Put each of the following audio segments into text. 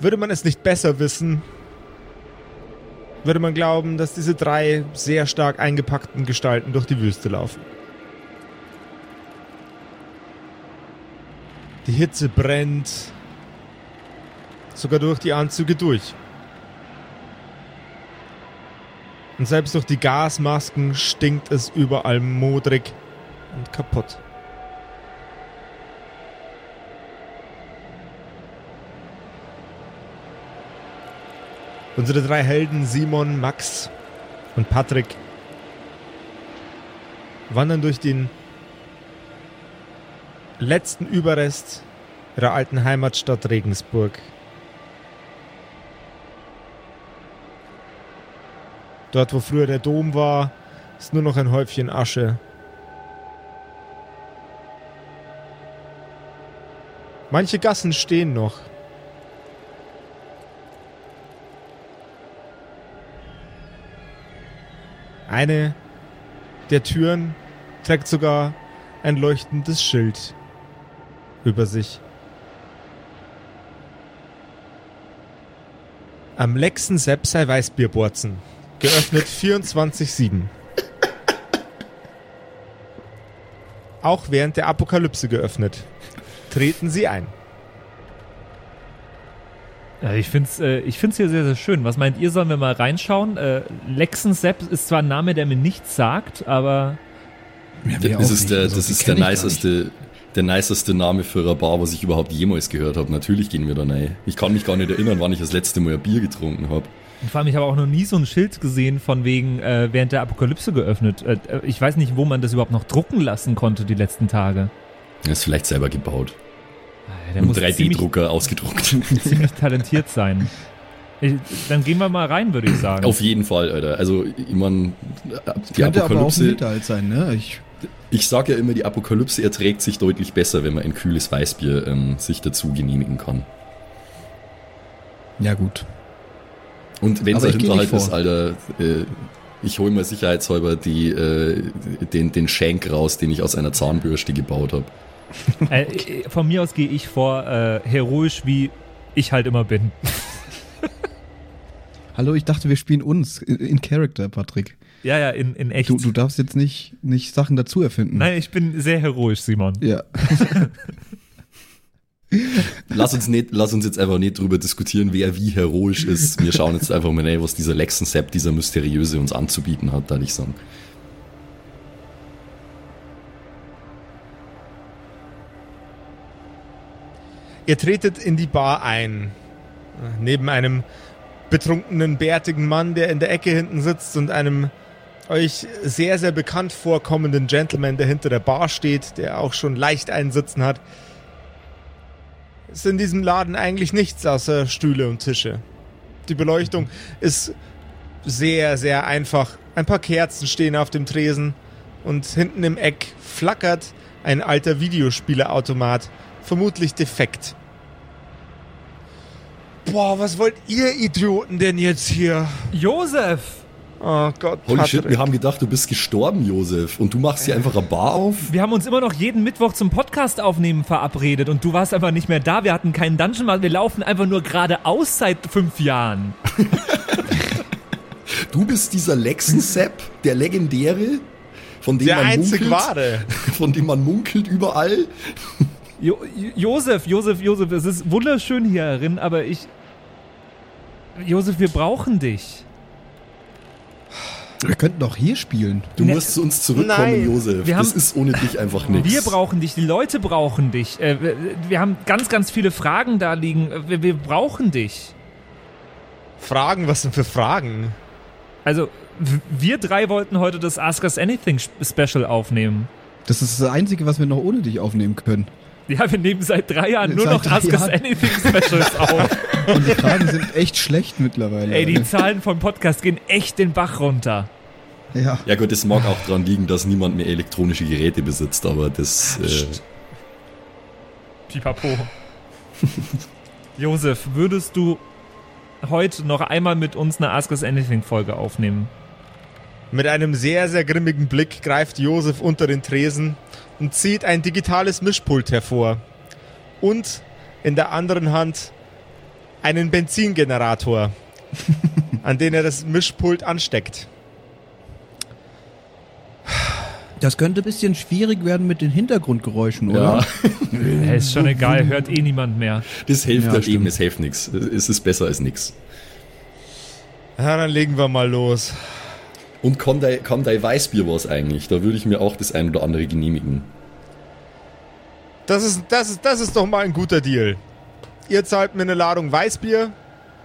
Würde man es nicht besser wissen, würde man glauben, dass diese 3 sehr stark eingepackten Gestalten durch die Wüste laufen. Die Hitze brennt sogar durch die Anzüge durch. Und selbst durch die Gasmasken stinkt es überall modrig und kaputt. Unsere 3 Helden Simon, Max und Patrick wandern durch den letzten Überrest ihrer alten Heimatstadt Regensburg. Dort, wo früher der Dom war, ist nur noch ein Häufchen Asche. Manche Gassen stehen noch. Eine der Türen trägt sogar ein leuchtendes Schild über sich. Am Lexen Sepp sei Weißbierborzen. Geöffnet 24/7. Auch während der Apokalypse geöffnet. Treten Sie ein. Ja, ich find's hier sehr, sehr schön. Was meint ihr, sollen wir mal reinschauen? Lexen Sepp ist zwar ein Name, der mir nichts sagt, aber... Ja, das ist der niceste Name für eine Bar, was ich überhaupt jemals gehört habe. Natürlich gehen wir da rein. Ich kann mich gar nicht erinnern, wann ich das letzte Mal ein Bier getrunken habe. Und vor allem, ich habe auch noch nie so ein Schild gesehen von wegen während der Apokalypse geöffnet. Ich weiß nicht, wo man das überhaupt noch drucken lassen konnte die letzten Tage. Er ist vielleicht selber gebaut. Der und muss 3D-Drucker ausgedruckt. Ziemlich talentiert sein. Dann gehen wir mal rein, würde ich sagen. Auf jeden Fall, Alter. Also, ich meine, die könnte Apokalypse... aber auch ein Hinterhalt sein, ne? Ich sage ja immer, die Apokalypse erträgt sich deutlich besser, wenn man ein kühles Weißbier sich dazu genehmigen kann. Ja, gut. Und wenn es ein Hinterhalt ist, Alter, ich hole mir sicherheitshalber den Schenk raus, den ich aus einer Zahnbürste gebaut habe. Von mir aus gehe ich vor, heroisch wie ich halt immer bin. Hallo, ich dachte, wir spielen uns in Character, Patrick. Ja, in echt. Du darfst jetzt nicht Sachen dazu erfinden. Nein, ich bin sehr heroisch, Simon. Ja. Lass uns jetzt einfach nicht drüber diskutieren, wer wie heroisch ist. Wir schauen jetzt einfach mal rein, was dieser Lexen Sepp, dieser Mysteriöse, uns anzubieten hat, würde ich sagen. Ihr tretet in die Bar ein. Neben einem betrunkenen, bärtigen Mann, der in der Ecke hinten sitzt, und einem euch sehr, sehr bekannt vorkommenden Gentleman, der hinter der Bar steht, der auch schon leicht einsitzen hat. Ist in diesem Laden eigentlich nichts außer Stühle und Tische. Die Beleuchtung ist sehr, sehr einfach. Ein paar Kerzen stehen auf dem Tresen und hinten im Eck flackert ein alter Videospieleautomat, vermutlich defekt. Boah, was wollt ihr Idioten denn jetzt hier? Josef! Oh Gott, Holy Patrick. shit, wir haben gedacht, du bist gestorben, Josef. Und du machst hier einfach eine Bar auf? Wir haben uns immer noch jeden Mittwoch zum Podcast aufnehmen verabredet und du warst einfach nicht mehr da. Wir hatten keinen Dungeon, wir laufen einfach nur geradeaus seit 5 Jahren. Du bist dieser Lexen Sepp, der Legendäre, von dem der man einzig munkelt, wahre. von dem man munkelt überall. Josef, es ist wunderschön hier drin, aber Josef, wir brauchen dich. Wir könnten doch hier spielen. Du musst zu uns zurückkommen, Nein. Josef. Das ist ohne dich einfach nichts. Wir brauchen dich, die Leute brauchen dich. Wir haben ganz, ganz viele Fragen da liegen. Wir brauchen dich. Fragen? Was denn für Fragen? Also, wir 3 wollten heute das Ask Us Anything Special aufnehmen. Das ist das Einzige, was wir noch ohne dich aufnehmen können. Ja, wir nehmen seit 3 Jahren nur noch Ask Us Anything Specials auf. Und die Fragen sind echt schlecht mittlerweile. Ey, die Zahlen vom Podcast gehen echt den Bach runter. Ja. Ja gut, das mag auch daran liegen, dass niemand mehr elektronische Geräte besitzt, aber das... Pipapo. Josef, würdest du heute noch einmal mit uns eine Ask Us Anything Folge aufnehmen? Mit einem sehr, sehr grimmigen Blick greift Josef unter den Tresen und zieht ein digitales Mischpult hervor. Und in der anderen Hand einen Benzingenerator, an den er das Mischpult ansteckt. Das könnte ein bisschen schwierig werden mit den Hintergrundgeräuschen, oder? Ja. Ist schon egal, hört eh niemand mehr. Das hilft Ja, halt stimmt. eben, es hilft nichts. Es ist besser als nichts. Ja, dann legen wir mal los. Und kann dein Weißbier was eigentlich? Da würde ich mir auch das ein oder andere genehmigen. Das ist doch mal ein guter Deal. Ihr zahlt mir eine Ladung Weißbier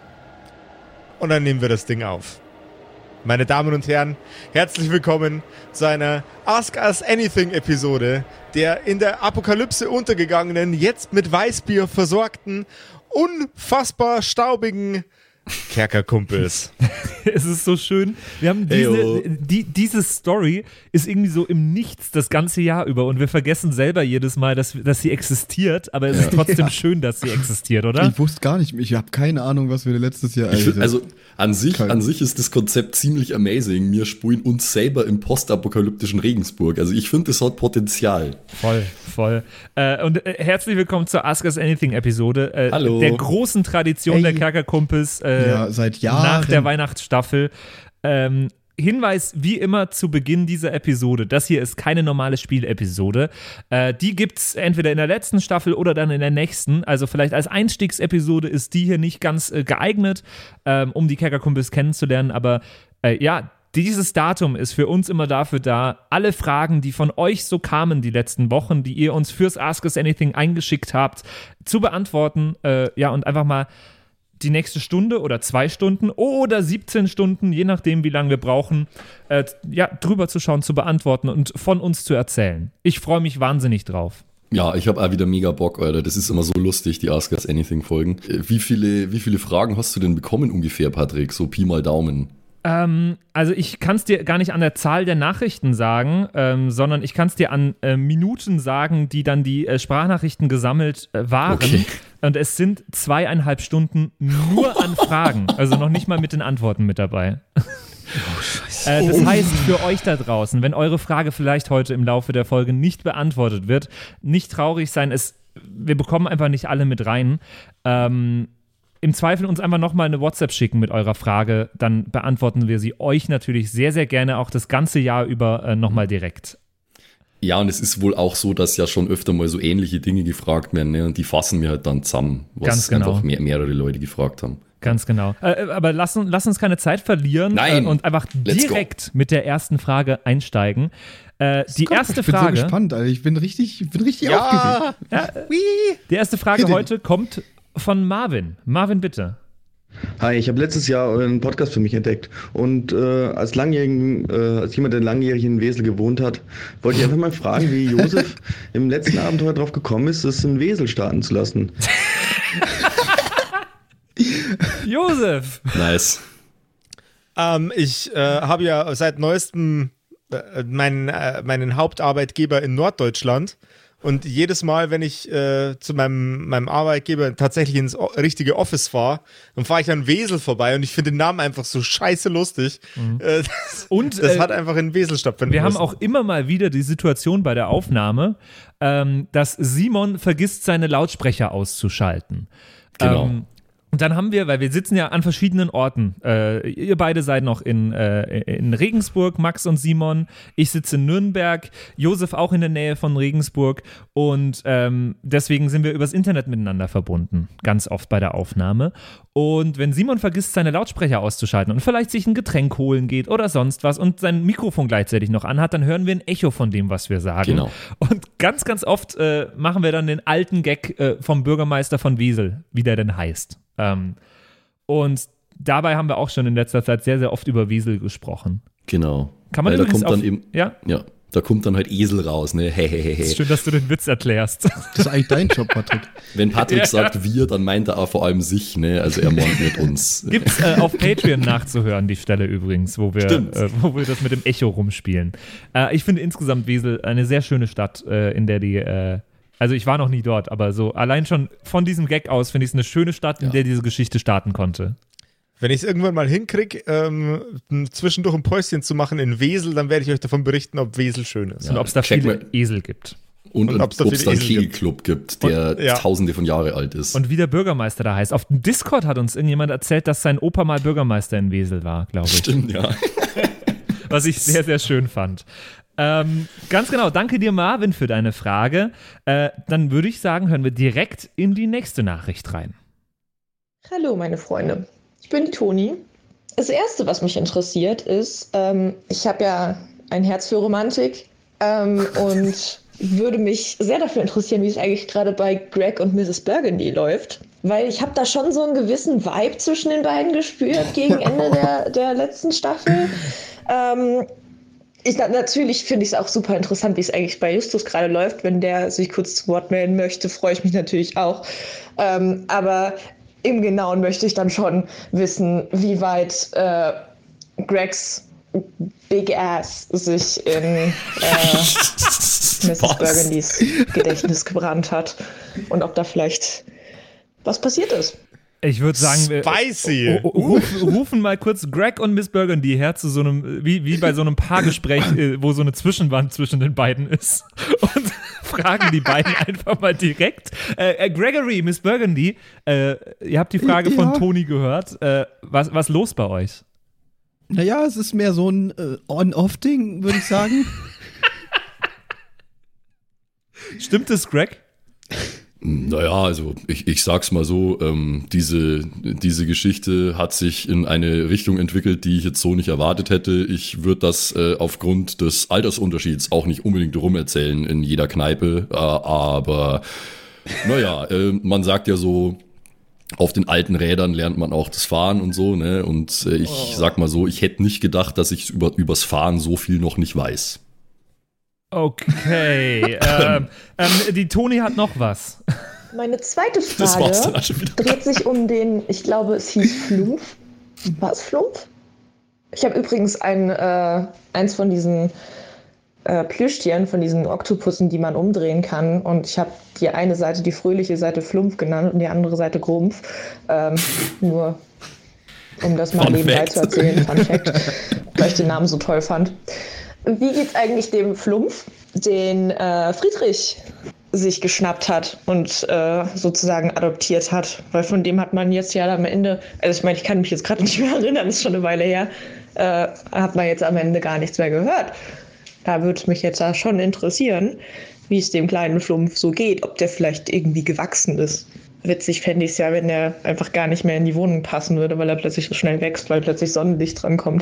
und dann nehmen wir das Ding auf. Meine Damen und Herren, herzlich willkommen zu einer Ask Us Anything Episode der in der Apokalypse untergegangenen, jetzt mit Weißbier versorgten, unfassbar staubigen Kerkerkumpels. Es ist so schön. Wir haben diese Story ist irgendwie so im Nichts das ganze Jahr über und wir vergessen selber jedes Mal, dass sie existiert, aber es ist trotzdem schön, dass sie existiert, oder? Ich wusste gar nicht, ich habe keine Ahnung, was wir letztes Jahr Also an sich ist das Konzept ziemlich amazing. Wir spielen uns selber im postapokalyptischen Regensburg. Also ich finde, das hat Potenzial. Voll. Und herzlich willkommen zur Ask Us Anything Episode. Hallo. Der großen Tradition der Kerkerkumpels seit Jahren. nach der Weihnachtsstaffel. Hinweis wie immer zu Beginn dieser Episode, das hier ist keine normale Spielepisode. Die gibt's entweder in der letzten Staffel oder dann in der nächsten. Also vielleicht als Einstiegsepisode ist die hier nicht ganz geeignet, um die Kerkerkumpels kennenzulernen. Aber dieses Datum ist für uns immer dafür da, alle Fragen, die von euch so kamen die letzten Wochen, die ihr uns fürs Ask Us Anything eingeschickt habt, zu beantworten. Und einfach mal die nächste Stunde oder 2 Stunden oder 17 Stunden, je nachdem, wie lange wir brauchen, drüber zu schauen, zu beantworten und von uns zu erzählen. Ich freue mich wahnsinnig drauf. Ja, ich habe auch wieder mega Bock, Alter. Das ist immer so lustig, die Ask Us Anything Folgen. Wie viele Fragen hast du denn bekommen ungefähr, Patrick? So Pi mal Daumen. Also ich kann es dir gar nicht an der Zahl der Nachrichten sagen, sondern ich kann es dir an Minuten sagen, die dann die Sprachnachrichten gesammelt waren. Okay. Und es sind 2,5 Stunden nur an Fragen, also noch nicht mal mit den Antworten mit dabei. Das heißt für euch da draußen, wenn eure Frage vielleicht heute im Laufe der Folge nicht beantwortet wird, nicht traurig sein, wir bekommen einfach nicht alle mit rein. Im Zweifel uns einfach nochmal eine WhatsApp schicken mit eurer Frage, dann beantworten wir sie euch natürlich sehr, sehr gerne auch das ganze Jahr über nochmal direkt. Ja, und es ist wohl auch so, dass ja schon öfter mal so ähnliche Dinge gefragt werden, ne? Und die fassen wir halt dann zusammen, was Ganz genau. einfach mehrere Leute gefragt haben. Ganz genau. Aber lass uns keine Zeit verlieren. Nein. Und einfach direkt mit der ersten Frage einsteigen. Die erste Frage. Ich bin so gespannt, Alter. Ich bin richtig aufgeregt. Ja, die erste Frage heute kommt von Marvin. Marvin, bitte. Hi, ich habe letztes Jahr euren Podcast für mich entdeckt und als jemand, der langjährig in Wesel gewohnt hat, wollte ich einfach mal fragen, wie Josef im letzten Abenteuer drauf gekommen ist, es in Wesel starten zu lassen. Josef! Nice. Ich habe ja seit neuestem meinen Hauptarbeitgeber in Norddeutschland. Und jedes Mal, wenn ich zu meinem Arbeitgeber tatsächlich ins richtige Office fahre, dann fahre ich an Wesel vorbei und ich finde den Namen einfach so scheiße lustig. Das hat einfach in Wesel stattfinden Wir müssen. haben auch immer mal wieder die Situation bei der Aufnahme, dass Simon vergisst, seine Lautsprecher auszuschalten. Genau. Und dann haben wir, weil wir sitzen ja an verschiedenen Orten, ihr beide seid noch in Regensburg, Max und Simon, ich sitze in Nürnberg, Josef auch in der Nähe von Regensburg und deswegen sind wir übers Internet miteinander verbunden, ganz oft bei der Aufnahme. Und wenn Simon vergisst, seine Lautsprecher auszuschalten und vielleicht sich ein Getränk holen geht oder sonst was und sein Mikrofon gleichzeitig noch anhat, dann hören wir ein Echo von dem, was wir sagen. Genau. Und ganz, ganz oft machen wir dann den alten Gag vom Bürgermeister von Wesel, wie der denn heißt. Und dabei haben wir auch schon in letzter Zeit sehr, sehr oft über Wesel gesprochen. Genau. Kann man da übrigens kommt dann eben, ja, da kommt dann halt Esel raus, ne? ist schön, dass du den Witz erklärst. Das ist eigentlich dein Job, Patrick. Wenn Patrick Ja. sagt wir, dann meint er auch vor allem sich, ne? Also er meint nicht uns. Gibt's auf Patreon nachzuhören, die Stelle übrigens, wo wir das mit dem Echo rumspielen. Ich finde insgesamt Wesel eine sehr schöne Stadt, in der die also ich war noch nie dort, aber so allein schon von diesem Gag aus finde ich es eine schöne Stadt, in der diese Geschichte starten konnte. Wenn ich es irgendwann mal hinkriege, zwischendurch ein Päuschen zu machen in Wesel, dann werde ich euch davon berichten, ob Wesel schön ist. Und ob es da check viele mal. Esel gibt. Und ob es da einen Esel Kegelclub gibt, der tausende von Jahre alt ist. Und wie der Bürgermeister da heißt. Auf dem Discord hat uns irgendjemand erzählt, dass sein Opa mal Bürgermeister in Wesel war, glaube ich. Stimmt, ja. Was ich sehr, sehr schön fand. Ganz genau, danke dir, Marvin, für deine Frage. Dann würde ich sagen, hören wir direkt in die nächste Nachricht rein. Hallo, meine Freunde. Ich bin die Toni. Das Erste, was mich interessiert, ist, ich habe ja ein Herz für Romantik und würde mich sehr dafür interessieren, wie es eigentlich gerade bei Greg und Mrs. Burgundy läuft. Weil ich habe da schon so einen gewissen Vibe zwischen den beiden gespürt gegen Ende der letzten Staffel. Natürlich finde ich es auch super interessant, wie es eigentlich bei Justus gerade läuft. Wenn der sich kurz zu Wort melden möchte, freue ich mich natürlich auch. Aber im Genauen möchte ich dann schon wissen, wie weit Gregs Big Ass sich in Mrs. Burgundys Gedächtnis gebrannt hat und ob da vielleicht was passiert ist. Ich würde sagen, wir rufen mal kurz Greg und Miss Burgundy her zu so einem, wie bei so einem Paargespräch, wo so eine Zwischenwand zwischen den beiden ist, und fragen die beiden einfach mal direkt. Gregory, Miss Burgundy, ihr habt die Frage von Toni gehört. Was los bei euch? Naja, es ist mehr so ein On-Off-Ding, würde ich sagen. Stimmt es, Greg? Naja, also ich sag's mal so, diese Geschichte hat sich in eine Richtung entwickelt, die ich jetzt so nicht erwartet hätte. Ich würde das aufgrund des Altersunterschieds auch nicht unbedingt rumerzählen in jeder Kneipe, aber naja, man sagt ja so, auf den alten Rädern lernt man auch das Fahren und so, ne? Und ich sag mal so, ich hätte nicht gedacht, dass ich übers Fahren so viel noch nicht weiß. Okay, die Toni hat noch was. Meine zweite Frage dreht sich um den, ich glaube, es hieß Flumph. War es Flumph? Ich habe übrigens eins von diesen Plüschtieren, von diesen Oktopussen, die man umdrehen kann. Und ich habe die eine Seite, die fröhliche Seite Flumph genannt und die andere Seite Grumpf. Nur um das mal nebenbei zu erzählen, Fun Fact, weil ich den Namen so toll fand. Wie geht's eigentlich dem Flumph, den Friedrich sich geschnappt hat und sozusagen adoptiert hat? Weil von dem hat man jetzt ja am Ende, also ich meine, ich kann mich jetzt gerade nicht mehr erinnern, ist schon eine Weile her, hat man jetzt am Ende gar nichts mehr gehört. Da würde es mich jetzt schon interessieren, wie es dem kleinen Flumph so geht, ob der vielleicht irgendwie gewachsen ist. Witzig fände ich es ja, wenn der einfach gar nicht mehr in die Wohnung passen würde, weil er plötzlich so schnell wächst, weil plötzlich Sonnenlicht drankommt.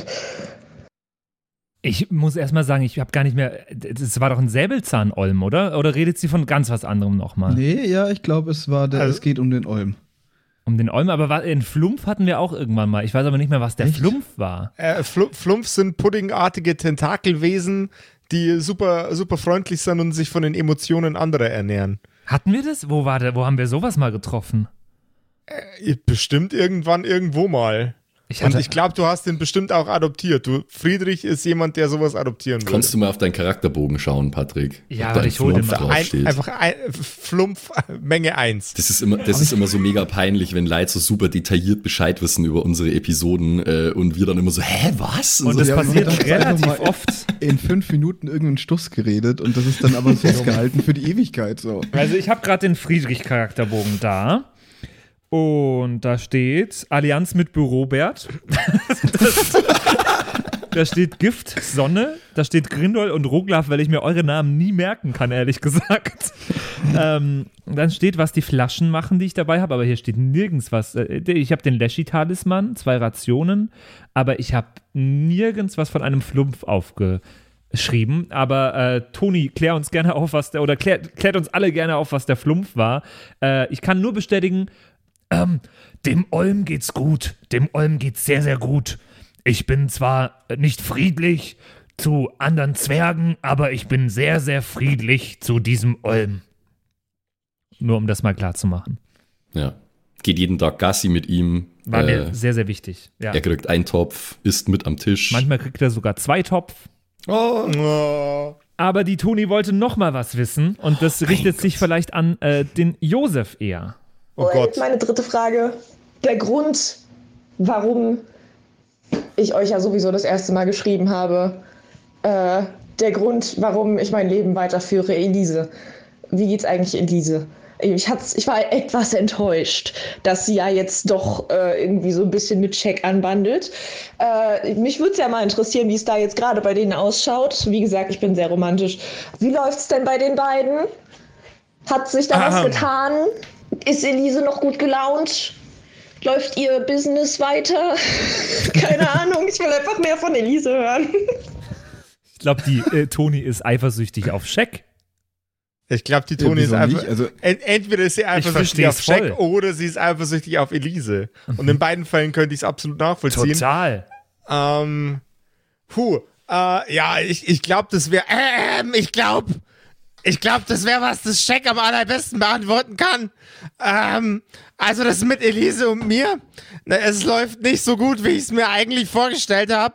Ich muss erst mal sagen, ich habe gar nicht mehr, das war doch ein Säbelzahnolm, oder? Oder redet sie von ganz was anderem nochmal? Nee, ja, ich glaube, es geht um den Olm. Um den Olm, aber in Flumph hatten wir auch irgendwann mal. Ich weiß aber nicht mehr, was der Flumph war. Flumph sind puddingartige Tentakelwesen, die super, super freundlich sind und sich von den Emotionen anderer ernähren. Hatten wir das? Wo haben wir sowas mal getroffen? Bestimmt irgendwann, irgendwo mal. Ich glaube, du hast den bestimmt auch adoptiert. Friedrich ist jemand, der sowas adoptieren will. Kannst du mal auf deinen Charakterbogen schauen, Patrick? Ja, aber ich hole den mal. Einfach Flumph, Menge 1. Das ist immer so mega peinlich, wenn Leute so super detailliert Bescheid wissen über unsere Episoden und wir dann immer so, hä, was? Und das passiert relativ oft. In 5 Minuten irgendeinen Stuss geredet und das ist dann aber festgehalten für die Ewigkeit. So. Also ich habe gerade den Friedrich-Charakterbogen da. Und da steht Allianz mit Bürobert. Da steht Gift, Sonne, da steht Grindol und Roglaf, weil ich mir eure Namen nie merken kann, ehrlich gesagt. Dann steht, was die Flaschen machen, die ich dabei habe, aber hier steht nirgends was. Ich habe den Leschi-Talisman, 2 Rationen, aber ich habe nirgends was von einem Flumph aufgeschrieben. Aber Toni, klär uns gerne auf, klärt uns alle gerne auf, was der Flumph war. Ich kann nur bestätigen, dem Olm geht's gut. Dem Olm geht's sehr, sehr gut. Ich bin zwar nicht friedlich zu anderen Zwergen, aber ich bin sehr, sehr friedlich zu diesem Olm. Nur um das mal klar zu machen. Ja. Geht jeden Tag Gassi mit ihm. War mir sehr, sehr wichtig. Ja. Er kriegt einen Topf, isst mit am Tisch. Manchmal kriegt er sogar 2 Topf. Oh. Aber die Toni wollte noch mal was wissen und das richtet sich vielleicht an den Josef eher. Oh Gott. Jetzt meine dritte Frage. Der Grund, warum ich euch ja sowieso das erste Mal geschrieben habe, der Grund, warum ich mein Leben weiterführe, Elise. wie geht's eigentlich Elise? Ich war etwas enttäuscht, dass sie ja jetzt doch irgendwie so ein bisschen mit Jack anbandelt. Mich würde es ja mal interessieren, wie es da jetzt gerade bei denen ausschaut. Wie gesagt, ich bin sehr romantisch. Wie läuft's denn bei den beiden? Hat sich da was getan? Ist Elise noch gut gelaunt? Läuft ihr Business weiter? Keine Ahnung, ich will einfach mehr von Elise hören. Ich glaube, die Toni ist eifersüchtig auf Jack. Ich glaube, die Toni ist einfach. Also, entweder ist sie eifersüchtig auf Jack oder sie ist eifersüchtig auf Elise. Und in beiden Fällen könnte ich es absolut nachvollziehen. Total. Ich glaube, das wäre. Ich glaube, das wäre was, das Jack am allerbesten beantworten kann. Also das mit Elise und mir. Es läuft nicht so gut, wie ich es mir eigentlich vorgestellt habe.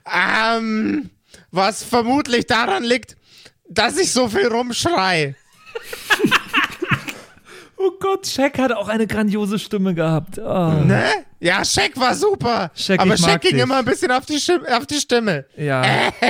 Was vermutlich daran liegt, dass ich so viel rumschrei. Oh Gott, Shaq hat auch eine grandiose Stimme gehabt. Oh. Ne? Ja, Shaq war super. Aber Shaq ging immer ein bisschen auf die Stimme. Ja.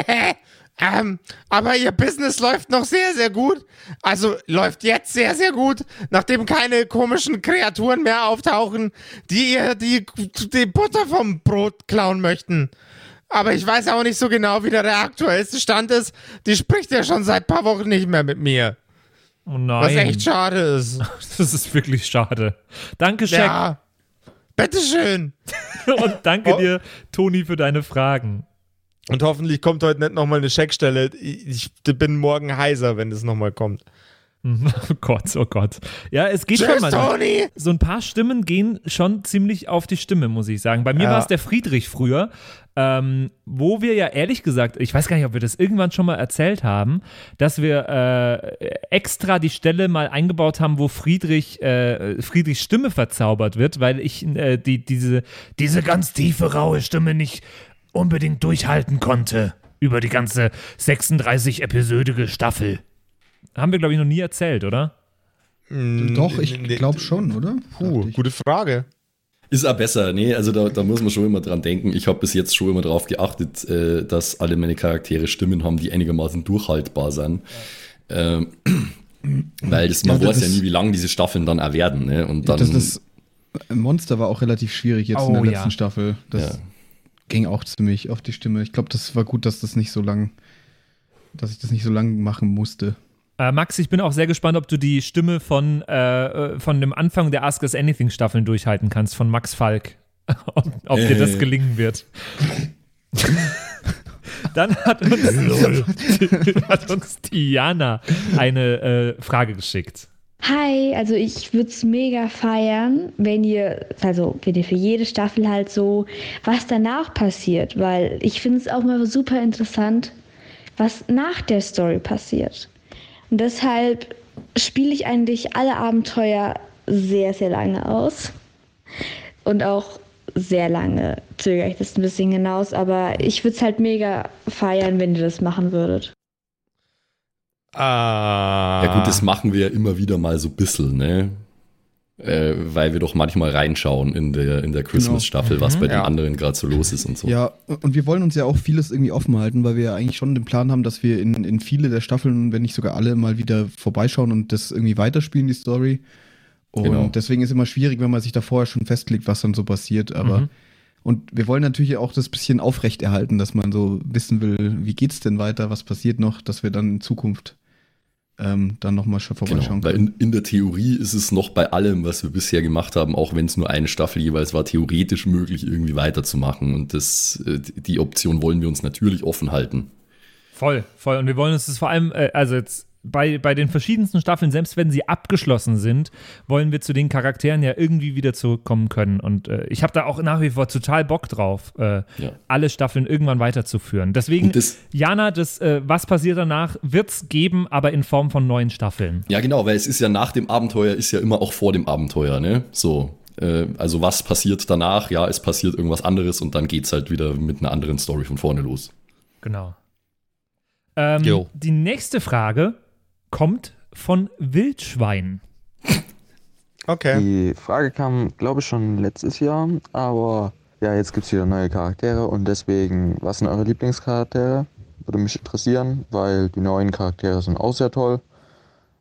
Aber ihr Business läuft noch sehr, sehr gut. Also läuft jetzt sehr, sehr gut, nachdem keine komischen Kreaturen mehr auftauchen, die ihr die Butter vom Brot klauen möchten. Aber ich weiß auch nicht so genau, wie der aktuellste Stand ist. Die spricht ja schon seit ein paar Wochen nicht mehr mit mir. Oh nein. Was echt schade ist. Das ist wirklich schade. Danke, Shaq. Ja, bitteschön. Und danke dir, Toni, für deine Fragen. Und hoffentlich kommt heute nicht nochmal eine Checkstelle. Ich bin morgen heiser, wenn das nochmal kommt. Oh Gott, oh Gott. Ja, es geht schon mal. Toni! So ein paar Stimmen gehen schon ziemlich auf die Stimme, muss ich sagen. Bei mir war es der Friedrich früher, wo wir ja ehrlich gesagt, ich weiß gar nicht, ob wir das irgendwann schon mal erzählt haben, dass wir extra die Stelle mal eingebaut haben, wo Friedrichs Stimme verzaubert wird, weil ich diese ganz tiefe, raue Stimme nicht unbedingt durchhalten konnte über die ganze 36-episödige Staffel. Haben wir, glaube ich, noch nie erzählt, oder? Doch, ich glaube schon, oder? Gute Frage. Ist auch besser. Nee, also da muss man schon immer dran denken. Ich habe bis jetzt schon immer darauf geachtet, dass alle meine Charaktere Stimmen haben, die einigermaßen durchhaltbar sind. Weil man weiß ja nie, wie lang diese Staffeln dann auch werden. Ne? Und dann, das Monster war auch relativ schwierig jetzt in der letzten Staffel. Das ging auch ziemlich auf die Stimme. Ich glaube, das war gut, dass ich das nicht so lang machen musste. Max, ich bin auch sehr gespannt, ob du die Stimme von dem Anfang der Ask Us Anything Staffeln durchhalten kannst, von Max Falk. ob dir das gelingen wird. Dann hat uns Diana eine Frage geschickt. Hi, also ich würde es mega feiern, wenn ihr für jede Staffel halt so, was danach passiert, weil ich finde es auch mal super interessant, was nach der Story passiert. Und deshalb spiele ich eigentlich alle Abenteuer sehr, sehr lange aus. Und auch sehr lange zögere ich das ein bisschen hinaus. Aber ich würde es halt mega feiern, wenn ihr das machen würdet. Ja gut, das machen wir ja immer wieder mal so ein bisschen, ne? Weil wir doch manchmal reinschauen in der Christmas-Staffel, was bei den anderen gerade so los ist und so. Ja, und wir wollen uns ja auch vieles irgendwie offen halten, weil wir ja eigentlich schon den Plan haben, dass wir in viele der Staffeln, wenn nicht sogar alle, mal wieder vorbeischauen und das irgendwie weiterspielen, die Story. Und deswegen ist es immer schwierig, wenn man sich da vorher schon festlegt, was dann so passiert. Aber und wir wollen natürlich auch das bisschen aufrechterhalten, dass man so wissen will, wie geht's denn weiter, was passiert noch, dass wir dann in Zukunft dann nochmal schon vorbeischauen können. Weil in der Theorie ist es noch bei allem, was wir bisher gemacht haben, auch wenn es nur eine Staffel jeweils war, theoretisch möglich, irgendwie weiterzumachen. Und die Option wollen wir uns natürlich offen halten. Voll. Und wir wollen uns das vor allem, jetzt bei den verschiedensten Staffeln, selbst wenn sie abgeschlossen sind, wollen wir zu den Charakteren ja irgendwie wieder zurückkommen können. Und ich habe da auch nach wie vor total Bock drauf, alle Staffeln irgendwann weiterzuführen. Deswegen, Jana, was passiert danach, wird es geben, aber in Form von neuen Staffeln. Ja, genau, weil es ist ja nach dem Abenteuer, ist ja immer auch vor dem Abenteuer, ne? So. Also was passiert danach? Ja, es passiert irgendwas anderes und dann geht's halt wieder mit einer anderen Story von vorne los. Genau. Die nächste Frage kommt von Wildschwein. Okay. Die Frage kam, glaube ich, schon letztes Jahr, aber ja, jetzt gibt es wieder neue Charaktere und deswegen, was sind eure Lieblingscharaktere? Würde mich interessieren, weil die neuen Charaktere sind auch sehr toll.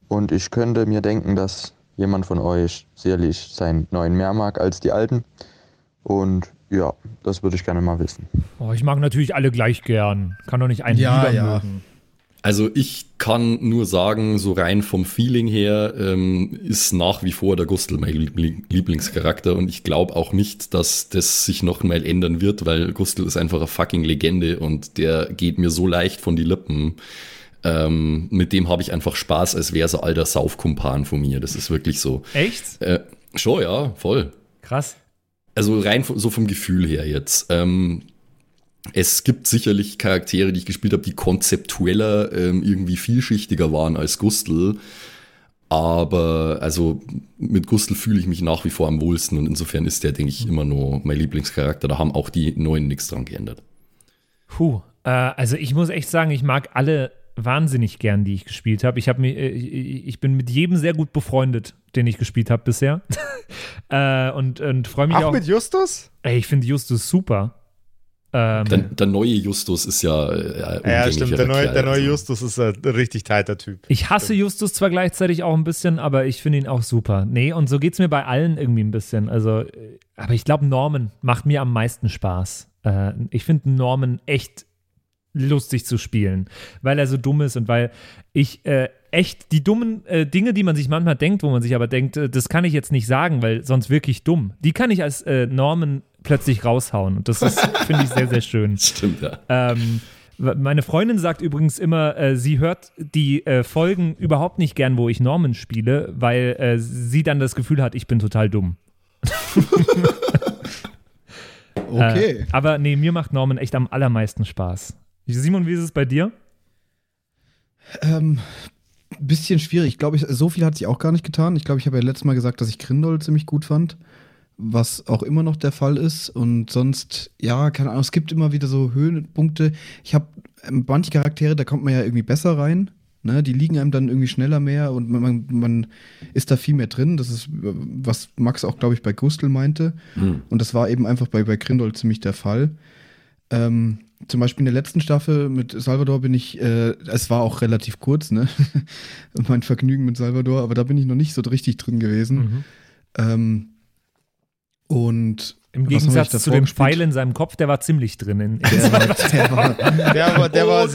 Und ich könnte mir denken, dass jemand von euch sicherlich seinen neuen mehr mag als die alten. Und ja, das würde ich gerne mal wissen. Oh, ich mag natürlich alle gleich gern. Kann doch nicht einen lieber mögen. Also ich kann nur sagen, so rein vom Feeling her ist nach wie vor der Gustl mein Lieblingscharakter und ich glaube auch nicht, dass das sich noch mal ändern wird, weil Gustl ist einfach eine fucking Legende und der geht mir so leicht von die Lippen. Mit dem habe ich einfach Spaß, als wäre so alter Saufkumpan von mir. Das ist wirklich so. Echt? Schon, ja, voll. Krass. Also rein so vom Gefühl her jetzt. Es gibt sicherlich Charaktere, die ich gespielt habe, die konzeptueller irgendwie vielschichtiger waren als Gustl. Aber also mit Gustl fühle ich mich nach wie vor am wohlsten und insofern ist der, denke ich, immer noch mein Lieblingscharakter. Da haben auch die Neuen nichts dran geändert. Also ich muss echt sagen, ich mag alle wahnsinnig gern, die ich gespielt habe. Ich bin mit jedem sehr gut befreundet, den ich gespielt habe bisher. und freue mich auch. Auch mit Justus? Ey, ich finde Justus super. Der neue Justus ist ja ja, stimmt, der neue Justus ist ein richtig tighter Typ. Ich hasse Justus zwar gleichzeitig auch ein bisschen, aber ich finde ihn auch super. Nee, und so geht's mir bei allen irgendwie ein bisschen. Also, aber ich glaube, Norman macht mir am meisten Spaß. Ich finde Norman echt lustig zu spielen, weil er so dumm ist und weil ich echt die dummen Dinge, die man sich manchmal denkt, wo man sich aber denkt, das kann ich jetzt nicht sagen, weil sonst wirklich dumm. Die kann ich als Norman plötzlich raushauen und das ist, finde ich, sehr, sehr schön. Stimmt, ja. Meine Freundin sagt übrigens immer, sie hört die Folgen überhaupt nicht gern, wo ich Norman spiele, weil sie dann das Gefühl hat, ich bin total dumm. Okay. Aber nee, mir macht Norman echt am allermeisten Spaß. Simon, wie ist es bei dir? Bisschen schwierig. Ich glaube, so viel hat sich auch gar nicht getan. Ich glaube, ich habe ja letztes Mal gesagt, dass ich Grindol ziemlich gut fand, was auch immer noch der Fall ist. Und sonst, ja, keine Ahnung, es gibt immer wieder so Höhenpunkte. Ich habe manche Charaktere, da kommt man ja irgendwie besser rein. Ne? Die liegen einem dann irgendwie schneller mehr und man ist da viel mehr drin. Das ist, was Max auch, glaube ich, bei Gustl meinte. Und das war eben einfach bei Grindol ziemlich der Fall. Zum Beispiel in der letzten Staffel mit Salvador bin ich, es war auch relativ kurz, ne? Mein Vergnügen mit Salvador, aber da bin ich noch nicht so richtig drin gewesen. Und im Gegensatz zu dem Pfeil in seinem Kopf, der war ziemlich drin. Der war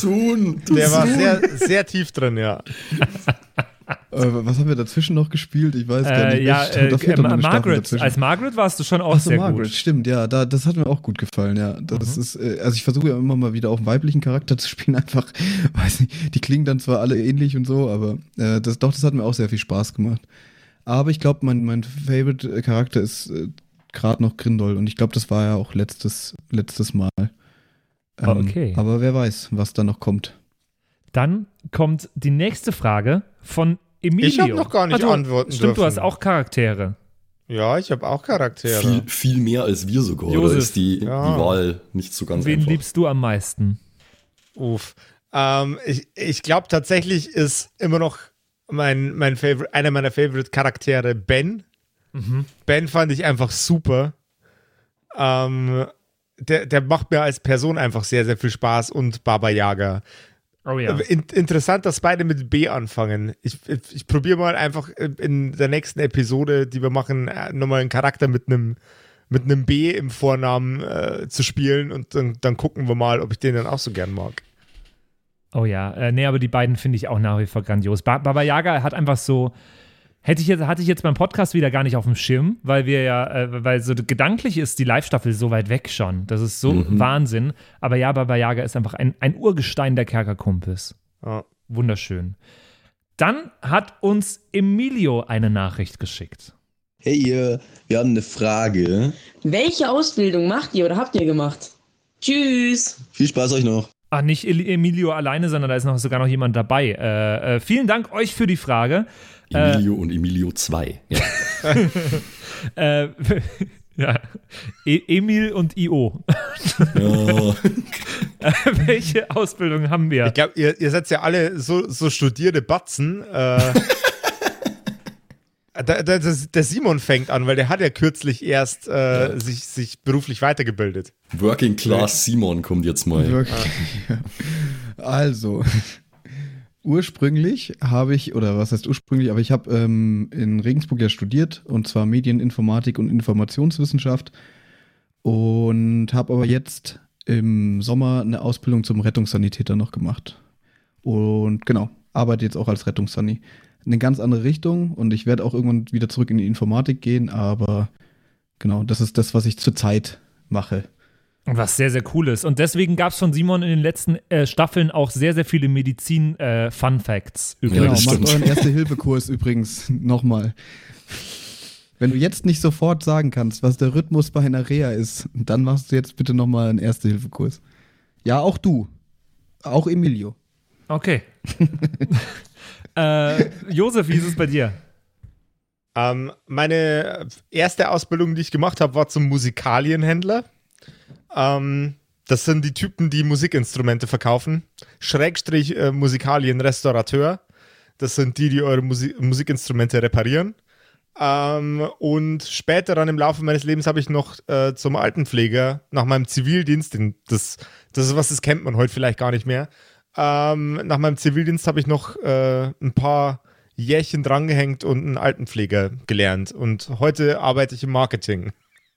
sehr tief drin, ja. Was haben wir dazwischen noch gespielt? Ich weiß gar nicht. Margaret. Als Margaret warst du schon auch sehr Margaret, gut. Stimmt, ja. Das hat mir auch gut gefallen, ja. Das ist, also ich versuche ja immer mal wieder auch einen weiblichen Charakter zu spielen, einfach, weiß nicht, die klingen dann zwar alle ähnlich und so, aber das hat mir auch sehr viel Spaß gemacht. Aber ich glaube, mein Favorite-Charakter ist gerade noch Grindol und ich glaube, das war ja auch letztes Mal. Okay. Aber wer weiß, was da noch kommt. Dann kommt die nächste Frage von Emilio. Ich habe noch gar nicht antworten dürfen. Stimmt, du hast auch Charaktere. Ja, ich habe auch Charaktere. Viel mehr als wir sogar, Josef, oder ist die Wahl nicht so ganz Wen einfach? liebst du am meisten? Ich glaube tatsächlich ist immer noch mein Favorite, einer meiner Favorite-Charaktere Ben. Ben fand ich einfach super. Der macht mir als Person einfach sehr, sehr viel Spaß und Baba Yaga. Oh ja. Interessant, dass beide mit B anfangen. Ich probiere mal einfach in der nächsten Episode, die wir machen, nochmal einen Charakter mit einem B im Vornamen zu spielen und dann gucken wir mal, ob ich den dann auch so gern mag. Oh ja, nee, aber die beiden finde ich auch nach wie vor grandios. Baba Yaga hat einfach so, hatte ich jetzt beim Podcast wieder gar nicht auf dem Schirm, weil wir ja, weil so gedanklich ist die Live-Staffel so weit weg schon. Das ist so Wahnsinn. Aber ja, Baba Yaga ist einfach ein Urgestein der Kerkerkumpels. Ja. Wunderschön. Dann hat uns Emilio eine Nachricht geschickt. Hey, wir haben eine Frage. Welche Ausbildung macht ihr oder habt ihr gemacht? Tschüss. Viel Spaß euch noch. Ach, nicht Emilio alleine, sondern da ist sogar noch jemand dabei. Vielen Dank euch für die Frage. Emilio und Emilio 2. Ja. Ja. Emil und IO. Ja. Welche Ausbildung haben wir? Ich glaube, ihr seid ja alle so studierte Batzen. Der Simon fängt an, weil der hat ja kürzlich erst sich beruflich weitergebildet. Working Class Simon kommt jetzt mal. Also, Ursprünglich habe ich, oder was heißt ursprünglich, aber ich habe in Regensburg ja studiert, und zwar Medieninformatik und Informationswissenschaft, und habe aber jetzt im Sommer eine Ausbildung zum Rettungssanitäter noch gemacht. Und genau, arbeite jetzt auch als Rettungssani. Eine ganz andere Richtung, und ich werde auch irgendwann wieder zurück in die Informatik gehen, aber genau, das ist das, was ich zurzeit mache. Was sehr, sehr cool ist. Und deswegen gab es von Simon in den letzten Staffeln auch sehr, sehr viele Medizin-Fun-Facts. Genau, macht euren Erste-Hilfe-Kurs übrigens nochmal. Wenn du jetzt nicht sofort sagen kannst, was der Rhythmus bei einer Reha ist, dann machst du jetzt bitte nochmal einen Erste-Hilfe-Kurs. Ja, auch du. Auch Emilio. Okay. Josef, wie ist es bei dir? Meine erste Ausbildung, die ich gemacht habe, war zum Musikalienhändler. Das sind die Typen, die Musikinstrumente verkaufen. Schrägstrich Musikalienrestaurateur. Das sind die eure Musikinstrumente reparieren. Und später dann im Laufe meines Lebens habe ich noch zum Altenpfleger nach meinem Zivildienst, das ist was, das kennt man heute vielleicht gar nicht mehr. Nach meinem Zivildienst habe ich noch ein paar Jährchen drangehängt und einen Altenpfleger gelernt. Und heute arbeite ich im Marketing.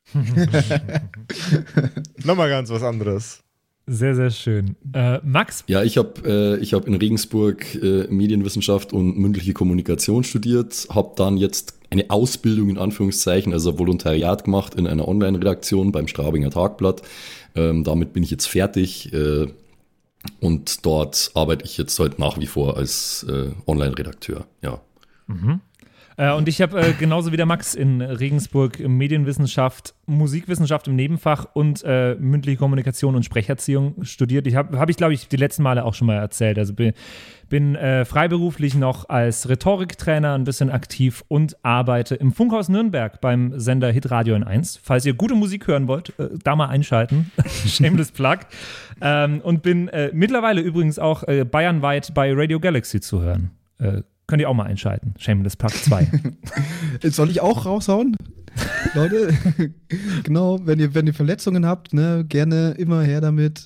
Nochmal ganz was anderes. Sehr, sehr schön. Max? Ja, ich hab in Regensburg Medienwissenschaft und mündliche Kommunikation studiert, habe dann jetzt eine Ausbildung in Anführungszeichen, also Volontariat gemacht in einer Online-Redaktion beim Straubinger Tagblatt. Damit bin ich jetzt fertig und dort arbeite ich jetzt halt nach wie vor als Online-Redakteur. Ja. Mhm. Und ich habe genauso wie der Max in Regensburg Medienwissenschaft, Musikwissenschaft im Nebenfach und mündliche Kommunikation und Sprecherziehung studiert. Habe ich, glaube ich, die letzten Male auch schon mal erzählt. Also bin freiberuflich noch als Rhetoriktrainer ein bisschen aktiv und arbeite im Funkhaus Nürnberg beim Sender Hitradio N1. Falls ihr gute Musik hören wollt, da mal einschalten. Shameless Plug. Und bin mittlerweile übrigens auch bayernweit bei Radio Galaxy zu hören. Könnt ihr auch mal einschalten. Shameless Plug 2. Soll ich auch raushauen? Leute, genau, wenn ihr Verletzungen habt, ne, gerne immer her damit.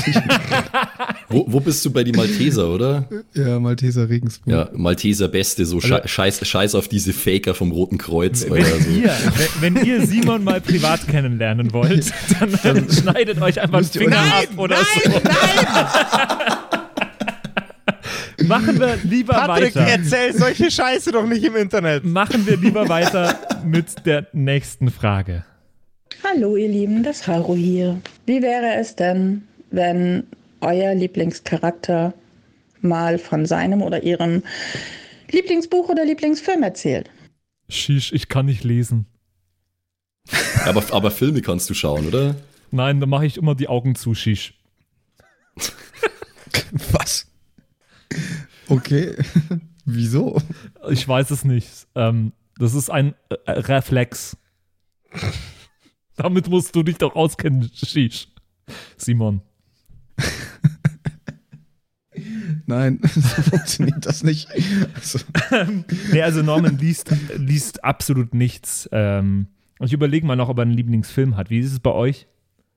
Wo bist du bei die Malteser, oder? Ja, Malteser Regensburg. Ja, Malteser Beste, so scheiß auf diese Faker vom Roten Kreuz. Wenn ihr Simon mal privat kennenlernen wollt, dann schneidet euch einfach einen Finger ab oder so. Nein! Machen wir lieber Patrick, weiter. erzähl solche Scheiße doch nicht im Internet. Machen wir lieber weiter mit der nächsten Frage. Hallo ihr Lieben, das Haru hier. Wie wäre es denn, wenn euer Lieblingscharakter mal von seinem oder ihrem Lieblingsbuch oder Lieblingsfilm erzählt? Shish, ich kann nicht lesen. Aber Filme kannst du schauen, oder? Nein, da mache ich immer die Augen zu, Shish. Was? Okay. Wieso? Ich weiß es nicht. Das ist ein Reflex. Damit musst du dich doch auskennen, Shish. Simon. Nein, so funktioniert das nicht. Also Norman liest absolut nichts. Ich überlege mal noch, ob er einen Lieblingsfilm hat. Wie ist es bei euch?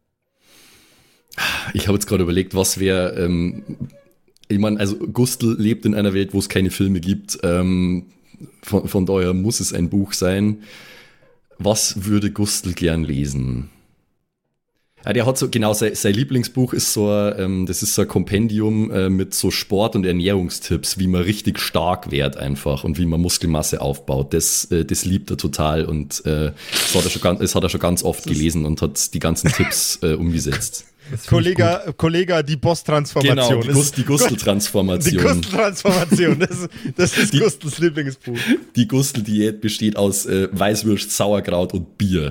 Ich habe jetzt gerade überlegt, was wäre... ich meine, also Gustl lebt in einer Welt, wo es keine Filme gibt. Von daher muss es ein Buch sein. Was würde Gustl gern lesen? Ja, der hat so, genau, sein Lieblingsbuch ist so, das ist so ein Kompendium mit so Sport- und Ernährungstipps, wie man richtig stark wird einfach und wie man Muskelmasse aufbaut. Das liebt er total und das hat er schon ganz oft gelesen und hat die ganzen Tipps umgesetzt. Kollege, die Boss-Transformation. Genau, die Gustl-Transformation. Die Gustl-Transformation, das ist Gustls Lieblingsbuch. Die Gustl-Diät besteht aus Weißwurst, Sauerkraut und Bier.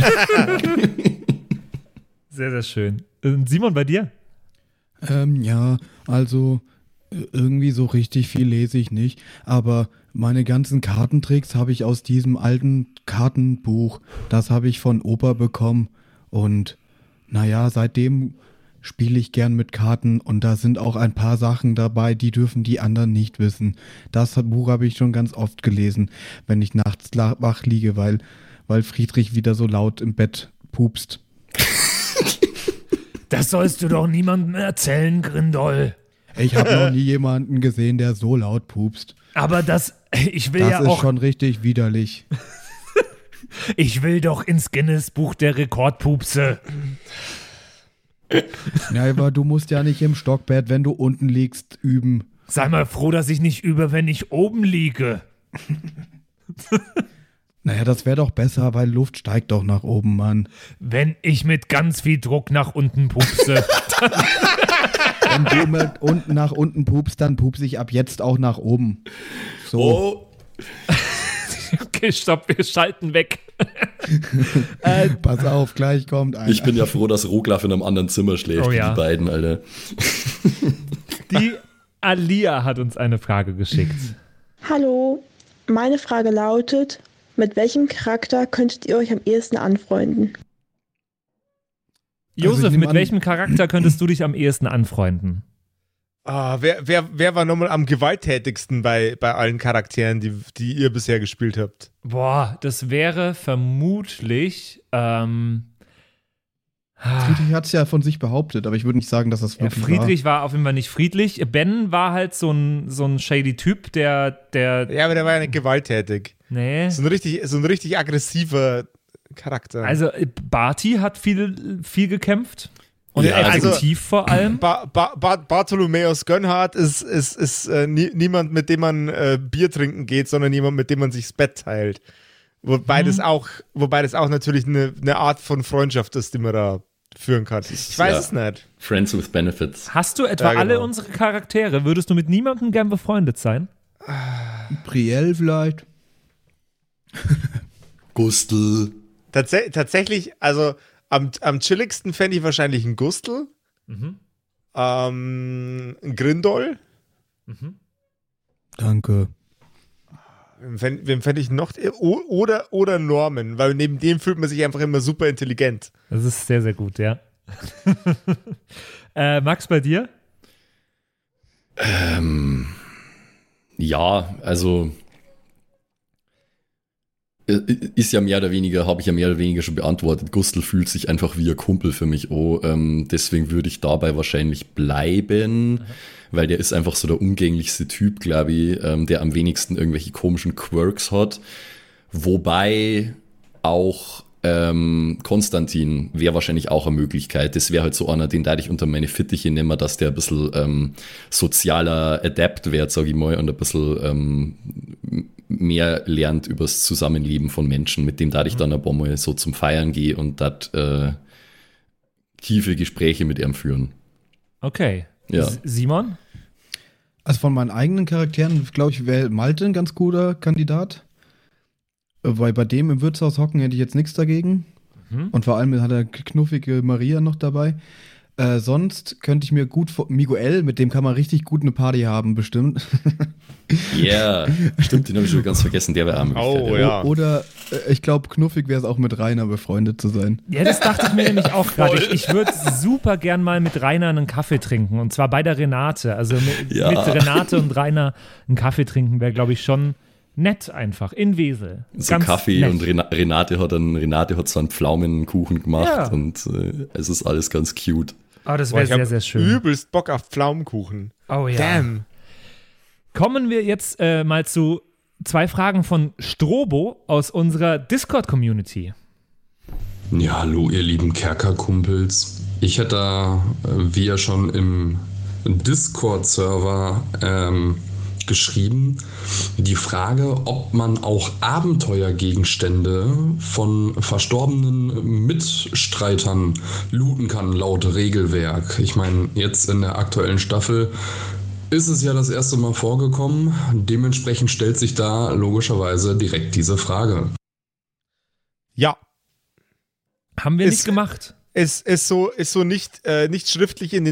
Sehr, sehr schön. Simon, bei dir? Ja, also irgendwie so richtig viel lese ich nicht, aber meine ganzen Kartentricks habe ich aus diesem alten Kartenbuch. Das habe ich von Opa bekommen und naja, seitdem spiele ich gern mit Karten und da sind auch ein paar Sachen dabei, die dürfen die anderen nicht wissen. Das Buch habe ich schon ganz oft gelesen, wenn ich nachts wach liege, weil Friedrich wieder so laut im Bett pupst. Das sollst du doch niemandem erzählen, Grindol. Ich habe noch nie jemanden gesehen, der so laut pupst. Aber ich will das ja ist auch. schon richtig widerlich. Ich will doch ins Guinness-Buch der Rekordpupse. Ja, aber du musst ja nicht im Stockbett, wenn du unten liegst, üben. Sei mal froh, dass ich nicht übe, wenn ich oben liege. Naja, das wäre doch besser, weil Luft steigt doch nach oben, Mann. Wenn ich mit ganz viel Druck nach unten pupse. Wenn du mit unten nach unten pupst, dann pupse ich ab jetzt auch nach oben. So. Oh. Okay, stopp, wir schalten weg. Pass auf, gleich kommt einer. Ich bin ja froh, dass Roglaf in einem anderen Zimmer schläft, wie die beiden, Alter. Die Alia hat uns eine Frage geschickt. Hallo, meine Frage lautet, mit welchem Charakter könntet ihr euch am ehesten anfreunden? Josef, mit welchem Charakter könntest du dich am ehesten anfreunden? Wer war nochmal am gewalttätigsten bei allen Charakteren, die ihr bisher gespielt habt? Boah, das wäre vermutlich. Friedrich hat es ja von sich behauptet, aber ich würde nicht sagen, dass das wirklich Friedrich war auf jeden Fall nicht friedlich. Ben war halt so ein shady Typ, der. Ja, aber der war ja nicht gewalttätig. Nee. So ein richtig aggressiver Charakter. Also Barty hat viel gekämpft. Und effektiv vor allem. Bartholomäus Gönnhardt ist niemand, mit dem man Bier trinken geht, sondern jemand, mit dem man sich das Bett teilt. Wobei das auch natürlich eine Art von Freundschaft ist, die man da führen kann. Ich weiß es nicht. Friends with Benefits. Hast du etwa alle unsere Charaktere? Würdest du mit niemandem gern befreundet sein? Brielle vielleicht. Gustl. Tatsächlich, also am chilligsten fände ich wahrscheinlich einen Gustl. Einen Grindol. Danke. Wem fände ich noch? Oder Norman, weil neben dem fühlt man sich einfach immer super intelligent. Das ist sehr, sehr gut, ja. Max, bei dir? Ja, also ist ja mehr oder weniger, habe ich ja mehr oder weniger schon beantwortet. Gustl fühlt sich einfach wie ein Kumpel für mich deswegen würde ich dabei wahrscheinlich bleiben, weil der ist einfach so der umgänglichste Typ, glaube ich, der am wenigsten irgendwelche komischen Quirks hat. Wobei auch Konstantin wäre wahrscheinlich auch eine Möglichkeit. Das wäre halt so einer, den da ich unter meine Fittiche nehme, dass der ein bisschen sozialer Adept wird, sage ich mal, und ein bisschen mehr lernt über das Zusammenleben von Menschen, mit dem da ich dann ein paar Mal so zum Feiern gehe und dort tiefe Gespräche mit ihm führen. Okay. Ja. Simon? Also von meinen eigenen Charakteren, glaube ich, wäre Malte ein ganz guter Kandidat. Weil bei dem im Wirtshaus hocken hätte ich jetzt nichts dagegen. Und vor allem hat er knuffige Maria noch dabei. Sonst könnte ich mir gut Miguel, mit dem kann man richtig gut eine Party haben, bestimmt. Ja, stimmt, den habe ich schon ganz vergessen, der wäre Oh, ja. Oder ich glaube, knuffig wäre es auch mit Rainer befreundet zu sein. Ja, das dachte ich mir nämlich auch gerade. Ich würde super gern mal mit Rainer einen Kaffee trinken, und zwar bei der Renate. Also mit Renate und Rainer einen Kaffee trinken wäre, glaube ich, schon nett einfach, in Wesel. So Ganz Kaffee nett. und Renate hat so einen Pflaumenkuchen gemacht und es ist alles ganz cute. Oh, das wäre sehr, sehr schön. Übelst Bock auf Pflaumenkuchen. Oh ja. Damn. Kommen wir jetzt mal zu 2 Fragen von Strobo aus unserer Discord-Community. Ja, hallo ihr lieben Kerkerkumpels. Ich hätte da, wie ja schon im Discord-Server geschrieben, die Frage, ob man auch Abenteuergegenstände von verstorbenen Mitstreitern looten kann, laut Regelwerk. Ich meine, jetzt in der aktuellen Staffel ist es ja das erste Mal vorgekommen. Dementsprechend stellt sich da logischerweise direkt diese Frage. Ja. Haben wir nicht gemacht. Ist so nicht schriftlich in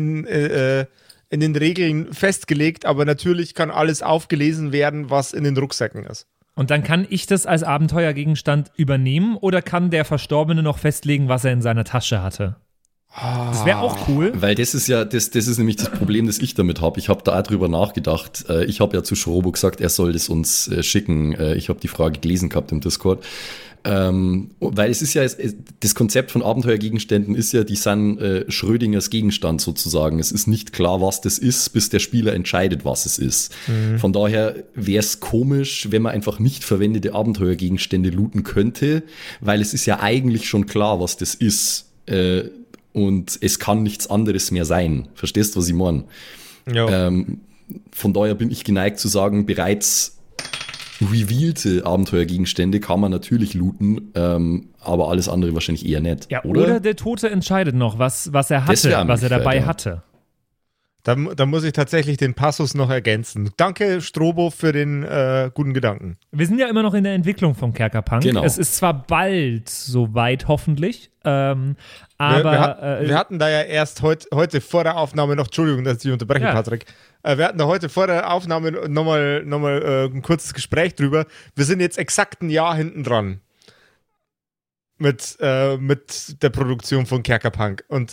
den Regeln festgelegt, aber natürlich kann alles aufgelesen werden, was in den Rucksäcken ist. Und dann kann ich das als Abenteuergegenstand übernehmen, oder kann der Verstorbene noch festlegen, was er in seiner Tasche hatte? Das wäre auch cool. Weil das ist ja, das ist nämlich das Problem, das ich damit habe. Ich habe da auch drüber nachgedacht. Ich habe ja zu Schrobo gesagt, er soll das uns schicken. Ich habe die Frage gelesen gehabt im Discord. Weil es ist ja, das Konzept von Abenteuergegenständen ist ja, die sind Schrödingers Gegenstand sozusagen. Es ist nicht klar, was das ist, bis der Spieler entscheidet, was es ist. Von daher wäre es komisch, wenn man einfach nicht verwendete Abenteuergegenstände looten könnte, weil es ist ja eigentlich schon klar, was das ist. Und es kann nichts anderes mehr sein. Verstehst du, was ich meine? Ja. Von daher bin ich geneigt zu sagen, bereits revealte Abenteuergegenstände kann man natürlich looten, aber alles andere wahrscheinlich eher nicht. Ja, oder der Tote entscheidet noch, was er hatte, was er dabei hatte. Da muss ich tatsächlich den Passus noch ergänzen. Danke, Strobo, für den guten Gedanken. Wir sind ja immer noch in der Entwicklung von Kerkerpunk. Genau. Es ist zwar bald soweit, hoffentlich, aber wir hatten da ja erst heute vor der Aufnahme noch, Entschuldigung, dass ich dich unterbreche, Patrick. Wir hatten da heute vor der Aufnahme nochmal ein kurzes Gespräch drüber. Wir sind jetzt exakt ein Jahr hinten dran mit der Produktion von Kerkerpunk. Und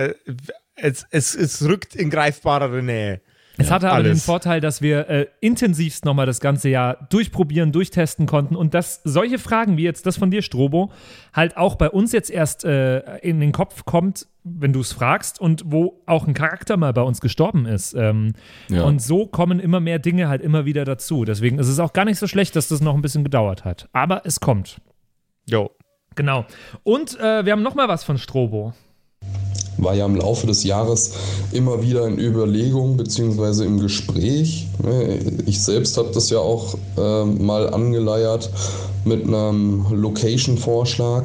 es rückt in greifbarere Nähe. Es hatte aber den Vorteil, dass wir intensivst nochmal das ganze Jahr durchprobieren, durchtesten konnten und dass solche Fragen wie jetzt das von dir, Strobo, halt auch bei uns jetzt erst in den Kopf kommt, wenn du es fragst und wo auch ein Charakter mal bei uns gestorben ist. Und so kommen immer mehr Dinge halt immer wieder dazu. Deswegen ist es auch gar nicht so schlecht, dass das noch ein bisschen gedauert hat. Aber es kommt. Jo. Genau. Und wir haben noch mal was von Strobo. War ja im Laufe des Jahres immer wieder in Überlegung bzw. im Gespräch. Ich selbst habe das ja auch mal angeleiert mit einem Location-Vorschlag,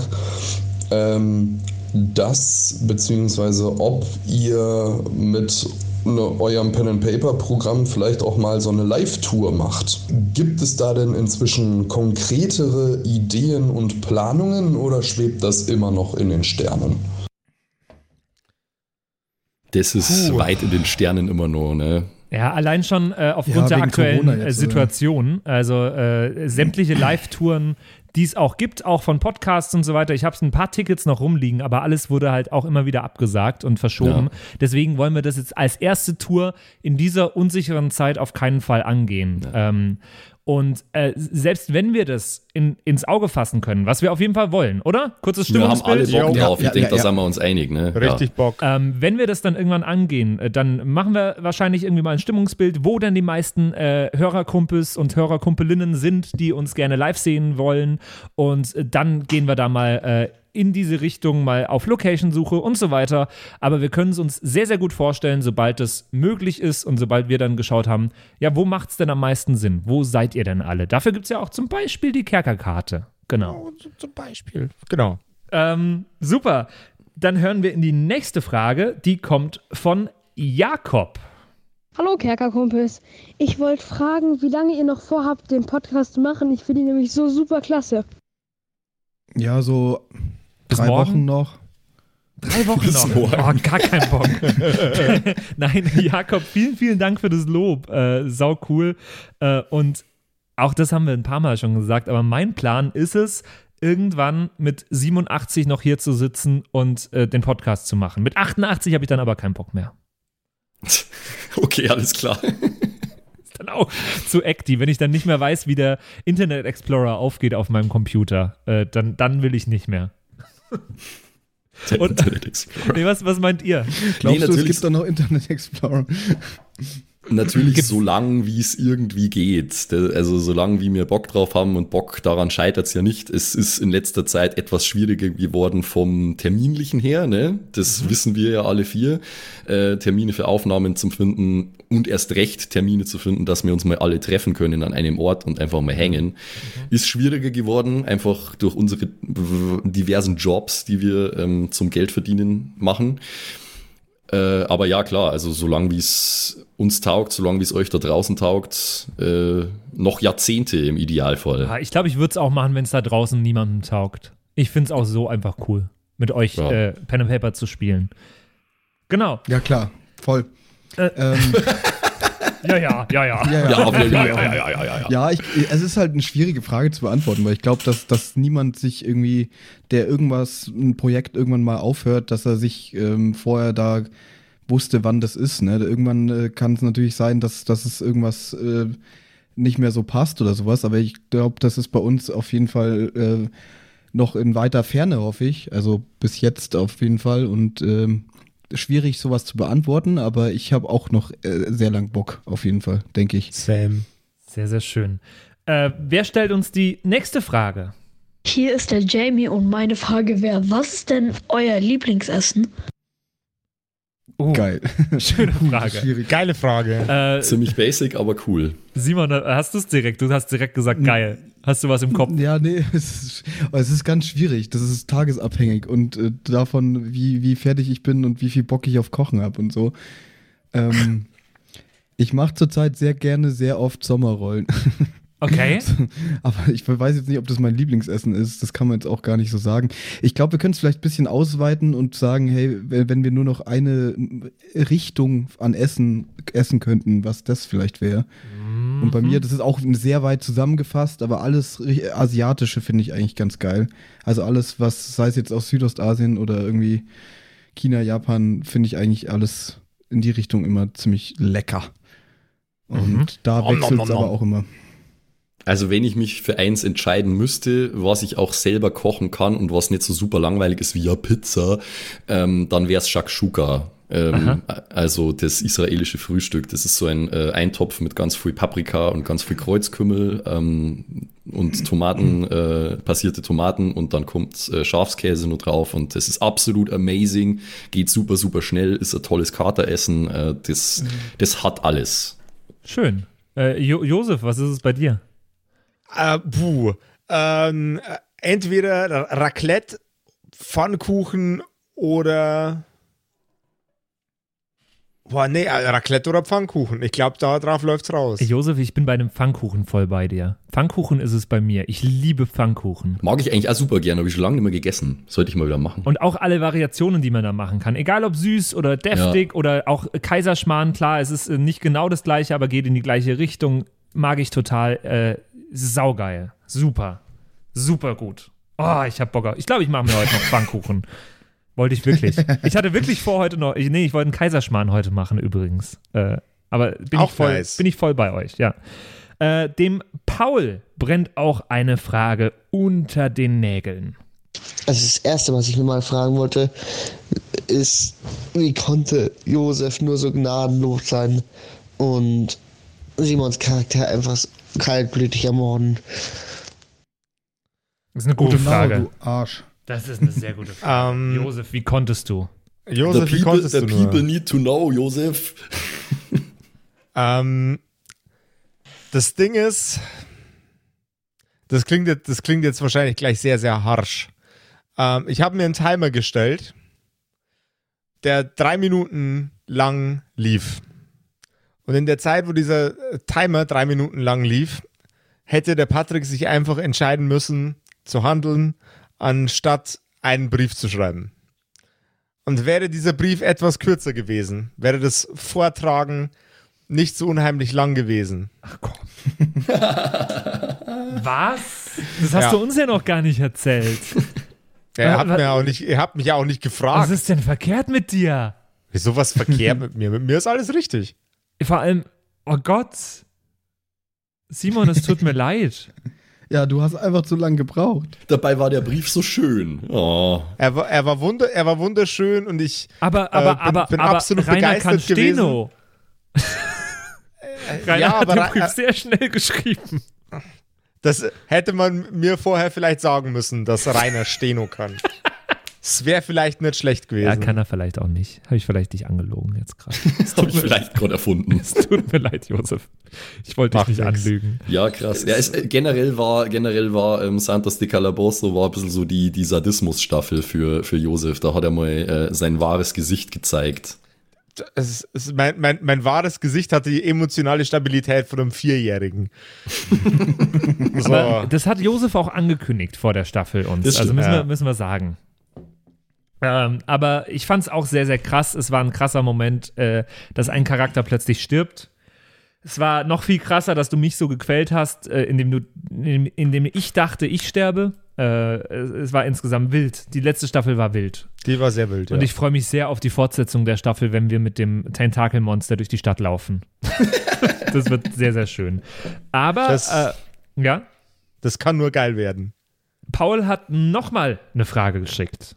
dass bzw. ob ihr mit eurem Pen-and-Paper-Programm vielleicht auch mal so eine Live-Tour macht. Gibt es da denn inzwischen konkretere Ideen und Planungen oder schwebt das immer noch in den Sternen? Das ist weit in den Sternen immer noch, ne? Ja, allein schon aufgrund der aktuellen Situation. Also sämtliche Live-Touren, die es auch gibt, auch von Podcasts und so weiter. Ich habe ein paar Tickets noch rumliegen, aber alles wurde halt auch immer wieder abgesagt und verschoben. Ja. Deswegen wollen wir das jetzt als erste Tour in dieser unsicheren Zeit auf keinen Fall angehen. Ja. Und selbst wenn wir das ins Auge fassen können, was wir auf jeden Fall wollen, oder? Kurzes Stimmungsbild. Wir haben alle Bock drauf. Ich denke, da sind wir uns einig. Ne? Richtig Bock. Wenn wir das dann irgendwann angehen, dann machen wir wahrscheinlich irgendwie mal ein Stimmungsbild, wo dann die meisten Hörerkumpels und Hörerkumpelinnen sind, die uns gerne live sehen wollen. Und dann gehen wir da mal in diese Richtung, mal auf Location-Suche und so weiter. Aber wir können es uns sehr, sehr gut vorstellen, sobald es möglich ist und sobald wir dann geschaut haben, ja, wo macht es denn am meisten Sinn? Wo seid ihr denn alle? Dafür gibt es ja auch zum Beispiel die Kerkerkarte. Genau. Oh, zum Beispiel. Genau. Super. Dann hören wir in die nächste Frage. Die kommt von Jakob. Hallo Kerkerkumpels. Ich wollte fragen, wie lange ihr noch vorhabt, den Podcast zu machen. Ich finde ihn nämlich so super klasse. Ja, so 3 Wochen noch. 3 Wochen noch? Oh, gar kein Bock. Nein, Jakob, vielen, vielen Dank für das Lob. Sau cool. Und auch das haben wir ein paar Mal schon gesagt, aber mein Plan ist es, irgendwann mit 87 noch hier zu sitzen und den Podcast zu machen. Mit 88 habe ich dann aber keinen Bock mehr. Okay, alles klar. Ist dann auch zu acty, wenn ich dann nicht mehr weiß, wie der Internet Explorer aufgeht auf meinem Computer. Dann will ich nicht mehr. Internet Explorer. Nee, was meint ihr? Glaubst du, es gibt doch noch Internet Explorer? Natürlich so lang, wie es irgendwie geht. Also so lang, wie wir Bock drauf haben und Bock daran scheitert es ja nicht. Es ist in letzter Zeit etwas schwieriger geworden vom Terminlichen her. Ne? Das wissen wir ja alle 4. Termine für Aufnahmen zu finden und erst recht Termine zu finden, dass wir uns mal alle treffen können an einem Ort und einfach mal hängen, ist schwieriger geworden, einfach durch unsere diversen Jobs, die wir zum Geldverdienen machen. Aber ja, klar, also solange wie es uns taugt, solange wie es euch da draußen taugt, noch Jahrzehnte im Idealfall. Ja, ich glaube, ich würde es auch machen, wenn es da draußen niemandem taugt. Ich finde es auch so einfach cool, mit euch Pen and Paper zu spielen. Genau. Ja, klar, voll. Ja. Ja, es ist halt eine schwierige Frage zu beantworten, weil ich glaube, dass niemand sich irgendwie, der ein Projekt irgendwann mal aufhört, dass er sich vorher da wusste, wann das ist. Ne? Irgendwann kann es natürlich sein, dass es irgendwas nicht mehr so passt oder sowas, aber ich glaube, das ist bei uns auf jeden Fall noch in weiter Ferne, hoffe ich. Also bis jetzt auf jeden Fall. Und schwierig, sowas zu beantworten, aber ich habe auch noch sehr lang Bock, auf jeden Fall, denke ich. Sam. Sehr, sehr schön. Wer stellt uns die nächste Frage? Hier ist der Jamie und meine Frage wäre, was ist denn euer Lieblingsessen? Geil. Schöne Frage. Geile Frage. Ziemlich basic, aber cool. Simon, hast du es direkt? Du hast direkt gesagt, geil. Hast du was im Kopf? Ja, nee, es ist ganz schwierig. Das ist tagesabhängig und davon, wie fertig ich bin und wie viel Bock ich auf Kochen habe und so. Ich mache zurzeit sehr gerne, sehr oft Sommerrollen. Okay. Aber ich weiß jetzt nicht, ob das mein Lieblingsessen ist. Das kann man jetzt auch gar nicht so sagen. Ich glaube, wir können es vielleicht ein bisschen ausweiten und sagen, hey, wenn wir nur noch eine Richtung an Essen könnten, was das vielleicht wäre. Und bei mir, das ist auch sehr weit zusammengefasst, aber alles Asiatische finde ich eigentlich ganz geil. Also alles, was, sei es jetzt aus Südostasien oder irgendwie China, Japan, finde ich eigentlich alles in die Richtung immer ziemlich lecker. Und da wechselt es aber auch immer. Also wenn ich mich für eins entscheiden müsste, was ich auch selber kochen kann und was nicht so super langweilig ist wie ja Pizza, dann wäre es Shakshuka. Also das israelische Frühstück. Das ist so ein Eintopf mit ganz viel Paprika und ganz viel Kreuzkümmel und Tomaten, passierte Tomaten und dann kommt Schafskäse noch drauf und das ist absolut amazing. Geht super, super schnell, ist ein tolles Kateressen. Das hat alles. Schön. Josef, was ist es bei dir? Entweder Raclette, Pfannkuchen oder Raclette oder Pfannkuchen. Ich glaube, darauf läuft's raus. Josef, ich bin bei einem Pfannkuchen voll bei dir. Pfannkuchen ist es bei mir. Ich liebe Pfannkuchen. Mag ich eigentlich auch super gerne, habe ich schon lange nicht mehr gegessen. Sollte ich mal wieder machen. Und auch alle Variationen, die man da machen kann. Egal ob süß oder deftig oder auch Kaiserschmarrn. Klar, es ist nicht genau das gleiche, aber geht in die gleiche Richtung. Mag ich total. Saugeil. Super. Super gut. Oh, ich hab Bock. Ich glaube, ich mache mir heute noch Pfannkuchen. Wollte ich wirklich. Ich hatte wirklich vor, heute noch. Ich wollte einen Kaiserschmarrn heute machen, übrigens. Aber bin ich voll bei euch, ja. Dem Paul brennt auch eine Frage unter den Nägeln. Also das Erste, was ich mir mal fragen wollte, ist, wie konnte Josef nur so gnadenlos sein und Simons Charakter einfach kaltblütig ermorden? Das ist eine gute Frage. Du Arsch. Das ist eine sehr gute Frage. Josef, wie konntest du? Josef, wie konntest du? The people need to know, Josef. Das Ding ist, das klingt jetzt wahrscheinlich gleich sehr, sehr harsch. Ich habe mir einen Timer gestellt, der 3 Minuten lang lief. Und in der Zeit, wo dieser Timer 3 Minuten lang lief, hätte der Patrick sich einfach entscheiden müssen, zu handeln, anstatt einen Brief zu schreiben. Und wäre dieser Brief etwas kürzer gewesen, wäre das Vortragen nicht so unheimlich lang gewesen. Ach komm. Was? Das hast du uns ja noch gar nicht erzählt. Ihr habt mich ja auch nicht gefragt. Was ist denn verkehrt mit dir? Wieso was verkehrt mit mir? Mit mir ist alles richtig. Vor allem, oh Gott. Simon, es tut mir leid. Ja, du hast einfach zu lange gebraucht. Dabei war der Brief so schön. Oh. Er war wunderschön und ich bin absolut Rainer begeistert gewesen. Rainer hat den Brief sehr schnell geschrieben. Das hätte man mir vorher vielleicht sagen müssen, dass Rainer Steno kann. Es wäre vielleicht nicht schlecht gewesen. Ja, kann er vielleicht auch nicht. Habe ich vielleicht dich angelogen jetzt gerade. Habe ich vielleicht gerade erfunden. Es tut mir leid, Josef. Ich wollte dich nicht anlügen. Ja, krass. Ja, generell war Santos de Calabozo war ein bisschen so die Sadismus-Staffel für Josef. Da hat er mal sein wahres Gesicht gezeigt. Mein wahres Gesicht hatte die emotionale Stabilität von einem 4-Jährigen. So. Aber das hat Josef auch angekündigt vor der Staffel uns. Also müssen wir sagen. Aber ich fand es auch sehr, sehr krass. Es war ein krasser Moment, dass ein Charakter plötzlich stirbt. Es war noch viel krasser, dass du mich so gequält hast, indem ich dachte, ich sterbe. Es war insgesamt wild. Die letzte Staffel war wild. Die war sehr wild, Und ich freue mich sehr auf die Fortsetzung der Staffel, wenn wir mit dem Tentakelmonster durch die Stadt laufen. Das wird sehr, sehr schön. Aber, das kann nur geil werden. Paul hat nochmal eine Frage geschickt.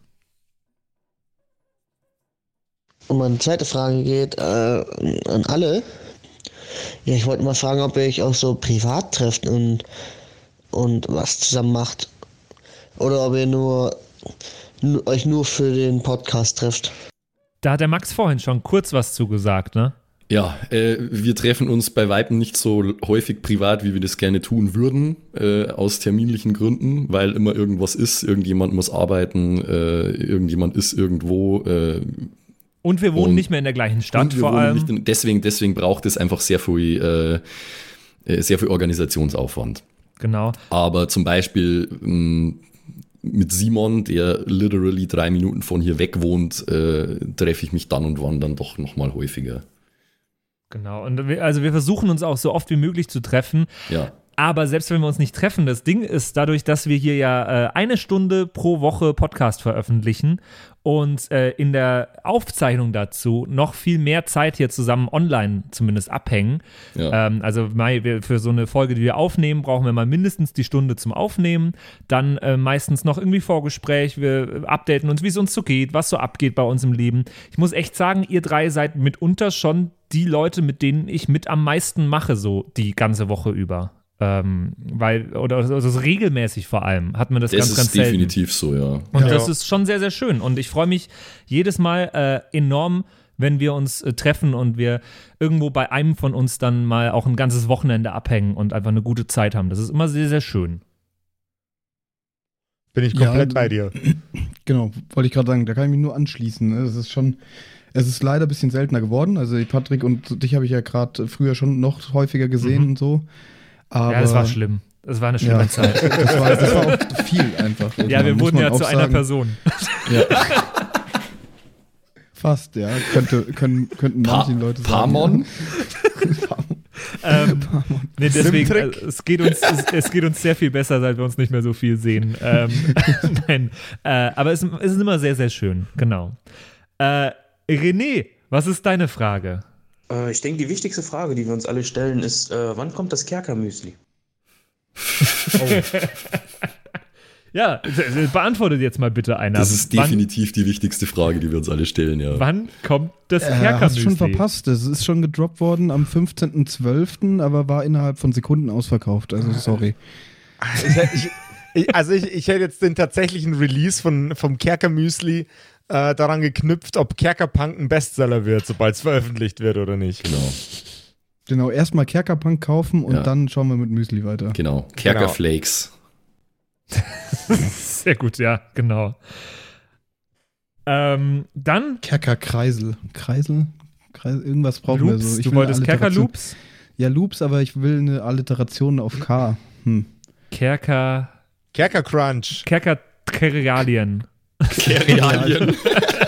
Und meine zweite Frage geht an alle. Ja, ich wollte mal fragen, ob ihr euch auch so privat trefft und was zusammen macht. Oder ob ihr euch nur für den Podcast trefft. Da hat der Max vorhin schon kurz was zugesagt, ne? Ja, wir treffen uns bei Weitem nicht so häufig privat, wie wir das gerne tun würden, aus terminlichen Gründen, weil immer irgendwas ist, irgendjemand muss arbeiten, irgendjemand ist irgendwo. Und wir wohnen nicht mehr in der gleichen Stadt vor allem. Deswegen braucht es einfach sehr viel Organisationsaufwand. Genau. Aber zum Beispiel mit Simon, der literally 3 Minuten von hier weg wohnt, treffe ich mich dann und wann dann doch nochmal häufiger. Genau, und wir versuchen uns auch so oft wie möglich zu treffen. Ja. Aber selbst wenn wir uns nicht treffen, das Ding ist dadurch, dass wir hier ja 1 Stunde pro Woche Podcast veröffentlichen und in der Aufzeichnung dazu noch viel mehr Zeit hier zusammen online zumindest abhängen. Ja. Also für so eine Folge, die wir aufnehmen, brauchen wir mal mindestens die Stunde zum Aufnehmen. Dann meistens noch irgendwie Vorgespräch. Wir updaten uns, wie es uns so geht, was so abgeht bei uns im Leben. Ich muss echt sagen, ihr 3 seid mitunter schon die Leute, mit denen ich mit am meisten mache, so die ganze Woche über. Also so regelmäßig vor allem hat man das ganz selten. Das ist definitiv so, ja. Und das ist schon sehr, sehr schön. Und ich freue mich jedes Mal enorm, wenn wir uns treffen und wir irgendwo bei einem von uns dann mal auch ein ganzes Wochenende abhängen und einfach eine gute Zeit haben. Das ist immer sehr, sehr schön. Bin ich komplett bei dir. Genau, wollte ich gerade sagen, da kann ich mich nur anschließen. Ne? Es ist leider ein bisschen seltener geworden. Also Patrick und dich habe ich ja gerade früher schon noch häufiger gesehen und so. Aber ja, das war schlimm. Das war eine schlimme Zeit. Das war auch viel einfach. Ja, wir wurden ja zu einer Person. Ja. Fast, ja. Könnten manche Leute sagen. Parmon? Nee, deswegen, es geht uns sehr viel besser, seit wir uns nicht mehr so viel sehen. Nein, aber es ist immer sehr, sehr schön. Genau. René, was ist deine Frage? Ich denke, die wichtigste Frage, die wir uns alle stellen, ist, wann kommt das Kerkermüsli? Ja, beantwortet jetzt mal bitte einer. Das ist definitiv die wichtigste Frage, die wir uns alle stellen, ja. Wann kommt das Kerkermüsli? Hast du schon verpasst. Es ist schon gedroppt worden am 15.12., aber war innerhalb von Sekunden ausverkauft. Also sorry. Ich hätte jetzt den tatsächlichen Release vom Kerkermüsli daran geknüpft, ob Kerkerpunk ein Bestseller wird, sobald es veröffentlicht wird oder nicht. Genau, erstmal Kerkerpunk kaufen und dann schauen wir mit Müsli weiter. Genau, Kerkerflakes. Sehr gut, ja, genau. Dann Kerkerkreisel. Kreisel? Irgendwas brauchen Loops? wir so. Du wolltest Kerkerloops? Ja, Loops, aber ich will eine Alliteration auf K. Kerkercrunch. Kerkerrealien. Kerkerrealien.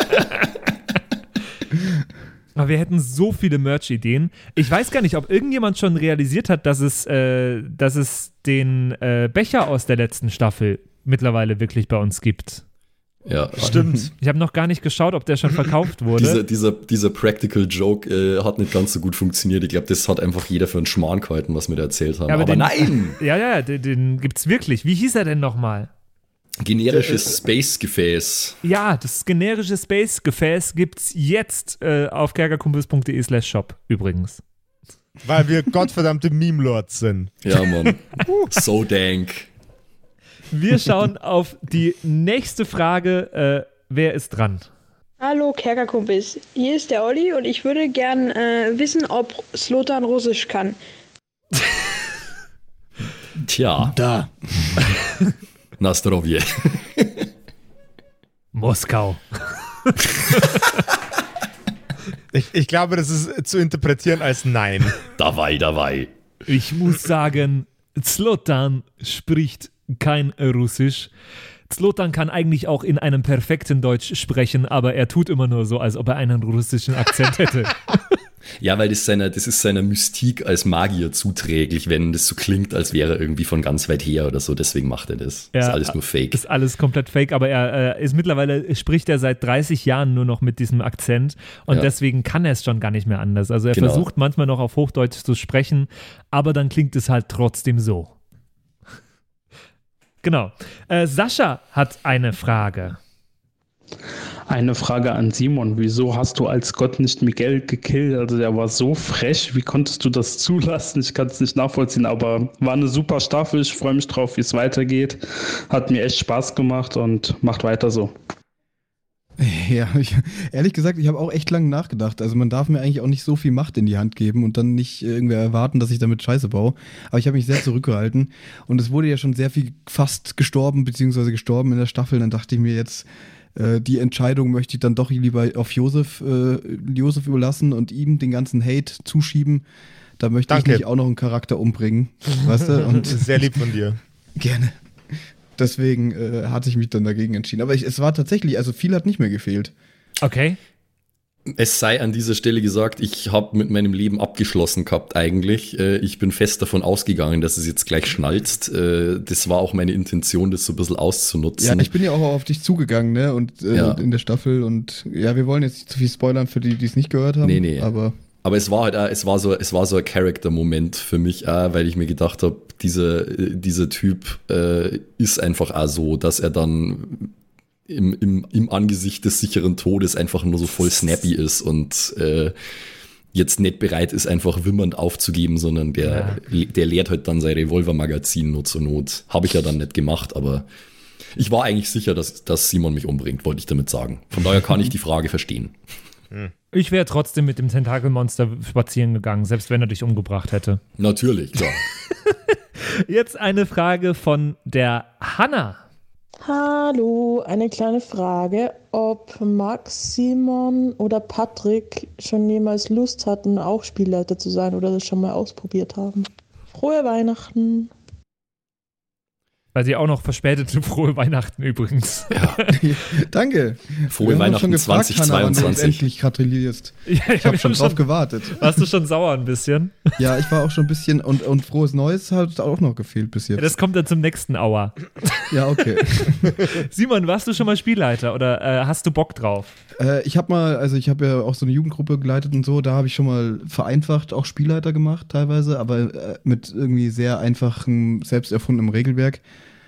Aber wir hätten so viele Merch-Ideen. Ich weiß gar nicht, ob irgendjemand schon realisiert hat, dass es den Becher aus der letzten Staffel mittlerweile wirklich bei uns gibt. Ja, stimmt. Ich habe noch gar nicht geschaut, ob der schon verkauft wurde. Dieser Practical Joke hat nicht ganz so gut funktioniert. Ich glaube, das hat einfach jeder für einen Schmarrn gehalten, was wir da erzählt haben. Ja, aber nein! Ja, den gibt's wirklich. Wie hieß er denn nochmal? Generisches Space-Gefäß. Ja, das generische Space-Gefäß gibt's jetzt auf kerkerkumpels.de/shop übrigens. Weil wir gottverdammte Meme-Lords sind. Ja, Mann. So dank. Wir schauen auf die nächste Frage. Wer ist dran? Hallo Kerkerkumpels, hier ist der Olli und ich würde gern wissen, ob Slotan Russisch kann. Tja. Da. Nastrovje. Moskau. Ich glaube, das ist zu interpretieren als Nein. Dabei. Ich muss sagen, Zlotan spricht kein Russisch. Zlotan kann eigentlich auch in einem perfekten Deutsch sprechen, aber er tut immer nur so, als ob er einen russischen Akzent hätte. Ja, weil das ist seiner Mystik als Magier zuträglich, wenn das so klingt, als wäre er irgendwie von ganz weit her oder so. Deswegen macht er das. Ja, ist alles nur Fake. Ist alles komplett Fake, aber er ist mittlerweile, spricht er seit 30 Jahren nur noch mit diesem Akzent und deswegen kann er es schon gar nicht mehr anders. Also er versucht manchmal noch auf Hochdeutsch zu sprechen, aber dann klingt es halt trotzdem so. Genau. Sascha hat eine Frage. Eine Frage an Simon. Wieso hast du als Gott nicht Miguel gekillt? Also der war so frech. Wie konntest du das zulassen? Ich kann es nicht nachvollziehen, aber war eine super Staffel. Ich freue mich drauf, wie es weitergeht. Hat mir echt Spaß gemacht und macht weiter so. Ja, ehrlich gesagt, ich habe auch echt lange nachgedacht. Also man darf mir eigentlich auch nicht so viel Macht in die Hand geben und dann nicht irgendwer erwarten, dass ich damit Scheiße baue. Aber ich habe mich sehr zurückgehalten und es wurde ja schon sehr viel fast gestorben, beziehungsweise gestorben in der Staffel. Dann dachte ich mir jetzt, die Entscheidung möchte ich dann doch lieber auf Josef überlassen und ihm den ganzen Hate zuschieben. Da möchte ich nicht auch noch einen Charakter umbringen. Weißt du? Und sehr lieb von dir. Gerne. Deswegen hatte ich mich dann dagegen entschieden. Aber es war tatsächlich, also viel hat nicht mehr gefehlt. Okay. Es sei an dieser Stelle gesagt, ich habe mit meinem Leben abgeschlossen gehabt eigentlich. Ich bin fest davon ausgegangen, dass es jetzt gleich schnalzt. Das war auch meine Intention, das so ein bisschen auszunutzen. Ja, ich bin ja auch auf dich zugegangen, ne? Und in der Staffel. Und ja, wir wollen jetzt nicht zu viel spoilern für die es nicht gehört haben. Nee. Aber es war halt auch, es war so ein Character-Moment für mich auch, weil ich mir gedacht habe, dieser Typ ist einfach auch so, dass er dann im Angesicht des sicheren Todes einfach nur so voll snappy ist und jetzt nicht bereit ist, einfach wimmernd aufzugeben, sondern der leert halt dann sein Revolvermagazin nur zur Not. Habe ich ja dann nicht gemacht, aber ich war eigentlich sicher, dass Simon mich umbringt, wollte ich damit sagen. Von daher kann ich die Frage verstehen. Ich wäre trotzdem mit dem Tentakelmonster spazieren gegangen, selbst wenn er dich umgebracht hätte. Natürlich, klar. Jetzt eine Frage von der Hanna. Hallo, eine kleine Frage, ob Max, Simon oder Patrick schon jemals Lust hatten, auch Spielleiter zu sein oder das schon mal ausprobiert haben. Frohe Weihnachten. Weil sie auch noch verspätete frohe Weihnachten übrigens. Ja. Danke. Frohe Weihnachten 2022. Hanna, endlich gratulierst. Ja, ich habe schon drauf gewartet. Warst du schon sauer ein bisschen? Ja, ich war auch schon ein bisschen und frohes Neues hat auch noch gefehlt bis jetzt. Ja, das kommt dann zum nächsten Hour. Ja, okay. Simon, warst du schon mal Spielleiter oder hast du Bock drauf? Ich habe ja auch so eine Jugendgruppe geleitet und so, da habe ich schon mal vereinfacht auch Spielleiter gemacht teilweise, aber mit irgendwie sehr einfachem, selbst erfundenem Regelwerk.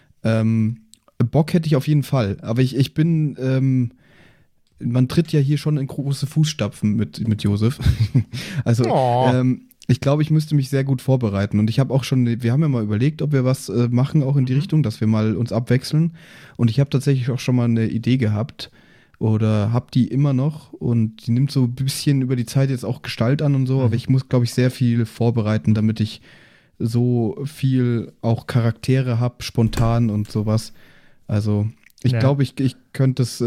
Bock hätte ich auf jeden Fall, aber ich bin, man tritt ja hier schon in große Fußstapfen mit Josef. Also, ich glaube, ich müsste mich sehr gut vorbereiten und ich habe auch schon, wir haben ja mal überlegt, ob wir was machen, auch in die Richtung, dass wir mal uns abwechseln und ich habe tatsächlich auch schon mal eine Idee gehabt oder habe die immer noch und die nimmt so ein bisschen über die Zeit jetzt auch Gestalt an und so, aber ich muss, glaube ich, sehr viel vorbereiten, damit ich so viel auch Charaktere habe, spontan und sowas. Also ich glaube, ich könnte es,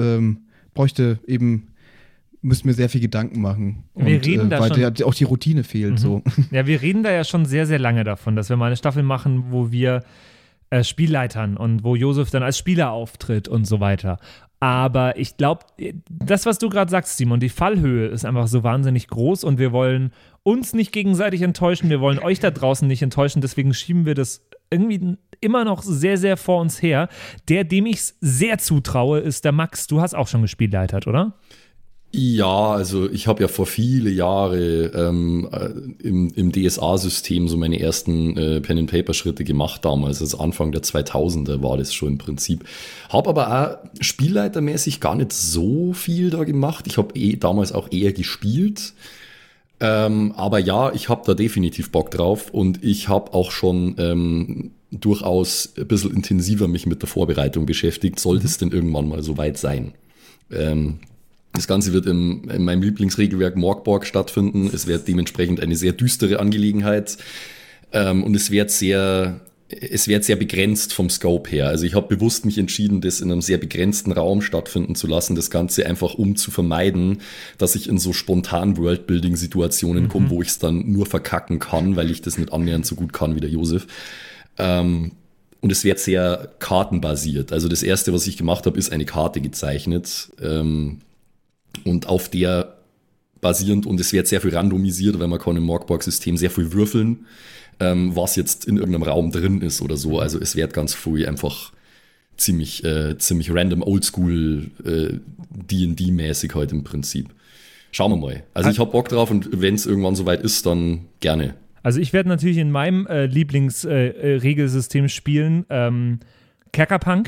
müsste mir sehr viel Gedanken machen. Wir reden da weil schon, auch die Routine fehlt. So. Ja, wir reden da ja schon sehr, sehr lange davon, dass wir mal eine Staffel machen, wo wir Spielleitern und wo Josef dann als Spieler auftritt und so weiter. Aber ich glaube, das, was du gerade sagst, Simon, die Fallhöhe ist einfach so wahnsinnig groß und wir wollen uns nicht gegenseitig enttäuschen, wir wollen euch da draußen nicht enttäuschen, deswegen schieben wir das irgendwie immer noch sehr, sehr vor uns her. Dem ich es sehr zutraue, ist der Max. Du hast auch schon gespielleitert, oder? Ja, also ich habe ja vor viele Jahre im DSA-System so meine ersten Pen-and-Paper-Schritte gemacht damals, also Anfang der 2000er war das schon im Prinzip. Habe aber auch spielleitermäßig gar nicht so viel da gemacht. Ich habe damals auch eher gespielt. Aber ja, ich habe da definitiv Bock drauf und ich habe auch schon durchaus ein bisschen intensiver mich mit der Vorbereitung beschäftigt, sollte es denn irgendwann mal so weit sein. Das Ganze wird in meinem Lieblingsregelwerk Morgborg stattfinden. Es wird dementsprechend eine sehr düstere Angelegenheit und es wird sehr begrenzt vom Scope her. Also ich habe bewusst mich entschieden, das in einem sehr begrenzten Raum stattfinden zu lassen. Das Ganze einfach, um zu vermeiden, dass ich in so spontan Worldbuilding-Situationen komme, wo ich es dann nur verkacken kann, weil ich das nicht annähernd so gut kann wie der Josef. Und es wird sehr kartenbasiert. Also das Erste, was ich gemacht habe, ist eine Karte gezeichnet und auf der basierend, und es wird sehr viel randomisiert, weil man kann im Morgborg-System sehr viel würfeln, was jetzt in irgendeinem Raum drin ist oder so. Also es wird ganz früh einfach ziemlich random, oldschool, D&D-mäßig halt im Prinzip. Schauen wir mal. Also ich habe Bock drauf und wenn es irgendwann soweit ist, dann gerne. Also ich werde natürlich in meinem Lieblingsregelsystem spielen. Kerkerpunk.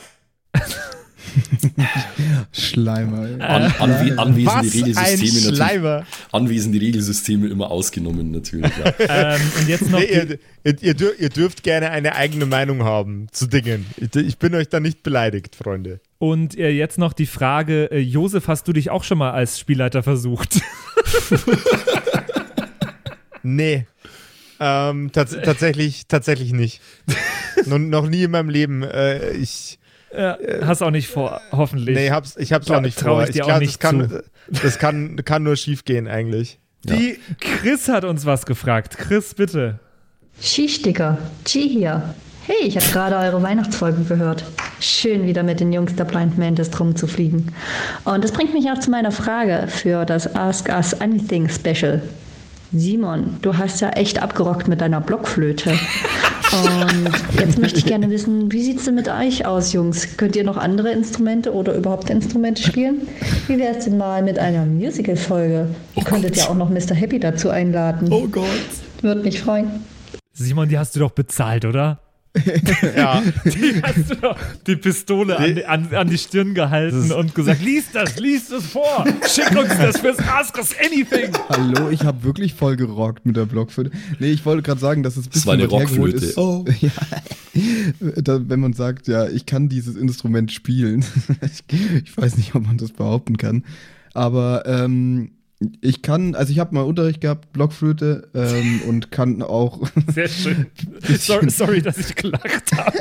Schleimer. Anwesende Regelsysteme immer ausgenommen, natürlich. Ja. Und jetzt noch ihr dürft gerne eine eigene Meinung haben zu Dingen. Ich bin euch da nicht beleidigt, Freunde. Und jetzt noch die Frage, Josef, hast du dich auch schon mal als Spielleiter versucht? Nee. Tatsächlich nicht. Noch nie in meinem Leben. Hast auch nicht vor, hoffentlich. Nee, ich hab's auch nicht vor. Ich glaube, das kann nur schief gehen eigentlich. Die Chris hat uns was gefragt. Chris, bitte. Schichtiger, G hier. Hey, ich habe gerade eure Weihnachtsfolge gehört. Schön, wieder mit den Jungs der Blind Mantis rumzufliegen. Und das bringt mich auch zu meiner Frage für das Ask Us Anything Special. Simon, du hast ja echt abgerockt mit deiner Blockflöte. Und jetzt möchte ich gerne wissen, wie sieht's denn mit euch aus, Jungs? Könnt ihr noch andere Instrumente oder überhaupt Instrumente spielen? Wie wär's denn mal mit einer Musical-Folge? Ihr könntet ja auch noch Mr. Happy dazu einladen. Oh Gott. Würde mich freuen. Simon, die hast du doch bezahlt, oder? Ja. Die hast du doch die Pistole an die Stirn gehalten und gesagt, lies das vor, schick uns das fürs Ask Us Anything. Hallo, ich habe wirklich voll gerockt mit der Blockflöte. Nee, ich wollte gerade sagen, dass es ein bisschen was hergeholt ist. Oh. Ja. Wenn man sagt, ja, ich kann dieses Instrument spielen. Ich weiß nicht, ob man das behaupten kann. Aber ich habe mal Unterricht gehabt, Blockflöte, und kann auch. Sehr schön. Sorry, dass ich gelacht habe.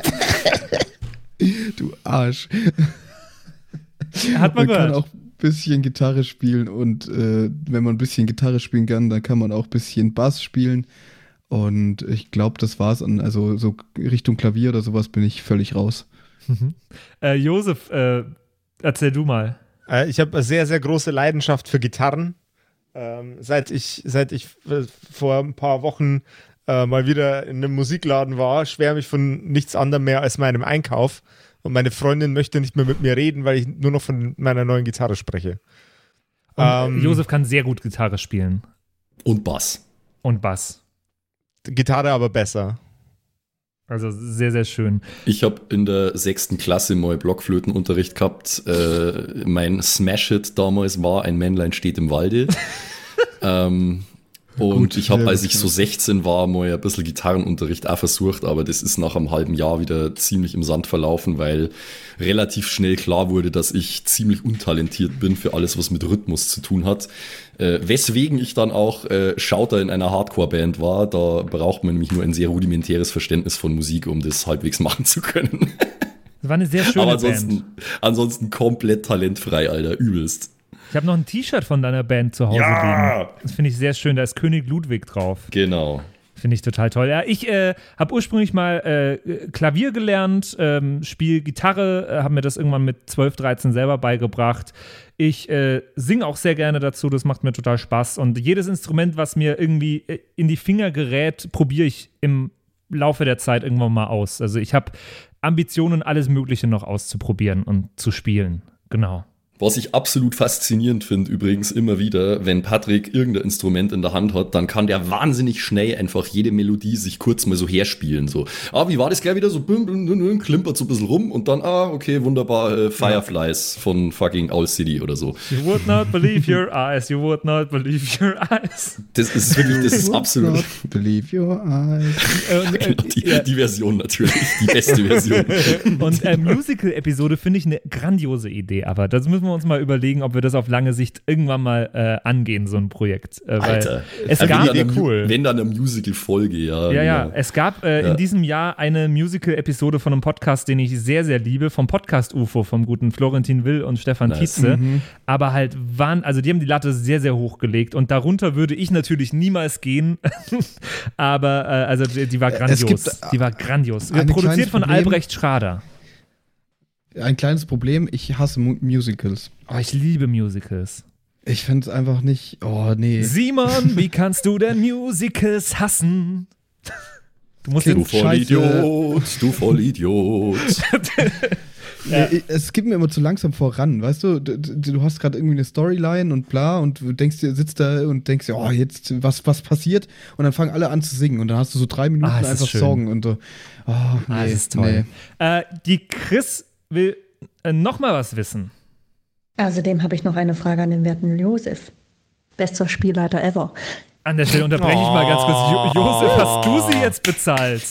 Du Arsch. Hat man kann auch ein bisschen Gitarre spielen und wenn man ein bisschen Gitarre spielen kann, dann kann man auch ein bisschen Bass spielen. Und ich glaube, das war's. Also so Richtung Klavier oder sowas bin ich völlig raus. Josef, erzähl du mal. Ich habe eine sehr, sehr große Leidenschaft für Gitarren. Seit ich vor ein paar Wochen mal wieder in einem Musikladen war, schwärme ich von nichts anderem mehr als meinem Einkauf. Und meine Freundin möchte nicht mehr mit mir reden, weil ich nur noch von meiner neuen Gitarre spreche. Und Josef kann sehr gut Gitarre spielen. Und Bass. Gitarre aber besser. Also sehr, sehr schön. Ich habe in der 6. Klasse mal Blockflötenunterricht gehabt. Mein Smash-Hit damals war Ein Männlein steht im Walde. Und ich habe, als ich so 16 war, mal ein bisschen Gitarrenunterricht auch versucht, aber das ist nach einem halben Jahr wieder ziemlich im Sand verlaufen, weil relativ schnell klar wurde, dass ich ziemlich untalentiert bin für alles, was mit Rhythmus zu tun hat. Weswegen ich dann auch Schauter in einer Hardcore-Band war. Da braucht man nämlich nur ein sehr rudimentäres Verständnis von Musik, um das halbwegs machen zu können. Das war eine sehr schöne aber Band. Ansonsten komplett talentfrei, Alter, übelst. Ich habe noch ein T-Shirt von deiner Band zu Hause liegen. Das finde ich sehr schön. Da ist König Ludwig drauf. Genau. Finde ich total toll. Ja, ich habe ursprünglich mal Klavier gelernt, spiele Gitarre, habe mir das irgendwann mit 12, 13 selber beigebracht. Ich singe auch sehr gerne dazu, das macht mir total Spaß. Und jedes Instrument, was mir irgendwie in die Finger gerät, probiere ich im Laufe der Zeit irgendwann mal aus. Also ich habe Ambitionen, alles Mögliche noch auszuprobieren und zu spielen. Genau. Was ich absolut faszinierend finde, übrigens immer wieder, wenn Patrick irgendein Instrument in der Hand hat, dann kann der wahnsinnig schnell einfach jede Melodie sich kurz mal so herspielen. So, wie war das gleich wieder? So, klimpert so ein bisschen rum und dann, okay, wunderbar, Fireflies von fucking Owl City oder so. You would not believe your eyes, you would not believe your eyes. Das ist wirklich, das ist absolut. Not believe your eyes. Genau, die Version natürlich, die beste Version. Und Musical-Episode finde ich eine grandiose Idee, aber das müssen wir uns mal überlegen, ob wir das auf lange Sicht irgendwann mal angehen, so ein Projekt. Alter, es gab wenn dann eine Musical-Folge, ja. Ja, genau. Es gab in diesem Jahr eine Musical-Episode von einem Podcast, den ich sehr, sehr liebe, vom Podcast UFO, vom guten Florentin Will und Stefan Tietze. Aber halt die haben die Latte sehr, sehr hoch gelegt und darunter würde ich natürlich niemals gehen. Aber die war grandios. Die war grandios. Produziert von Albrecht Schrader. Ein kleines Problem, ich hasse Musicals. Oh, ich liebe Musicals. Ich finde es einfach nicht, nee. Simon, wie kannst du denn Musicals hassen? Du Vollidiot. Ja. Es geht mir immer zu langsam voran, weißt du? Du hast gerade irgendwie eine Storyline und bla und du sitzt da und denkst dir, oh, jetzt, was passiert? Und dann fangen alle an zu singen und dann hast du so 3 Minuten einfach Song und so. Oh, nee, das ist toll. Nee. Die Chris will noch mal was wissen. Außerdem habe ich noch eine Frage an den werten Josef. Bester Spielleiter ever. An der Stelle unterbreche ich mal ganz kurz. Josef, hast du sie jetzt bezahlt?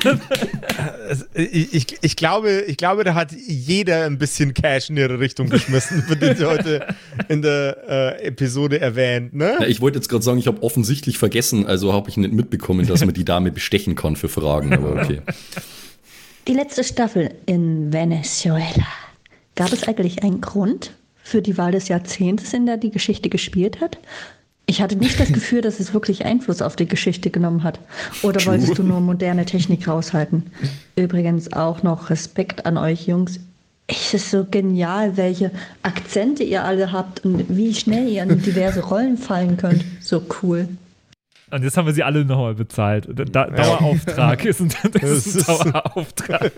Ich glaube, da hat jeder ein bisschen Cash in ihre Richtung geschmissen, für den sie heute in der Episode erwähnt. Ne? Ja, ich wollte jetzt gerade sagen, ich habe offensichtlich vergessen, also habe ich nicht mitbekommen, dass man die Dame bestechen kann für Fragen, aber okay. Die letzte Staffel in Venezuela. Gab es eigentlich einen Grund für die Wahl des Jahrzehnts, in der die Geschichte gespielt hat? Ich hatte nicht das Gefühl, dass es wirklich Einfluss auf die Geschichte genommen hat. Oder wolltest du nur moderne Technik raushalten? Übrigens auch noch Respekt an euch Jungs. Es ist so genial, welche Akzente ihr alle habt und wie schnell ihr in diverse Rollen fallen könnt. So cool. Und jetzt haben wir sie alle nochmal bezahlt. Dauerauftrag ist ein Dauerauftrag.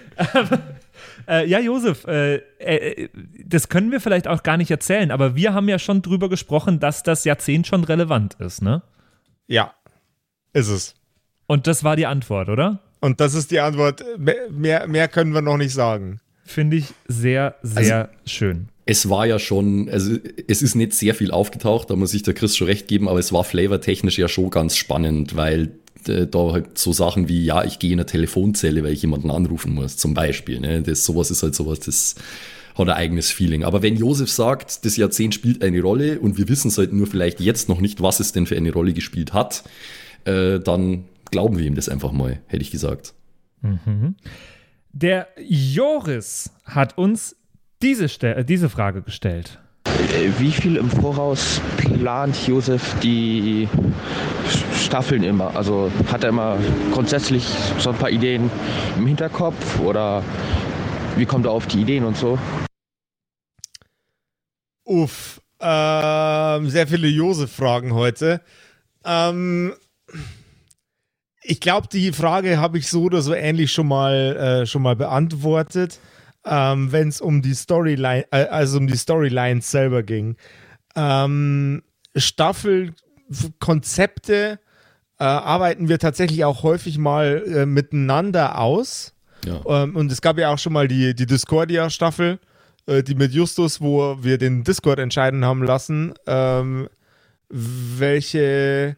Ja, Josef, das können wir vielleicht auch gar nicht erzählen, aber wir haben ja schon drüber gesprochen, dass das Jahrzehnt schon relevant ist, ne? Ja, ist es. Und das war die Antwort, oder? Und das ist die Antwort. Mehr können wir noch nicht sagen. Finde ich sehr, sehr schön. Es war ja schon, also es ist nicht sehr viel aufgetaucht, da muss ich der Chris schon recht geben, aber es war flavortechnisch ja schon ganz spannend, weil da halt so Sachen wie, ja, ich gehe in eine Telefonzelle, weil ich jemanden anrufen muss, zum Beispiel. Ne? Sowas ist halt sowas, das hat ein eigenes Feeling. Aber wenn Josef sagt, das Jahrzehnt spielt eine Rolle und wir wissen es halt nur vielleicht jetzt noch nicht, was es denn für eine Rolle gespielt hat, dann glauben wir ihm das einfach mal, hätte ich gesagt. Mhm. Der Joris hat uns diese Frage gestellt. Wie viel im Voraus plant Josef die Staffeln immer? Also hat er immer grundsätzlich so ein paar Ideen im Hinterkopf oder wie kommt er auf die Ideen und so? Sehr viele Josef-Fragen heute. Ich glaube, die Frage habe ich so oder so ähnlich schon mal beantwortet. Wenn es um die Storyline, also um die Storylines selber ging. Staffelkonzepte arbeiten wir tatsächlich auch häufig mal miteinander aus. Ja. Und es gab ja auch schon mal die Discordia-Staffel, die mit Justus, wo wir den Discord entscheiden haben lassen, welche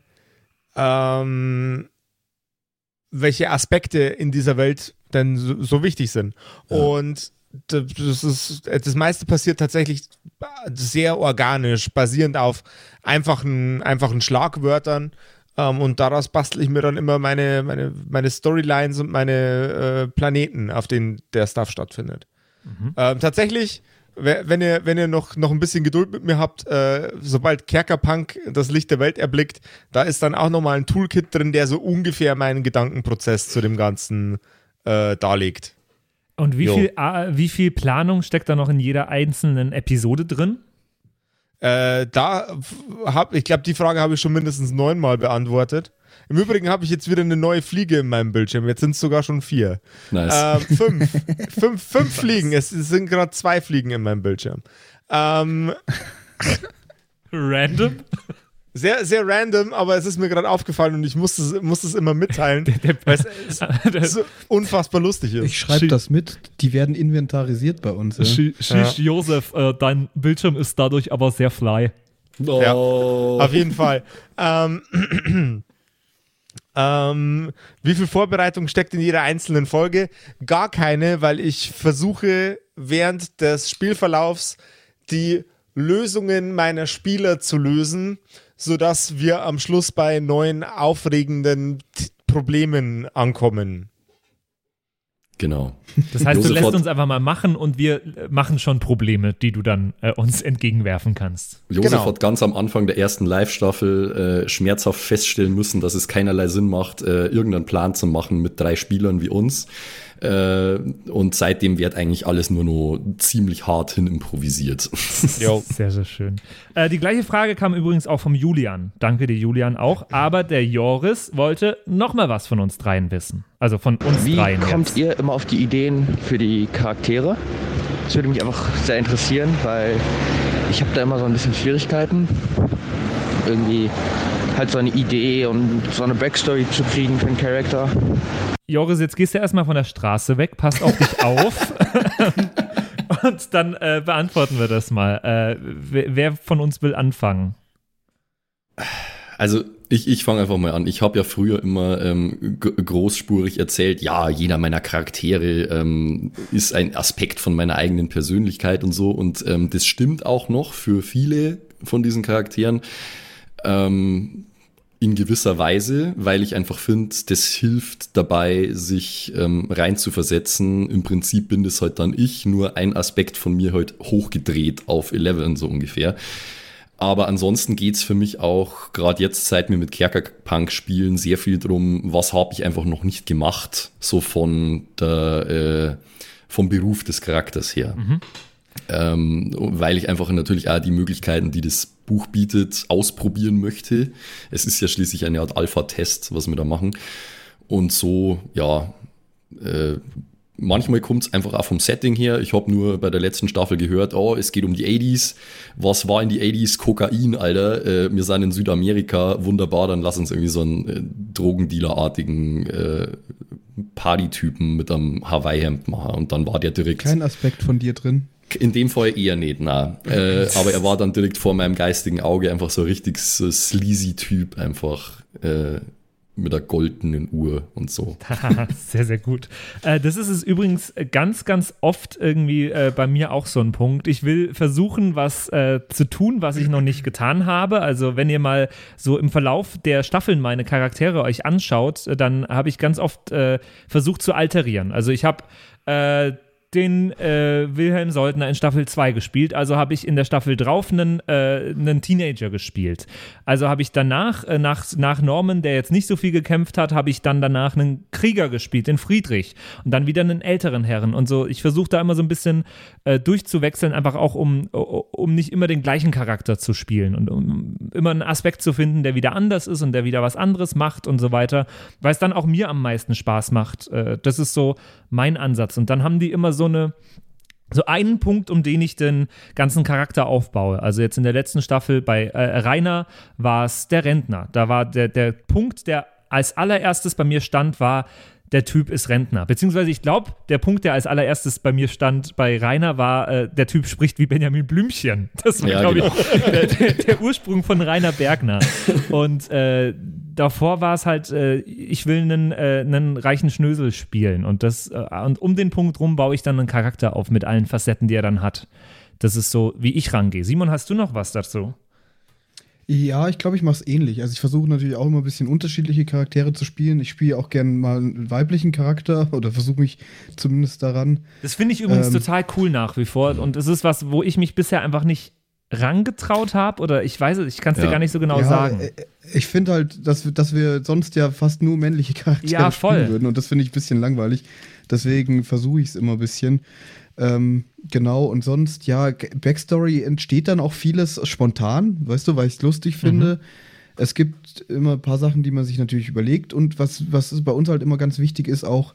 Aspekte in dieser Welt denn so wichtig sind. Ja. Und das meiste passiert tatsächlich sehr organisch, basierend auf einfachen Schlagwörtern. Und daraus bastel ich mir dann immer meine Storylines und meine Planeten, auf denen der Stuff stattfindet. Mhm. Tatsächlich, wenn ihr noch ein bisschen Geduld mit mir habt, sobald Kerkerpunk das Licht der Welt erblickt, da ist dann auch nochmal ein Toolkit drin, der so ungefähr meinen Gedankenprozess zu dem Ganzen darlegt. Und wie viel Planung steckt da noch in jeder einzelnen Episode drin? Ich glaube, die Frage habe ich schon mindestens 9-mal beantwortet. Im Übrigen habe ich jetzt wieder eine neue Fliege in meinem Bildschirm. Jetzt sind es sogar schon 4. Nice. 5 Fliegen. Es sind gerade 2 Fliegen in meinem Bildschirm. Random? Sehr, sehr random, aber es ist mir gerade aufgefallen und ich muss es immer mitteilen, weil es so unfassbar lustig ist. Ich schreibe das mit, die werden inventarisiert bei uns. Ja. Josef, dein Bildschirm ist dadurch aber sehr fly. Oh. Ja, auf jeden Fall. Wie viel Vorbereitung steckt in jeder einzelnen Folge? Gar keine, weil ich versuche während des Spielverlaufs die Lösungen meiner Spieler zu lösen, sodass wir am Schluss bei neuen, aufregenden Problemen ankommen. Genau. Das heißt, du lässt uns einfach mal machen und wir machen schon Probleme, die du dann uns entgegenwerfen kannst. Josef hat ganz am Anfang der ersten Live-Staffel schmerzhaft feststellen müssen, dass es keinerlei Sinn macht, irgendeinen Plan zu machen mit 3 Spielern wie uns. Und seitdem wird eigentlich alles nur noch ziemlich hart hin improvisiert. Sehr, sehr schön. Die gleiche Frage kam übrigens auch vom Julian. Danke dir, Julian, auch. Aber der Joris wollte noch mal was von uns dreien wissen. Also von uns dreien. Wie kommt ihr immer auf die Ideen für die Charaktere? Das würde mich einfach sehr interessieren, weil ich habe da immer so ein bisschen Schwierigkeiten, irgendwie halt so eine Idee und so eine Backstory zu kriegen für einen Charakter. Joris, jetzt gehst du erstmal von der Straße weg, pass auf dich auf und dann beantworten wir das mal. Wer von uns will anfangen? Also ich fange einfach mal an. Ich habe ja früher immer großspurig erzählt, ja, jeder meiner Charaktere ist ein Aspekt von meiner eigenen Persönlichkeit und so. Und das stimmt auch noch für viele von diesen Charakteren in gewisser Weise, weil ich einfach finde, das hilft dabei, sich rein zu versetzen. Im Prinzip bin das halt dann ich, nur ein Aspekt von mir halt hochgedreht auf 11 so ungefähr. Aber ansonsten geht's für mich auch, gerade jetzt, seit wir mit Kerkerpunk spielen, sehr viel drum, was habe ich einfach noch nicht gemacht, so vom Beruf des Charakters her. Weil ich einfach natürlich auch die Möglichkeiten, die das Buch bietet, ausprobieren möchte. Es ist ja schließlich eine Art Alpha-Test, was wir da machen. Und so, ja, manchmal kommt es einfach auch vom Setting her. Ich habe nur bei der letzten Staffel gehört, oh, es geht um die 80s. Was war in die 80s? Kokain, Alter. Wir sind in Südamerika. Wunderbar, dann lass uns irgendwie so einen Drogendealer-artigen Partytypen mit einem Hawaii-Hemd machen. Und dann war der direkt... Kein Aspekt von dir drin? In dem Fall eher nicht, na. Aber er war dann direkt vor meinem geistigen Auge einfach so richtig so sleazy Typ, einfach mit der goldenen Uhr und so. Sehr, sehr gut. Das ist es übrigens ganz, ganz oft irgendwie bei mir auch so ein Punkt. Ich will versuchen, was zu tun, was ich noch nicht getan habe. Also wenn ihr mal so im Verlauf der Staffeln meine Charaktere euch anschaut, dann habe ich ganz oft versucht zu alterieren. Also ich habe den Wilhelm Soldner in Staffel 2 gespielt, also habe ich in der Staffel drauf einen Teenager gespielt. Also habe ich danach, nach Norman, der jetzt nicht so viel gekämpft hat, habe ich dann danach einen Krieger gespielt, den Friedrich, und dann wieder einen älteren Herren und so. Ich versuche da immer so ein bisschen durchzuwechseln, einfach auch um nicht immer den gleichen Charakter zu spielen und um immer einen Aspekt zu finden, der wieder anders ist und der wieder was anderes macht und so weiter, weil es dann auch mir am meisten Spaß macht. Das ist so mein Ansatz. Und dann haben die immer so einen Punkt, um den ich den ganzen Charakter aufbaue. Also jetzt in der letzten Staffel bei Rainer war es der Rentner. Da war der Punkt, der als allererstes bei mir stand, war, der Typ ist Rentner. Beziehungsweise ich glaube, der Punkt, der als allererstes bei mir stand bei Rainer, war, der Typ spricht wie Benjamin Blümchen. Das war, ja, glaube ich, der Ursprung von Rainer Bergner. Und davor war es halt, ich will einen reichen Schnösel spielen. Und um den Punkt rum baue ich dann einen Charakter auf mit allen Facetten, die er dann hat. Das ist so, wie ich rangehe. Simon, hast du noch was dazu? Ja, ich glaube, ich mache es ähnlich. Also ich versuche natürlich auch immer ein bisschen unterschiedliche Charaktere zu spielen. Ich spiele auch gerne mal einen weiblichen Charakter oder versuche mich zumindest daran. Das finde ich übrigens total cool nach wie vor. Und es ist was, wo ich mich bisher einfach nicht rangetraut habe oder ich weiß es, ich kann es dir gar nicht so genau sagen. Ich finde halt, dass wir sonst ja fast nur männliche Charaktere spielen würden und das finde ich ein bisschen langweilig. Deswegen versuche ich es immer ein bisschen. Genau, und sonst, ja, Backstory entsteht dann auch vieles spontan, weißt du, weil ich es lustig finde. Es gibt immer ein paar Sachen, die man sich natürlich überlegt und was bei uns halt immer ganz wichtig ist auch,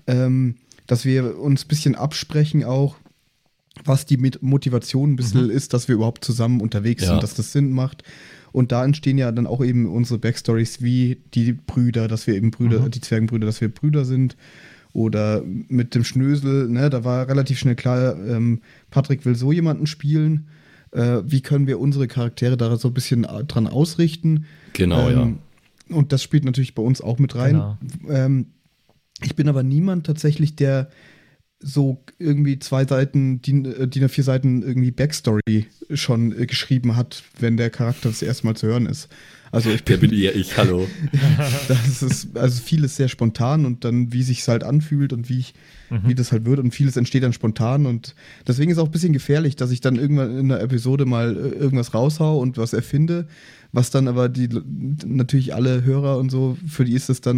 dass wir uns ein bisschen absprechen auch, was die Motivation ein bisschen ist, dass wir überhaupt zusammen unterwegs sind, dass das Sinn macht. Und da entstehen ja dann auch eben unsere Backstories wie die Brüder, dass wir eben die Zwergenbrüder, dass wir Brüder sind. Oder mit dem Schnösel, ne, da war relativ schnell klar, Patrick will so jemanden spielen. Wie können wir unsere Charaktere da so ein bisschen dran ausrichten? Genau, ja. Und das spielt natürlich bei uns auch mit rein. Genau. Ich bin aber niemand tatsächlich, der so irgendwie 2 Seiten, DIN A4 Seiten irgendwie Backstory schon geschrieben hat, wenn der Charakter das erste Mal zu hören ist. Also der bin eher ich, hallo. Das ist also vieles sehr spontan und dann, wie sich's halt anfühlt und wie das halt wird und vieles entsteht dann spontan und deswegen ist es auch ein bisschen gefährlich, dass ich dann irgendwann in einer Episode mal irgendwas raushau und was erfinde, was dann aber natürlich alle Hörer und so, für die ist es dann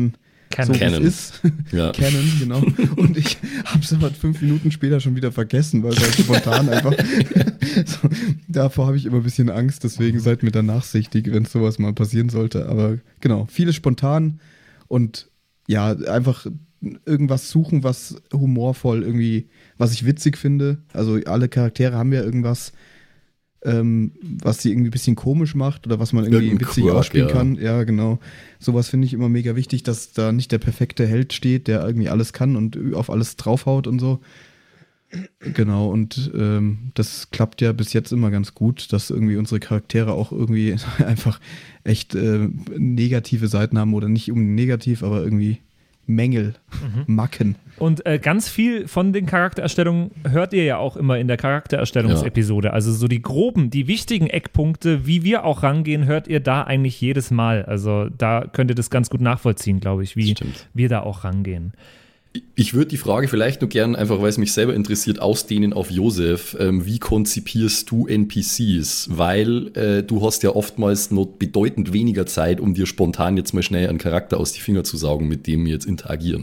so wie es ist. Ja. Canon, genau. Und ich habe es aber 5 Minuten später schon wieder vergessen, weil es halt spontan einfach so, davor habe ich immer ein bisschen Angst, deswegen seid mir da nachsichtig, wenn sowas mal passieren sollte. Aber genau, vieles spontan und ja, einfach irgendwas suchen, was humorvoll irgendwie, was ich witzig finde. Also alle Charaktere haben ja irgendwas, was sie irgendwie ein bisschen komisch macht oder was man irgendwie witzig ausspielen kann. Ja, genau. Sowas finde ich immer mega wichtig, dass da nicht der perfekte Held steht, der irgendwie alles kann und auf alles draufhaut und so. Genau, und das klappt ja bis jetzt immer ganz gut, dass irgendwie unsere Charaktere auch irgendwie einfach echt negative Seiten haben oder nicht unbedingt negativ, aber irgendwie Mängel, Macken. Und ganz viel von den Charaktererstellungen hört ihr ja auch immer in der Charaktererstellungsepisode. Ja. Also so die groben, die wichtigen Eckpunkte, wie wir auch rangehen, hört ihr da eigentlich jedes Mal. Also da könnt ihr das ganz gut nachvollziehen, glaube ich, wie wir da auch rangehen. Ich würde die Frage vielleicht nur gern, einfach weil es mich selber interessiert, ausdehnen auf Josef. Wie konzipierst du NPCs? Weil du hast ja oftmals noch bedeutend weniger Zeit, um dir spontan jetzt mal schnell einen Charakter aus die Finger zu saugen, mit dem wir jetzt interagieren.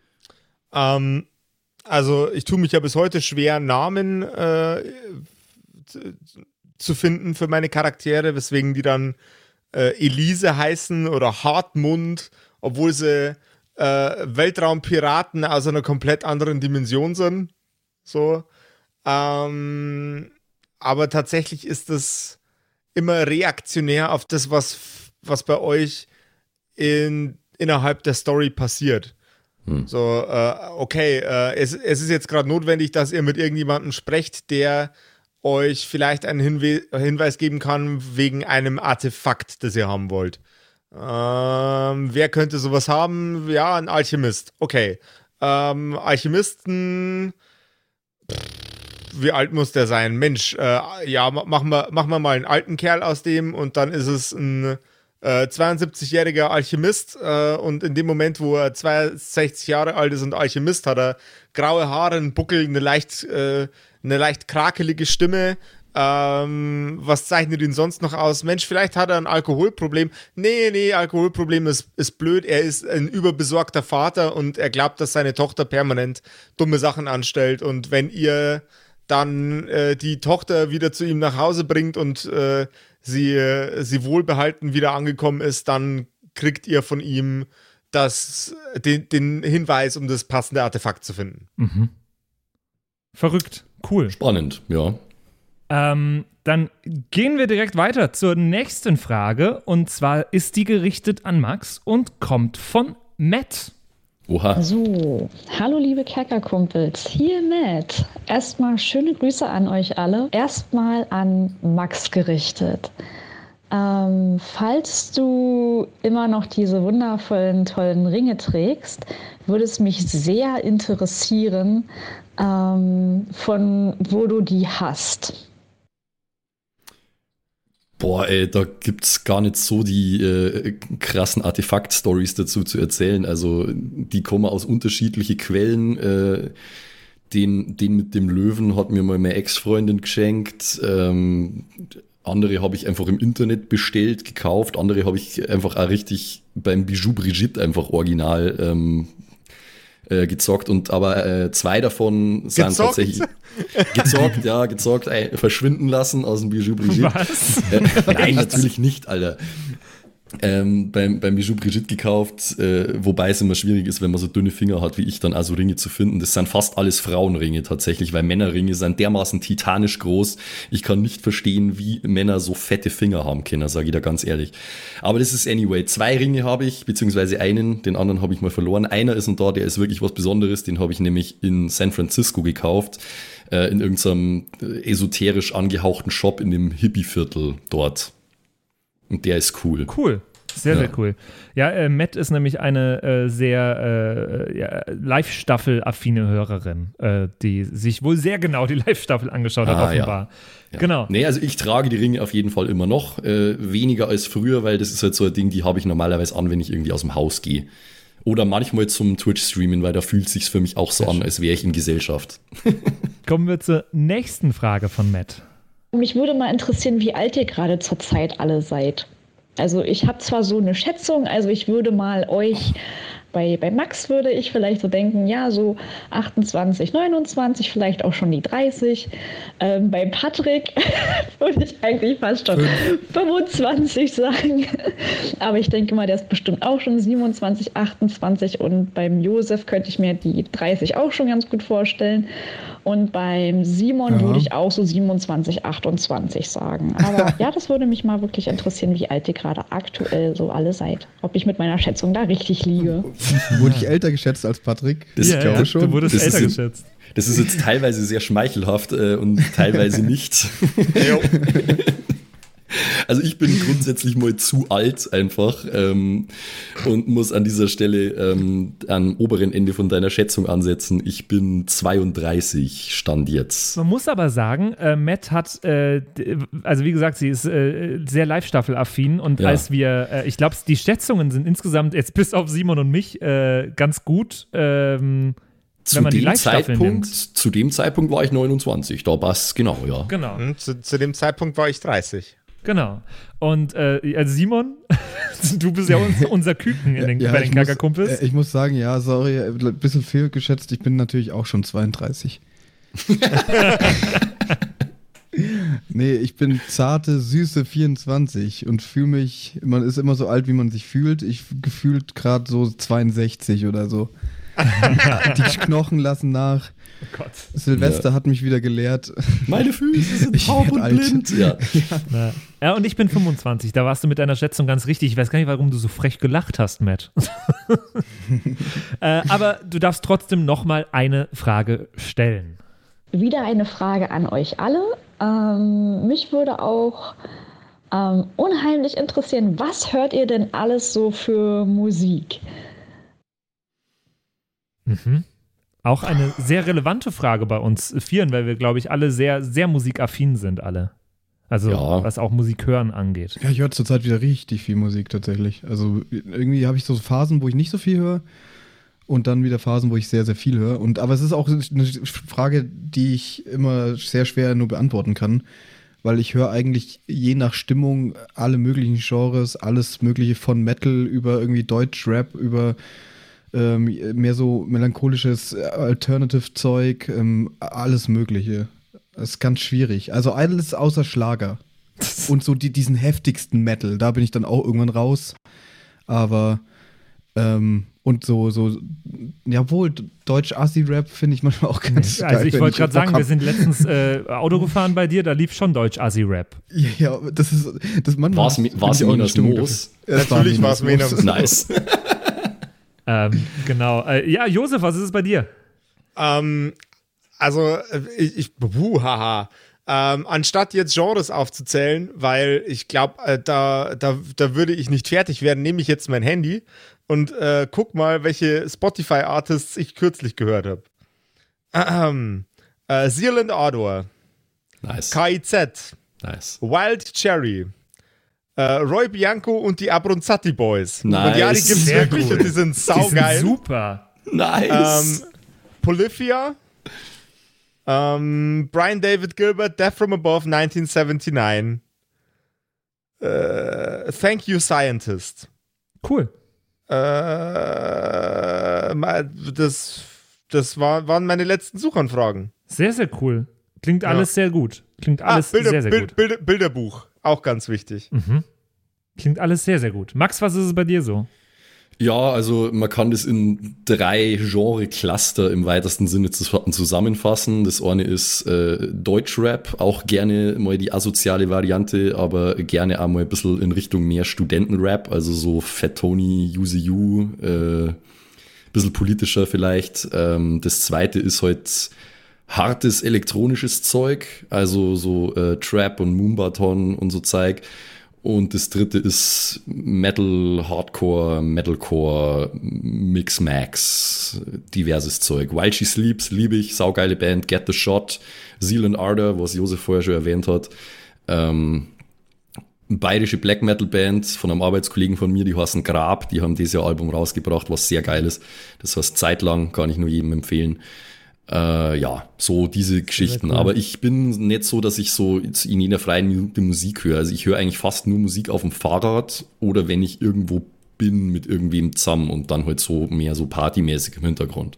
Also ich tue mich ja bis heute schwer, Namen zu finden für meine Charaktere, weswegen die dann Elise heißen oder Hartmund, obwohl sie Weltraumpiraten aus einer komplett anderen Dimension sind. So. Aber tatsächlich ist es immer reaktionär auf das, was bei euch innerhalb der Story passiert. So, okay, es ist jetzt gerade notwendig, dass ihr mit irgendjemandem sprecht, der euch vielleicht einen Hinweis geben kann wegen einem Artefakt, das ihr haben wollt. Wer könnte sowas haben? Ja, ein Alchemist. Okay. Alchemisten. Wie alt muss der sein? Mensch, ja, machen wir mal einen alten Kerl aus dem und dann ist es ein 72-jähriger Alchemist und in dem Moment, wo er 62 Jahre alt ist und Alchemist, hat er graue Haare, einen Buckel, eine leicht krakelige Stimme. Was zeichnet ihn sonst noch aus? Mensch, vielleicht hat er ein Alkoholproblem. Nee, Alkoholproblem ist blöd. Er ist ein überbesorgter Vater und er glaubt, dass seine Tochter permanent dumme Sachen anstellt. Und wenn ihr dann die Tochter wieder zu ihm nach Hause bringt und sie wohlbehalten wieder angekommen ist, dann kriegt ihr von ihm den Hinweis, um das passende Artefakt zu finden. Mhm. Verrückt. Cool. Spannend, ja. Dann gehen wir direkt weiter zur nächsten Frage. Und zwar ist die gerichtet an Max und kommt von Matt. Oha. So, hallo liebe Kerkerkumpels, hier Matt. Erstmal schöne Grüße an euch alle. Erstmal an Max gerichtet. Falls du immer noch diese wundervollen, tollen Ringe trägst, würde es mich sehr interessieren, von wo du die hast. Boah, ey, da gibt's gar nicht so die krassen Artefakt-Stories dazu zu erzählen. Also die kommen aus unterschiedlichen Quellen. Den mit dem Löwen hat mir mal meine Ex-Freundin geschenkt. Andere habe ich einfach im Internet bestellt, gekauft. Andere habe ich einfach auch richtig beim Bijou Brigitte einfach original gezockt. Aber 2 davon sind tatsächlich gezockt, verschwinden lassen aus dem Bijou Brigitte. Was? Nein, natürlich nicht, Alter. Beim Bijou Brigitte gekauft, wobei es immer schwierig ist, wenn man so dünne Finger hat wie ich, dann also Ringe zu finden. Das sind fast alles Frauenringe tatsächlich, weil Männerringe sind dermaßen titanisch groß. Ich kann nicht verstehen, wie Männer so fette Finger haben können, sage ich da ganz ehrlich. Aber das ist anyway. 2 Ringe habe ich, beziehungsweise einen, den anderen habe ich mal verloren. Einer ist noch da, der ist wirklich was Besonderes, den habe ich nämlich in San Francisco gekauft, in irgendeinem esoterisch angehauchten Shop in dem Hippie-Viertel dort. Und der ist cool. Cool. Sehr cool. Ja, Matt ist nämlich eine sehr Live-Staffel-affine Hörerin, die sich wohl sehr genau die Live-Staffel angeschaut hat, offenbar. Ja. Genau. Nee, also ich trage die Ringe auf jeden Fall immer noch. Weniger als früher, weil das ist halt so ein Ding, die habe ich normalerweise an, wenn ich irgendwie aus dem Haus gehe. Oder manchmal zum Twitch-Streamen, weil da fühlt es sich für mich auch so an, als wäre ich in Gesellschaft. Kommen wir zur nächsten Frage von Matt. Mich würde mal interessieren, wie alt ihr gerade zurzeit alle seid. Also ich habe zwar so eine Schätzung, also ich würde mal euch Bei Max würde ich vielleicht so denken, ja, so 28, 29, vielleicht auch schon die 30. Bei Patrick würde ich eigentlich fast schon 25 sagen. Aber ich denke mal, der ist bestimmt auch schon 27, 28. Und beim Josef könnte ich mir die 30 auch schon ganz gut vorstellen. Und beim Simon würde ich auch so 27, 28 sagen. Aber ja, das würde mich mal wirklich interessieren, wie alt ihr gerade aktuell so alle seid. Ob ich mit meiner Schätzung da richtig liege. Wurde ich älter geschätzt als Patrick? Ich glaube schon. Du wurdest älter geschätzt. Das ist jetzt teilweise sehr schmeichelhaft und teilweise nicht. Also ich bin grundsätzlich mal zu alt einfach und muss an dieser Stelle am oberen Ende von deiner Schätzung ansetzen. Ich bin 32, Stand jetzt. Man muss aber sagen, Matt hat, also wie gesagt, sie ist sehr Live-Staffel-affin und als wir, ich glaube, die Schätzungen sind insgesamt jetzt bis auf Simon und mich ganz gut, wenn man die Live-Staffeln nimmt. Zu dem Zeitpunkt war ich 29, da passt genau, ja. Genau. Zu dem Zeitpunkt war ich 30. Genau. Und also Simon, du bist ja unser Küken bei den Kerkerkumpels. Ich muss sagen, ja, sorry, ein bisschen fehlgeschätzt. Ich bin natürlich auch schon 32. Nee, ich bin zarte, süße 24 und fühle mich, man ist immer so alt, wie man sich fühlt. Ich gefühlt gerade so 62 oder so. Die Knochen lassen nach. Oh Gott. Silvester hat mich wieder gelehrt. Meine Füße sind taub und blind. Ja, und ich bin 25. Da warst du mit deiner Schätzung ganz richtig. Ich weiß gar nicht, warum du so frech gelacht hast, Matt. Aber du darfst trotzdem noch mal eine Frage stellen. Wieder eine Frage an euch alle. Mich würde auch unheimlich interessieren, was hört ihr denn alles so für Musik? Mhm. Auch eine sehr relevante Frage bei uns Vieren, weil wir, glaube ich, alle sehr, sehr musikaffin sind, alle. Also, was auch Musik hören angeht. Ja, ich höre zurzeit wieder richtig viel Musik tatsächlich. Also, irgendwie habe ich so Phasen, wo ich nicht so viel höre und dann wieder Phasen, wo ich sehr, sehr viel höre. Aber es ist auch eine Frage, die ich immer sehr schwer nur beantworten kann, weil ich höre eigentlich je nach Stimmung alle möglichen Genres, alles mögliche von Metal über irgendwie Deutsch-Rap, über mehr so melancholisches Alternative-Zeug, alles Mögliche. Das ist ganz schwierig. Also alles außer Schlager. Und so diesen heftigsten Metal, da bin ich dann auch irgendwann raus. Aber und so jawohl, Deutsch-Assi-Rap finde ich manchmal auch ganz geil. Also ich wollte gerade sagen, wir sind letztens Auto gefahren bei dir, da lief schon Deutsch-Assi-Rap. Ja, das manchmal. War es Minas Moos? Natürlich war es Minas Moos. Nice. Genau. Ja, Josef, was ist es bei dir? Anstatt jetzt Genres aufzuzählen, weil ich glaube, da würde ich nicht fertig werden, nehme ich jetzt mein Handy und guck mal, welche Spotify-Artists ich kürzlich gehört habe. Zealand Ardor. Nice. KIZ. Nice. Wild Cherry. Roy Bianco und die Abronzati Boys. Nice. Und ja, die gibt's wirklich cool. und die sind saugeil. Die sind super. Nice. Polyphia. Brian David Gilbert, Death from Above, 1979. Thank You Scientist. Cool. Das waren meine letzten Suchanfragen. Sehr, sehr cool. Klingt alles sehr gut. Klingt alles sehr, sehr gut. Bilderbuch, auch ganz wichtig. Mhm. Klingt alles sehr, sehr gut. Max, was ist es bei dir so? Ja, also man kann das in 3 Genre-Cluster im weitesten Sinne zusammenfassen. Das eine ist Deutschrap, auch gerne mal die asoziale Variante, aber gerne auch mal ein bisschen in Richtung mehr Studentenrap, also so Fat Tony, UZU, bisschen politischer vielleicht. Das zweite ist halt hartes elektronisches Zeug, also so Trap und Moonbaton und so Zeug. Und das dritte ist Metal, Hardcore, Metalcore, Mix-Max, diverses Zeug. While She Sleeps liebe ich, saugeile Band, Get the Shot, Zealand Ardor, was Josef vorher schon erwähnt hat. Bayerische Black Metal Band von einem Arbeitskollegen von mir, die heißen Grab, die haben dieses Jahr Album rausgebracht, was sehr geil ist. Das heißt Zeitlang, kann ich nur jedem empfehlen. Ja, so diese Geschichten. Cool. Aber ich bin nicht so, dass ich so in jeder freien Minute Musik höre. Also ich höre eigentlich fast nur Musik auf dem Fahrrad oder wenn ich irgendwo bin mit irgendwem zusammen und dann halt so mehr so partymäßig im Hintergrund.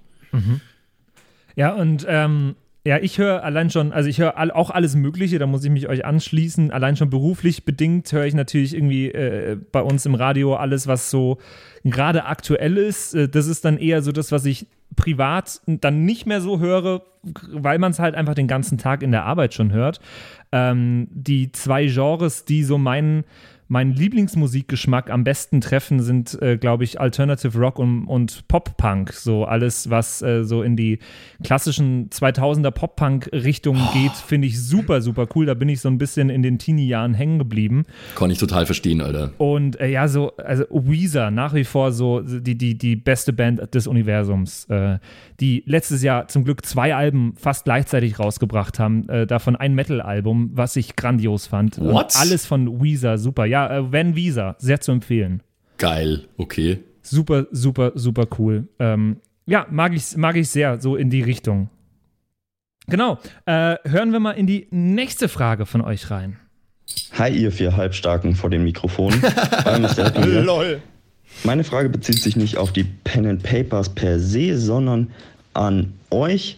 Ja, und ich höre allein schon, also ich höre auch alles Mögliche, da muss ich mich euch anschließen. Allein schon beruflich bedingt höre ich natürlich irgendwie bei uns im Radio alles, was so gerade aktuell ist. Das ist dann eher so das, was ich privat dann nicht mehr so höre, weil man es halt einfach den ganzen Tag in der Arbeit schon hört. Die 2 Genres, die so meinen Lieblingsmusikgeschmack am besten treffen, sind, glaube ich, Alternative Rock und Pop-Punk. So alles, was so in die klassischen 2000er Pop-Punk-Richtungen geht, finde ich super, super cool. Da bin ich so ein bisschen in den Teenie-Jahren hängen geblieben. Kann ich total verstehen, Alter. Und also Weezer, nach wie vor so die beste Band des Universums, die letztes Jahr zum Glück 2 Alben fast gleichzeitig rausgebracht haben. Davon ein Metal-Album, was ich grandios fand. What? Alles von Weezer, super. Ja, Van Weezer, sehr zu empfehlen. Geil, okay. Super, super, super cool. Mag ich sehr, so in die Richtung. Genau. Hören wir mal in die nächste Frage von euch rein. Hi, ihr 4 Halbstarken vor dem Mikrofon. Lol. Meine Frage bezieht sich nicht auf die Pen and Papers per se, sondern an euch.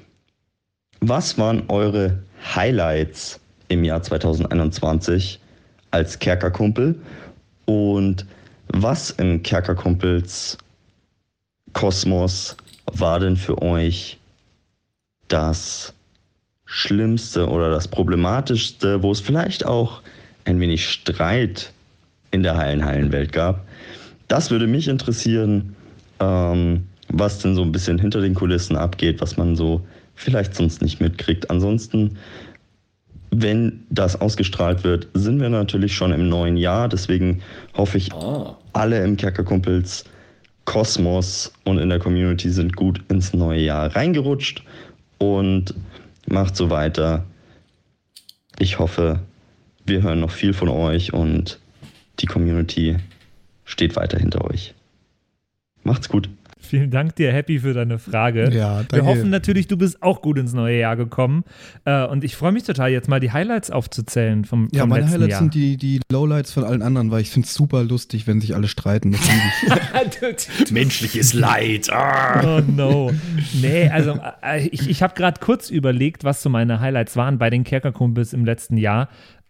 Was waren eure Highlights im Jahr 2021 als Kerkerkumpel? Und was im Kerkerkumpels Kosmos war denn für euch das Schlimmste oder das Problematischste, wo es vielleicht auch ein wenig Streit in der heilen Welt gab? Das würde mich interessieren, was denn so ein bisschen hinter den Kulissen abgeht, was man so vielleicht sonst nicht mitkriegt. Ansonsten, wenn das ausgestrahlt wird, sind wir natürlich schon im neuen Jahr. Deswegen hoffe ich, alle im Kerkerkumpels Kosmos und in der Community sind gut ins neue Jahr reingerutscht und macht so weiter. Ich hoffe, wir hören noch viel von euch und die Community steht weiter hinter euch. Macht's gut. Vielen Dank dir, Happy, für deine Frage. Ja, danke. Wir hoffen natürlich, du bist auch gut ins neue Jahr gekommen. Und ich freue mich total, jetzt mal die Highlights aufzuzählen vom letzten Jahr. Ja, meine Highlights sind die Lowlights von allen anderen, weil ich finde es super lustig, wenn sich alle streiten. Das liebe ich. Menschliches Leid. Oh no. Nee, also ich habe gerade kurz überlegt, was so meine Highlights waren bei den Kerkerkumpels im letzten Jahr.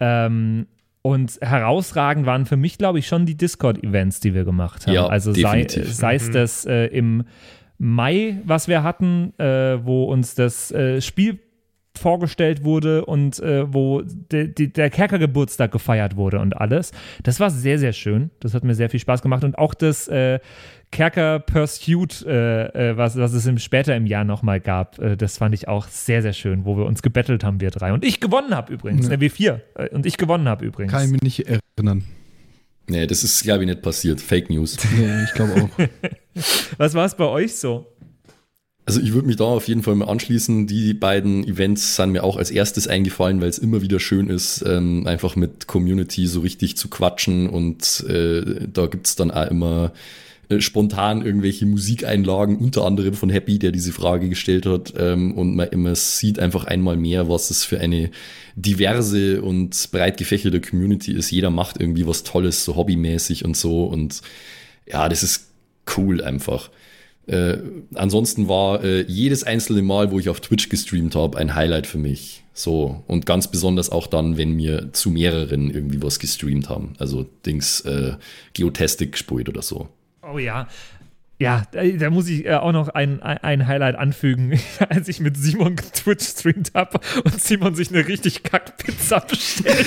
Und herausragend waren für mich, glaube ich, schon die Discord-Events, die wir gemacht haben. Ja, also sei es das im Mai, was wir hatten, wo uns das Spiel vorgestellt wurde und wo der Kerkergeburtstag gefeiert wurde und alles. Das war sehr, sehr schön. Das hat mir sehr viel Spaß gemacht. Und auch das Kerker Pursuit, was es später im Jahr nochmal gab, das fand ich auch sehr, sehr schön, wo wir uns gebettelt haben, wir 3. Und ich gewonnen habe übrigens. Wir 4. Und ich gewonnen habe übrigens. Kann ich mich nicht erinnern. Nee, das ist, glaube ich, nicht passiert. Fake News. Nee, ich glaube auch. Was war es bei euch so? Also ich würde mich da auf jeden Fall mal anschließen. Die beiden Events sind mir auch als erstes eingefallen, weil es immer wieder schön ist, einfach mit Community so richtig zu quatschen und da gibt's dann auch immer spontan irgendwelche Musikeinlagen, unter anderem von Happy, der diese Frage gestellt hat, und man immer sieht einfach einmal mehr, was es für eine diverse und breit gefächerte Community ist. Jeder macht irgendwie was Tolles, so hobbymäßig und so, und ja, das ist cool einfach. Ansonsten war jedes einzelne Mal, wo ich auf Twitch gestreamt habe, ein Highlight für mich. So, und ganz besonders auch dann, wenn wir zu mehreren irgendwie was gestreamt haben. Also Geotastic gespielt oder so. Oh ja. Ja, da muss ich auch noch ein Highlight anfügen, als ich mit Simon Twitch streamt habe und Simon sich eine richtig Kackpizza bestellt.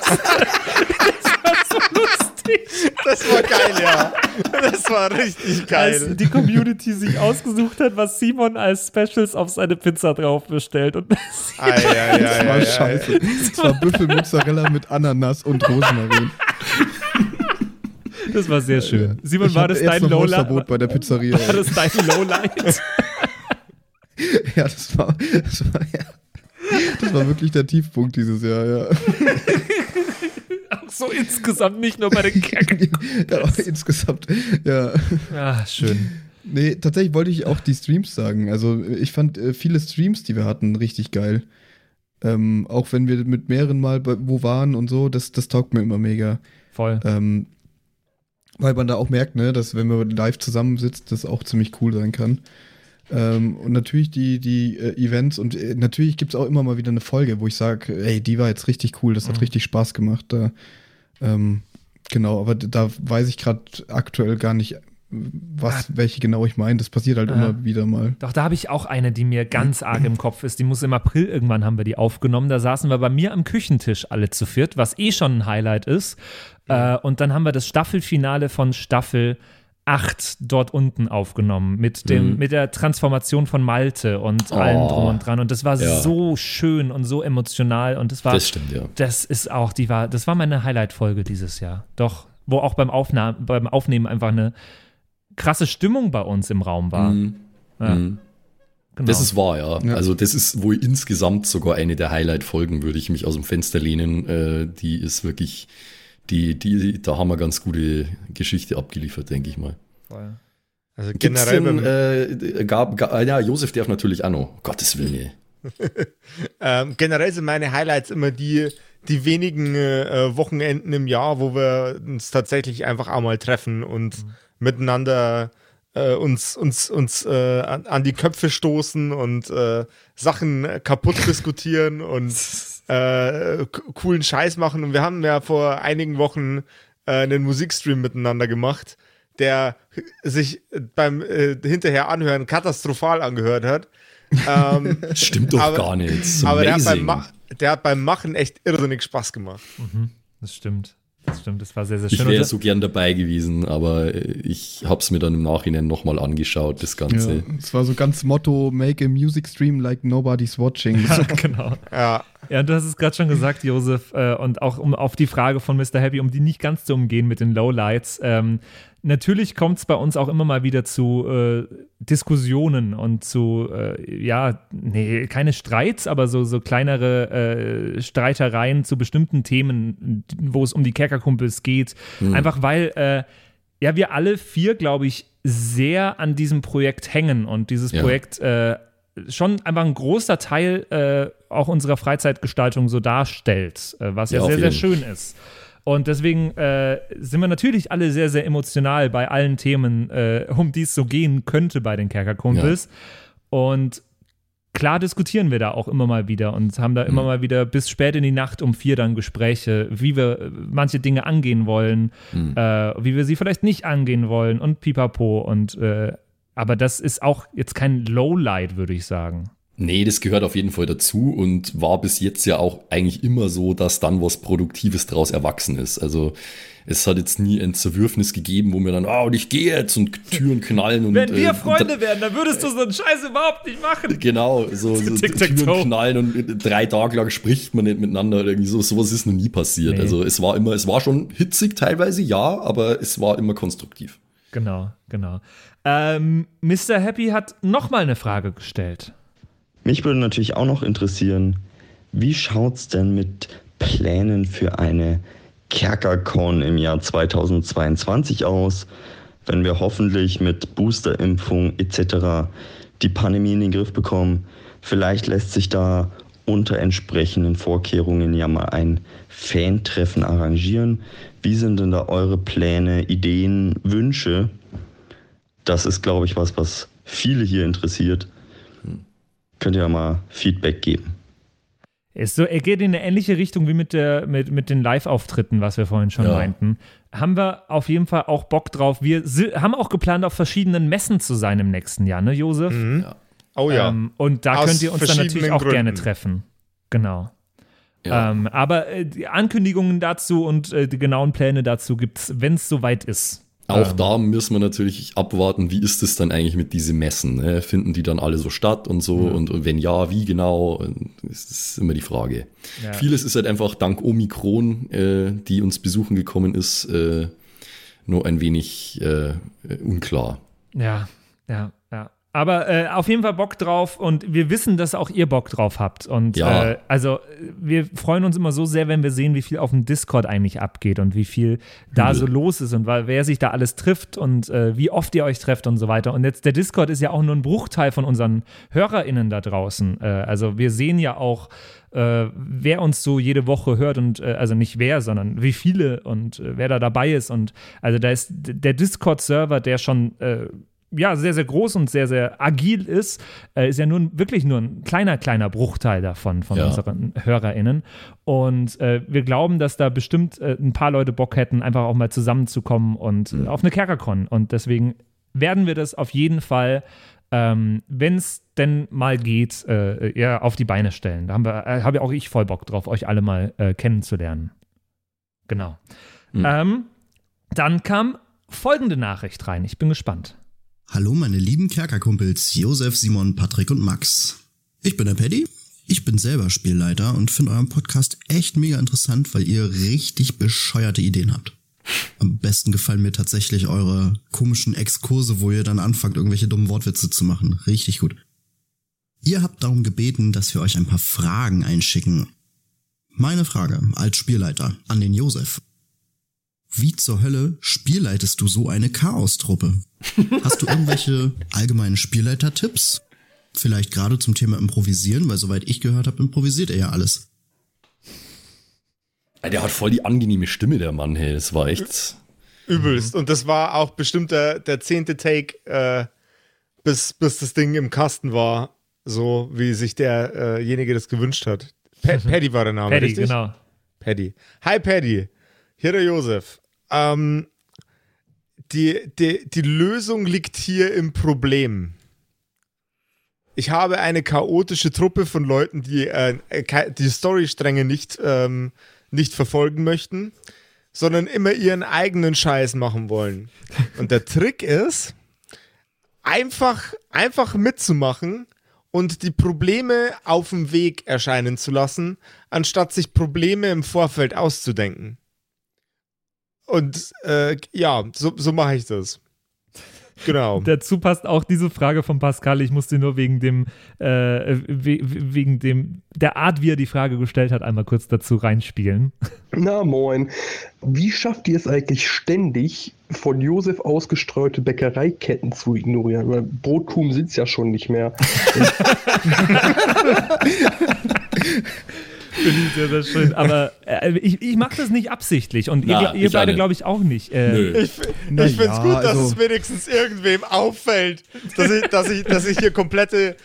Das war so lustig. Das war geil, ja. Das war richtig geil. Als die Community sich ausgesucht hat, was Simon als Specials auf seine Pizza drauf bestellt. Und das war scheiße. Das war Büffelmozzarella mit Ananas und Rosmarin. Das war sehr schön. Simon, war das dein Lowlight? Bei der Pizzeria. War das dein Lowlight? Ja, das war wirklich der Tiefpunkt dieses Jahr, ja. Auch so insgesamt, nicht nur bei den Kerken. Ja, auch insgesamt, ja. Ah, schön. Nee, tatsächlich wollte ich auch die Streams sagen. Also ich fand viele Streams, die wir hatten, richtig geil. Auch wenn wir mit mehreren Mal wo waren und so, das taugt mir immer mega. Voll. Weil man da auch merkt, ne, dass wenn man live zusammensitzt, das auch ziemlich cool sein kann. Und natürlich die Events und natürlich gibt es auch immer mal wieder eine Folge, wo ich sage, ey, die war jetzt richtig cool, das hat richtig Spaß gemacht. Da, genau, aber da weiß ich gerade aktuell gar nicht, welche genau ich meine. Das passiert halt immer wieder mal. Doch, da habe ich auch eine, die mir ganz arg im Kopf ist. Die muss im April irgendwann haben wir die aufgenommen. Da saßen wir bei mir am Küchentisch alle zu viert, was schon ein Highlight ist. Und dann haben wir das Staffelfinale von Staffel 8 dort unten aufgenommen mit der Transformation von Malte und allem drum und dran. Und das war so schön und so emotional. Und das stimmt, ja. Das war meine Highlight-Folge dieses Jahr. Doch, wo auch beim Aufnehmen einfach eine krasse Stimmung bei uns im Raum war. Genau. Das ist wahr, ja. Also das ist wohl insgesamt sogar eine der Highlight-Folgen, würde ich mich aus dem Fenster lehnen. Die ist wirklich, da haben wir ganz gute Geschichte abgeliefert, denke ich mal. Voll. Also generell Josef darf natürlich auch noch, Gottes Willen. Generell sind meine Highlights immer die wenigen Wochenenden im Jahr, wo wir uns tatsächlich einfach auch mal treffen und miteinander uns an die Köpfe stoßen und Sachen kaputt diskutieren und coolen Scheiß machen. Und wir haben ja vor einigen Wochen einen Musikstream miteinander gemacht, der sich beim hinterher anhören katastrophal angehört hat. Stimmt doch gar nicht. Aber der hat beim Machen echt irrsinnig Spaß gemacht. Das stimmt, das war sehr, sehr schön. Ich wäre so gern dabei gewesen, aber ich habe es mir dann im Nachhinein nochmal angeschaut, das Ganze. Es war so ganz Motto, make a music stream like nobody's watching. Ja, genau. Ja, du hast es gerade schon gesagt, Josef, und auch auf die Frage von Mr. Happy, um die nicht ganz zu umgehen mit den Lowlights. Natürlich kommt es bei uns auch immer mal wieder zu Diskussionen und zu, keine Streits, aber so kleinere Streitereien zu bestimmten Themen, wo es um die Kerkerkumpels geht. Einfach weil, wir alle 4, glaube ich, sehr an diesem Projekt hängen und dieses Projekt schon einfach ein großer Teil auch unserer Freizeitgestaltung so darstellt, was ja sehr, sehr schön ist. Und deswegen sind wir natürlich alle sehr, sehr emotional bei allen Themen, um die es so gehen könnte bei den Kerkerkumpels. Ja. Und klar diskutieren wir da auch immer mal wieder und haben da immer mal wieder bis spät in die Nacht um 4 dann Gespräche, wie wir manche Dinge angehen wollen, wie wir sie vielleicht nicht angehen wollen und pipapo. Und aber das ist auch jetzt kein Lowlight, würde ich sagen. Nee, das gehört auf jeden Fall dazu und war bis jetzt ja auch eigentlich immer so, dass dann was Produktives draus erwachsen ist. Also es hat jetzt nie ein Zerwürfnis gegeben, wo wir dann, und ich gehe jetzt und Türen knallen. Und wenn wir Freunde wären, dann würdest du so einen Scheiß überhaupt nicht machen. Genau, so Türen knallen und 3 Tage lang spricht man nicht miteinander oder irgendwie so. Sowas ist noch nie passiert. Nee. Also es war schon hitzig teilweise, ja, aber es war immer konstruktiv. Genau. Mr. Happy hat nochmal eine Frage gestellt. Mich würde natürlich auch noch interessieren, wie schaut's denn mit Plänen für eine KerkerCon im Jahr 2022 aus, wenn wir hoffentlich mit Boosterimpfung etc. die Pandemie in den Griff bekommen? Vielleicht lässt sich da unter entsprechenden Vorkehrungen ja mal ein Fan-Treffen arrangieren. Wie sind denn da eure Pläne, Ideen, Wünsche? Das ist, glaube ich, was viele hier interessiert. Könnt ihr ja mal Feedback geben. Er geht in eine ähnliche Richtung wie mit den Live-Auftritten, was wir vorhin schon meinten. Haben wir auf jeden Fall auch Bock drauf. Wir haben auch geplant, auf verschiedenen Messen zu sein im nächsten Jahr, ne, Josef? Ja. Oh ja. Und da könnt ihr uns dann natürlich auch gerne treffen. Genau. Ja. Aber die Ankündigungen dazu und die genauen Pläne dazu gibt es, wenn es soweit ist. Auch da müssen wir natürlich abwarten, wie ist es dann eigentlich mit diesen Messen? Ne? Finden die dann alle so statt und so? Und wenn ja, wie genau? Das ist immer die Frage. Ja. Vieles ist halt einfach dank Omikron, die uns besuchen gekommen ist, nur ein wenig unklar. Ja. Aber auf jeden Fall Bock drauf und wir wissen, dass auch ihr Bock drauf habt. Und also wir freuen uns immer so sehr, wenn wir sehen, wie viel auf dem Discord eigentlich abgeht und wie viel da so los ist und wer sich da alles trifft und wie oft ihr euch trefft und so weiter. Und jetzt der Discord ist ja auch nur ein Bruchteil von unseren HörerInnen da draußen. Also wir sehen ja auch wer uns so jede Woche hört und also nicht wer, sondern wie viele und wer da dabei ist. Und also da ist der Discord-Server, der schon sehr, sehr groß und sehr, sehr agil ist ja wirklich nur ein kleiner Bruchteil davon, von unseren HörerInnen. Und wir glauben, dass da bestimmt ein paar Leute Bock hätten, einfach auch mal zusammenzukommen und auf eine Kerkercon. Und deswegen werden wir das auf jeden Fall, wenn es denn mal geht, auf die Beine stellen. Da habe auch ich voll Bock drauf, euch alle mal kennenzulernen. Genau. Dann kam folgende Nachricht rein. Ich bin gespannt. Hallo meine lieben Kerkerkumpels Josef, Simon, Patrick und Max. Ich bin der Paddy, ich bin selber Spielleiter und finde euren Podcast echt mega interessant, weil ihr richtig bescheuerte Ideen habt. Am besten gefallen mir tatsächlich eure komischen Exkurse, wo ihr dann anfangt, irgendwelche dummen Wortwitze zu machen. Richtig gut. Ihr habt darum gebeten, dass wir euch ein paar Fragen einschicken. Meine Frage als Spielleiter an den Josef. Wie zur Hölle spielleitest du so eine Chaos-Truppe? Hast du irgendwelche allgemeinen Spielleiter-Tipps? Vielleicht gerade zum Thema Improvisieren, weil soweit ich gehört habe, improvisiert er ja alles. Der hat voll die angenehme Stimme, der Mann, hey. Das war echt... Übelst. Und das war auch bestimmt der 10. Take, bis das Ding im Kasten war, so wie sich derjenige das gewünscht hat. Paddy war der Name, Paddy, richtig? Genau. Paddy. Hi Paddy, hier der Josef. Die Lösung liegt hier im Problem. Ich habe eine chaotische Truppe von Leuten, die die Storystränge nicht verfolgen möchten, sondern immer ihren eigenen Scheiß machen wollen. Und der Trick ist, einfach mitzumachen und die Probleme auf dem Weg erscheinen zu lassen, anstatt sich Probleme im Vorfeld auszudenken. Und so mache ich das. Genau. Dazu passt auch diese Frage von Pascal. Ich musste nur wegen der Art, wie er die Frage gestellt hat, einmal kurz dazu reinspielen. Na moin. Wie schafft ihr es eigentlich ständig, von Josef ausgestreute Bäckereiketten zu ignorieren? Weil Brotkuchen sind es ja schon nicht mehr. Finde ich sehr, sehr schön. Aber ich mache das nicht absichtlich. Und ihr beide, glaube ich, auch nicht. Ich finde es gut, dass es wenigstens irgendwem auffällt, dass ich hier komplette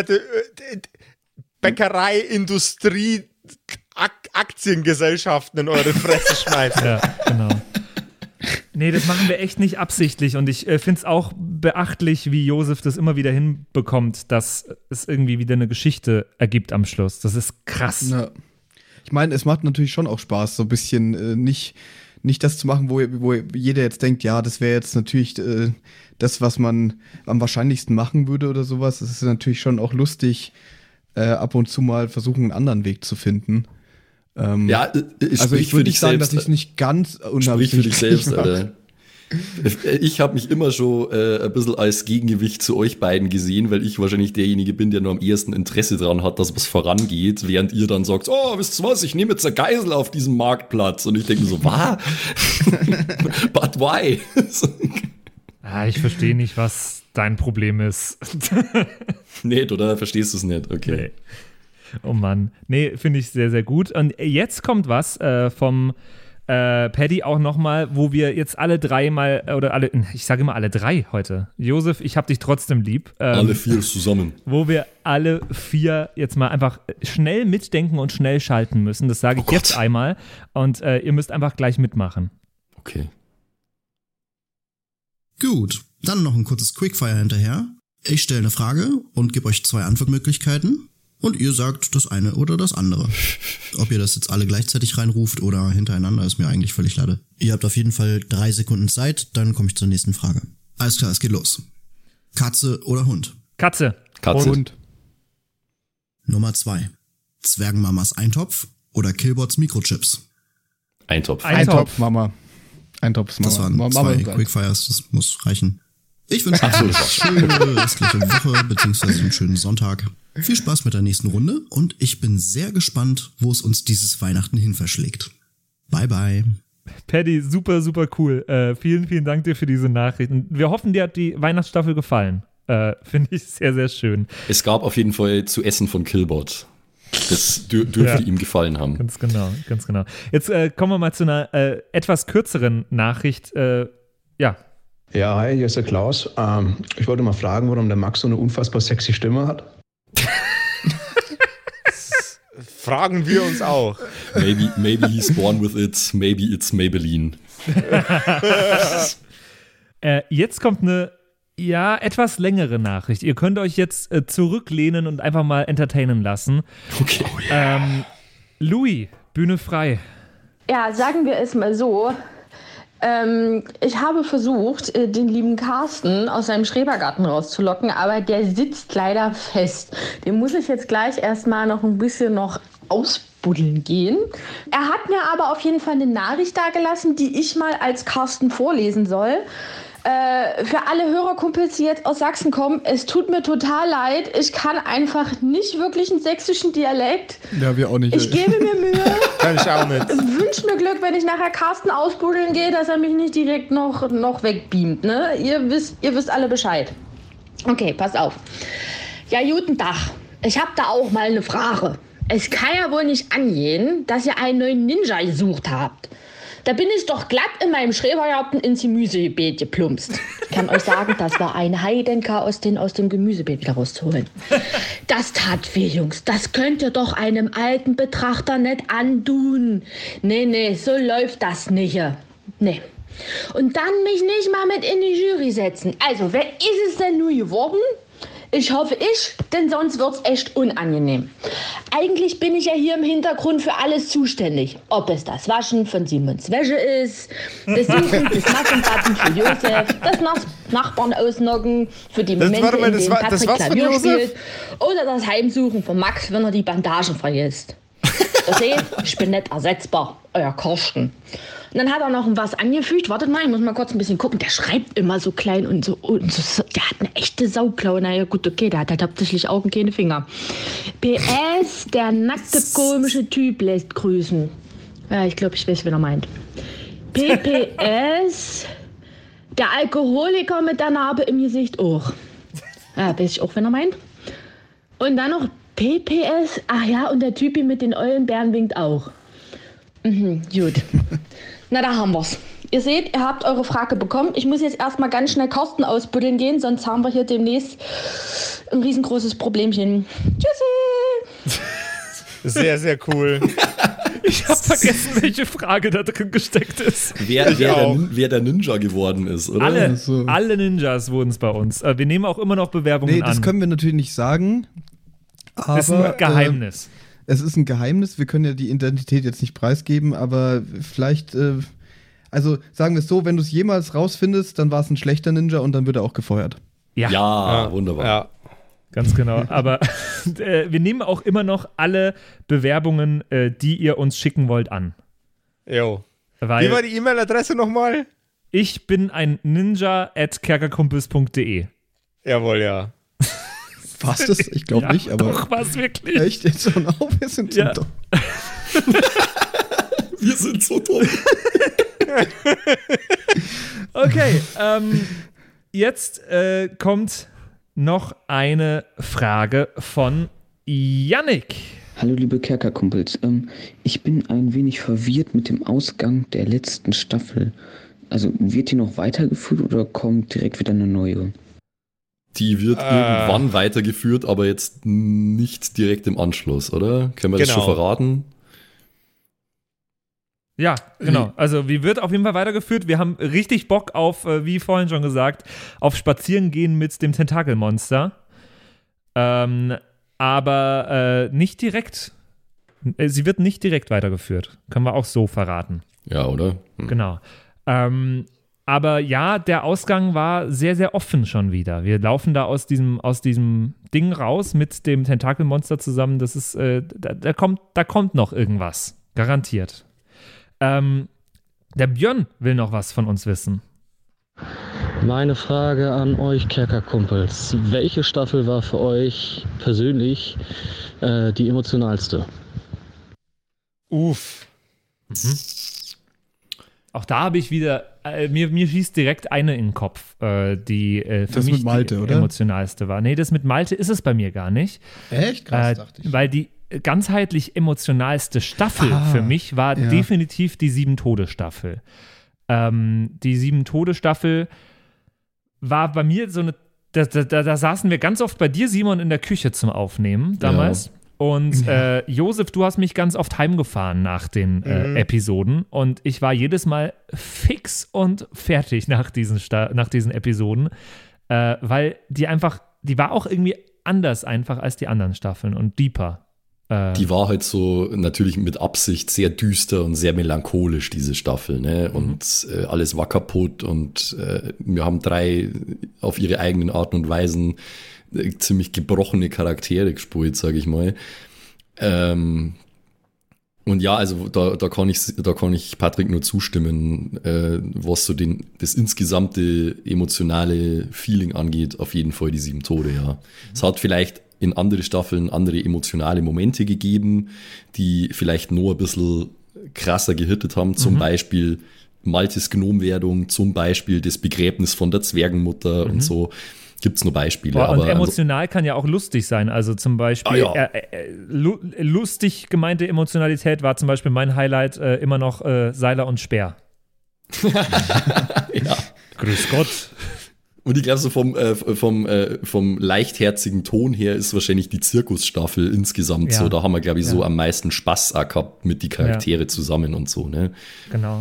Bäckerei-Industrie Aktiengesellschaften in eure Fresse schmeiße. Ja, genau. Nee, das machen wir echt nicht absichtlich. Und ich finde es auch beachtlich, wie Josef das immer wieder hinbekommt, dass es irgendwie wieder eine Geschichte ergibt am Schluss. Das ist krass. Ja. Ich meine, es macht natürlich schon auch Spaß, so ein bisschen nicht das zu machen, wo jeder jetzt denkt, ja, das wäre jetzt natürlich das, was man am wahrscheinlichsten machen würde oder sowas. Es ist natürlich schon auch lustig, ab und zu mal versuchen, einen anderen Weg zu finden. Also ich würde nicht sagen, dass ich es nicht ganz unabsichtlich für dich selbst, Alter. Ich habe mich immer schon ein bisschen als Gegengewicht zu euch beiden gesehen, weil ich wahrscheinlich derjenige bin, der nur am ehesten Interesse daran hat, dass was vorangeht, während ihr dann sagt, oh, wisst ihr was, ich nehme jetzt eine Geisel auf diesem Marktplatz. Und ich denke mir so, was? But why? Ich verstehe nicht, was dein Problem ist. Nicht, oder? Verstehst du es nicht? Okay. Nee. Oh Mann. Nee, finde ich sehr, sehr gut. Und jetzt kommt was vom Paddy auch nochmal, wo wir jetzt alle drei mal, ich sage immer alle drei heute. Josef, ich hab dich trotzdem lieb. Alle vier zusammen. Wo wir alle vier jetzt mal einfach schnell mitdenken und schnell schalten müssen. Das sage ich jetzt einmal. Und ihr müsst einfach gleich mitmachen. Okay. Gut, dann noch ein kurzes Quickfire hinterher. Ich stelle eine Frage und gebe euch 2 Antwortmöglichkeiten. Und ihr sagt das eine oder das andere. Ob ihr das jetzt alle gleichzeitig reinruft oder hintereinander, ist mir eigentlich völlig lade. Ihr habt auf jeden Fall 3 Sekunden Zeit, dann komme ich zur nächsten Frage. Alles klar, es geht los. Katze oder Hund? Katze. Hund. Nummer 2. Zwergenmamas Eintopf oder Killbots Mikrochips? Eintopf. Eintopf, Mama. Eintopf, Mama. Das waren 2 Quickfires, das muss reichen. Ich wünsche euch eine schöne restliche Woche, beziehungsweise einen schönen Sonntag. Viel Spaß mit der nächsten Runde und ich bin sehr gespannt, wo es uns dieses Weihnachten hin verschlägt. Bye, bye. Paddy, super, super cool. Vielen, vielen Dank dir für diese Nachrichten. Wir hoffen, dir hat die Weihnachtsstaffel gefallen. Finde ich sehr, sehr schön. Es gab auf jeden Fall zu essen von Killbot. Das dürfte ihm gefallen haben. Ganz genau. Jetzt kommen wir mal zu einer etwas kürzeren Nachricht. Ja, hi, hier ist der Klaus. Ich wollte mal fragen, warum der Max so eine unfassbar sexy Stimme hat. Fragen wir uns auch. Maybe he's born with it, maybe it's Maybelline. Jetzt kommt eine etwas längere Nachricht. Ihr könnt euch jetzt zurücklehnen und einfach mal entertainen lassen. Okay. Louis, Bühne frei. Ja, sagen wir es mal so. Ich habe versucht, den lieben Carsten aus seinem Schrebergarten rauszulocken, aber der sitzt leider fest. Den muss ich jetzt gleich erstmal noch ein bisschen ausbuddeln gehen. Er hat mir aber auf jeden Fall eine Nachricht dagelassen, die ich mal als Carsten vorlesen soll. Für alle Hörerkumpels, die jetzt aus Sachsen kommen, es tut mir total leid. Ich kann einfach nicht wirklich einen sächsischen Dialekt. Ja, wir auch nicht. Ich gebe mir Mühe. Kann ich auch nicht. Wünsche mir Glück, wenn ich nachher Carsten ausbuddeln gehe, dass er mich nicht direkt noch wegbeamt. Ne? Ihr wisst alle Bescheid. Okay, passt auf. Ja, guten Tag. Ich habe da auch mal eine Frage. Es kann ja wohl nicht angehen, dass ihr einen neuen Ninja gesucht habt. Da bin ich doch glatt in meinem Schrebergarten ins Gemüsebeet geplumpst. Ich kann euch sagen, das war ein Heidenchaos, den aus dem Gemüsebeet wieder rauszuholen. Das tat weh, Jungs. Das könnt ihr doch einem alten Betrachter nicht antun. Nee, so läuft das nicht. Nee. Und dann mich nicht mal mit in die Jury setzen. Also, wer ist es denn nun geworden? Ich hoffe denn sonst wird's echt unangenehm. Eigentlich bin ich ja hier im Hintergrund für alles zuständig. Ob es das Waschen von Simons Wäsche ist, das Suchen des Massenbatten für Josef, das Nachbarn ausnocken für die Momente, in denen Patrick Klavier spielt, oder das Heimsuchen von Max, wenn er die Bandagen vergisst. Ihr seht, ich bin nicht ersetzbar, euer Karsten. Und dann hat er noch was angefügt. Wartet mal, ich muss mal kurz ein bisschen gucken. Der schreibt immer so klein und so. Der hat eine echte Sauklaue. Naja, gut, okay, der hat halt hauptsächlich Augen, keine Finger. PS, der nackte, komische Typ lässt grüßen. Ja, ich glaube, ich weiß, wen er meint. PPS, der Alkoholiker mit der Narbe im Gesicht auch. Ja, weiß ich auch, wen er meint. Und dann noch PPS, ach ja, und der Typi mit den Eulenbären winkt auch. Gut. Na, da haben wir's. Ihr seht, ihr habt eure Frage bekommen. Ich muss jetzt erstmal ganz schnell Carsten ausbuddeln gehen, sonst haben wir hier demnächst ein riesengroßes Problemchen. Tschüssi! Sehr, sehr cool. Ich habe vergessen, welche Frage da drin gesteckt ist. Wer der Ninja geworden ist, oder? Alle Ninjas wurden es bei uns. Wir nehmen auch immer noch Bewerbungen an. Nee, das können wir natürlich nicht sagen. Aber, das ist ein Geheimnis. Es ist ein Geheimnis, wir können ja die Identität jetzt nicht preisgeben, aber vielleicht, also sagen wir es so, wenn du es jemals rausfindest, dann war es ein schlechter Ninja und dann wird er auch gefeuert. Ja, wunderbar. Ja. Ganz genau, aber wir nehmen auch immer noch alle Bewerbungen, die ihr uns schicken wollt, an. Jo. Wie war die E-Mail-Adresse nochmal? Ich bin ein ninja@kerkerkumpels.de. Jawohl, ja. War's das? Ich glaube nicht, aber. Doch, war's wirklich. Echt? Jetzt schon auf? Wir sind so dumm. Wir sind so dumm. Okay, jetzt kommt noch eine Frage von Yannick. Hallo liebe Kerkerkumpels, ich bin ein wenig verwirrt mit dem Ausgang der letzten Staffel. Also wird die noch weitergeführt oder kommt direkt wieder eine neue? Die wird irgendwann weitergeführt, aber jetzt nicht direkt im Anschluss, oder? Können wir das schon verraten? Ja, genau. Also, die wird auf jeden Fall weitergeführt. Wir haben richtig Bock auf, wie vorhin schon gesagt, auf Spazierengehen mit dem Tentakelmonster. Aber nicht direkt. Sie wird nicht direkt weitergeführt. Können wir auch so verraten. Ja, oder? Genau. Aber ja, der Ausgang war sehr, sehr offen schon wieder. Wir laufen da aus diesem Ding raus mit dem Tentakelmonster zusammen. Das ist, da kommt noch irgendwas. Garantiert. Der Björn will noch was von uns wissen. Meine Frage an euch Kerkerkumpels. Welche Staffel war für euch persönlich die emotionalste? Uff. Auch da habe ich wieder, mir schießt direkt eine in den Kopf, die für das mich mit Malte, die oder? emotionalste war. Nee, das mit Malte ist es bei mir gar nicht. Echt? Krass, dachte ich. Weil die ganzheitlich emotionalste Staffel für mich war definitiv die 7-Tode-Staffel. Die 7-Tode-Staffel war bei mir so eine, da saßen wir ganz oft bei dir, Simon, in der Küche zum Aufnehmen damals. Ja. Und Josef, du hast mich ganz oft heimgefahren nach den Episoden und ich war jedes Mal fix und fertig nach diesen Episoden, weil die war auch irgendwie anders einfach als die anderen Staffeln und deeper. Die war halt so natürlich mit Absicht sehr düster und sehr melancholisch, diese Staffel, ne? Und alles war kaputt und wir haben 3 auf ihre eigenen Arten und Weisen ziemlich gebrochene Charaktere gespielt, sage ich mal. Und ja, also da kann ich Patrick nur zustimmen, was so das insgesamte emotionale Feeling angeht, auf jeden Fall die 7 Tode, ja. Es hat vielleicht in andere Staffeln andere emotionale Momente gegeben, die vielleicht nur ein bisschen krasser gehittet haben, zum Beispiel Maltes Gnomwerdung, zum Beispiel das Begräbnis von der Zwergenmutter und so. Gibt's nur Beispiele. Und emotional kann ja auch lustig sein. Also zum Beispiel lustig gemeinte Emotionalität war zum Beispiel mein Highlight immer noch Seiler und Speer. Ja. Grüß Gott. Und ich glaube, so vom leichtherzigen Ton her ist wahrscheinlich die Zirkusstaffel insgesamt so. Da haben wir, glaube ich, so am meisten Spaß auch gehabt mit die Charaktere zusammen und so, ne? Genau.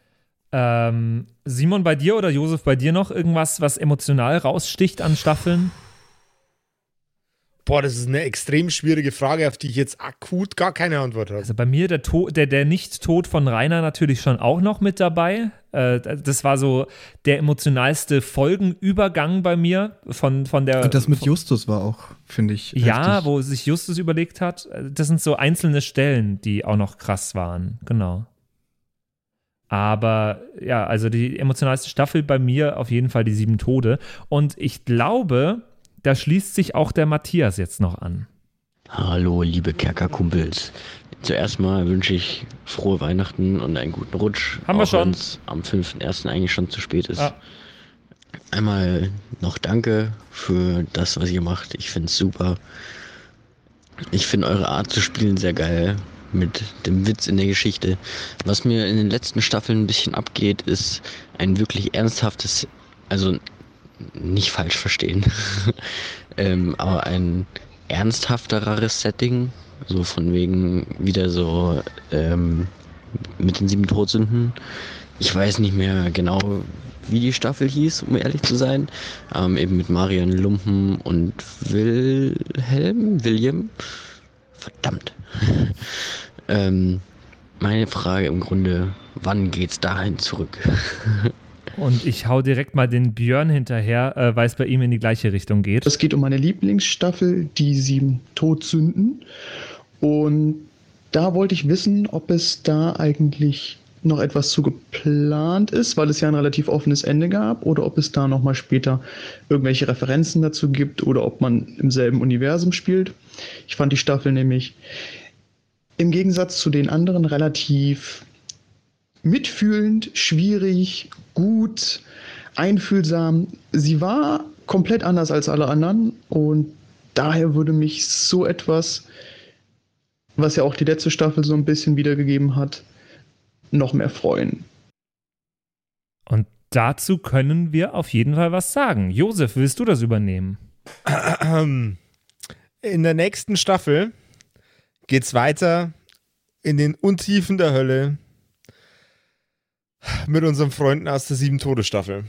Simon, bei dir oder Josef, bei dir noch irgendwas, was emotional raussticht an Staffeln? Boah, das ist eine extrem schwierige Frage, auf die ich jetzt akut gar keine Antwort habe. Also bei mir der Nicht-Tod von Rainer natürlich schon auch noch mit dabei. Das war so der emotionalste Folgenübergang bei mir von der. Und das mit Justus war auch, finde ich. Ja, heftig. wo sich Justus überlegt hat. Das sind so einzelne Stellen, die auch noch krass waren. Genau. Aber ja, also die emotionalste Staffel bei mir auf jeden Fall die 7 Tode. Und ich glaube, da schließt sich auch der Matthias jetzt noch an. Hallo, liebe Kerkerkumpels. Zuerst mal wünsche ich frohe Weihnachten und einen guten Rutsch. Haben wir schon. Wenn es am 5.1. eigentlich schon zu spät ist. Ja. Einmal noch danke für das, was ihr macht. Ich finde es super. Ich finde eure Art zu spielen sehr geil. Mit dem Witz in der Geschichte. Was mir in den letzten Staffeln ein bisschen abgeht, ist ein wirklich ernsthaftes, also nicht falsch verstehen, aber ein ernsthafteres Setting, so von wegen wieder so mit den 7 Todsünden. Ich weiß nicht mehr genau, wie die Staffel hieß, um ehrlich zu sein. Eben mit Marian Lumpen und William. Verdammt. Meine Frage im Grunde, wann geht's dahin zurück? Und ich hau direkt mal den Björn hinterher, weil es bei ihm in die gleiche Richtung geht. Es geht um meine Lieblingsstaffel, die 7 Todsünden. Und da wollte ich wissen, ob es da eigentlich noch etwas zu geplant ist, weil es ja ein relativ offenes Ende gab, oder ob es da nochmal später irgendwelche Referenzen dazu gibt oder ob man im selben Universum spielt. Ich fand die Staffel nämlich im Gegensatz zu den anderen relativ mitfühlend, schwierig, gut, einfühlsam. Sie war komplett anders als alle anderen und daher würde mich so etwas, was ja auch die letzte Staffel so ein bisschen wiedergegeben hat, noch mehr freuen. Und dazu können wir auf jeden Fall was sagen. Josef, willst du das übernehmen? In der nächsten Staffel geht's weiter in den Untiefen der Hölle mit unseren Freunden aus der 7-Tode-Staffel.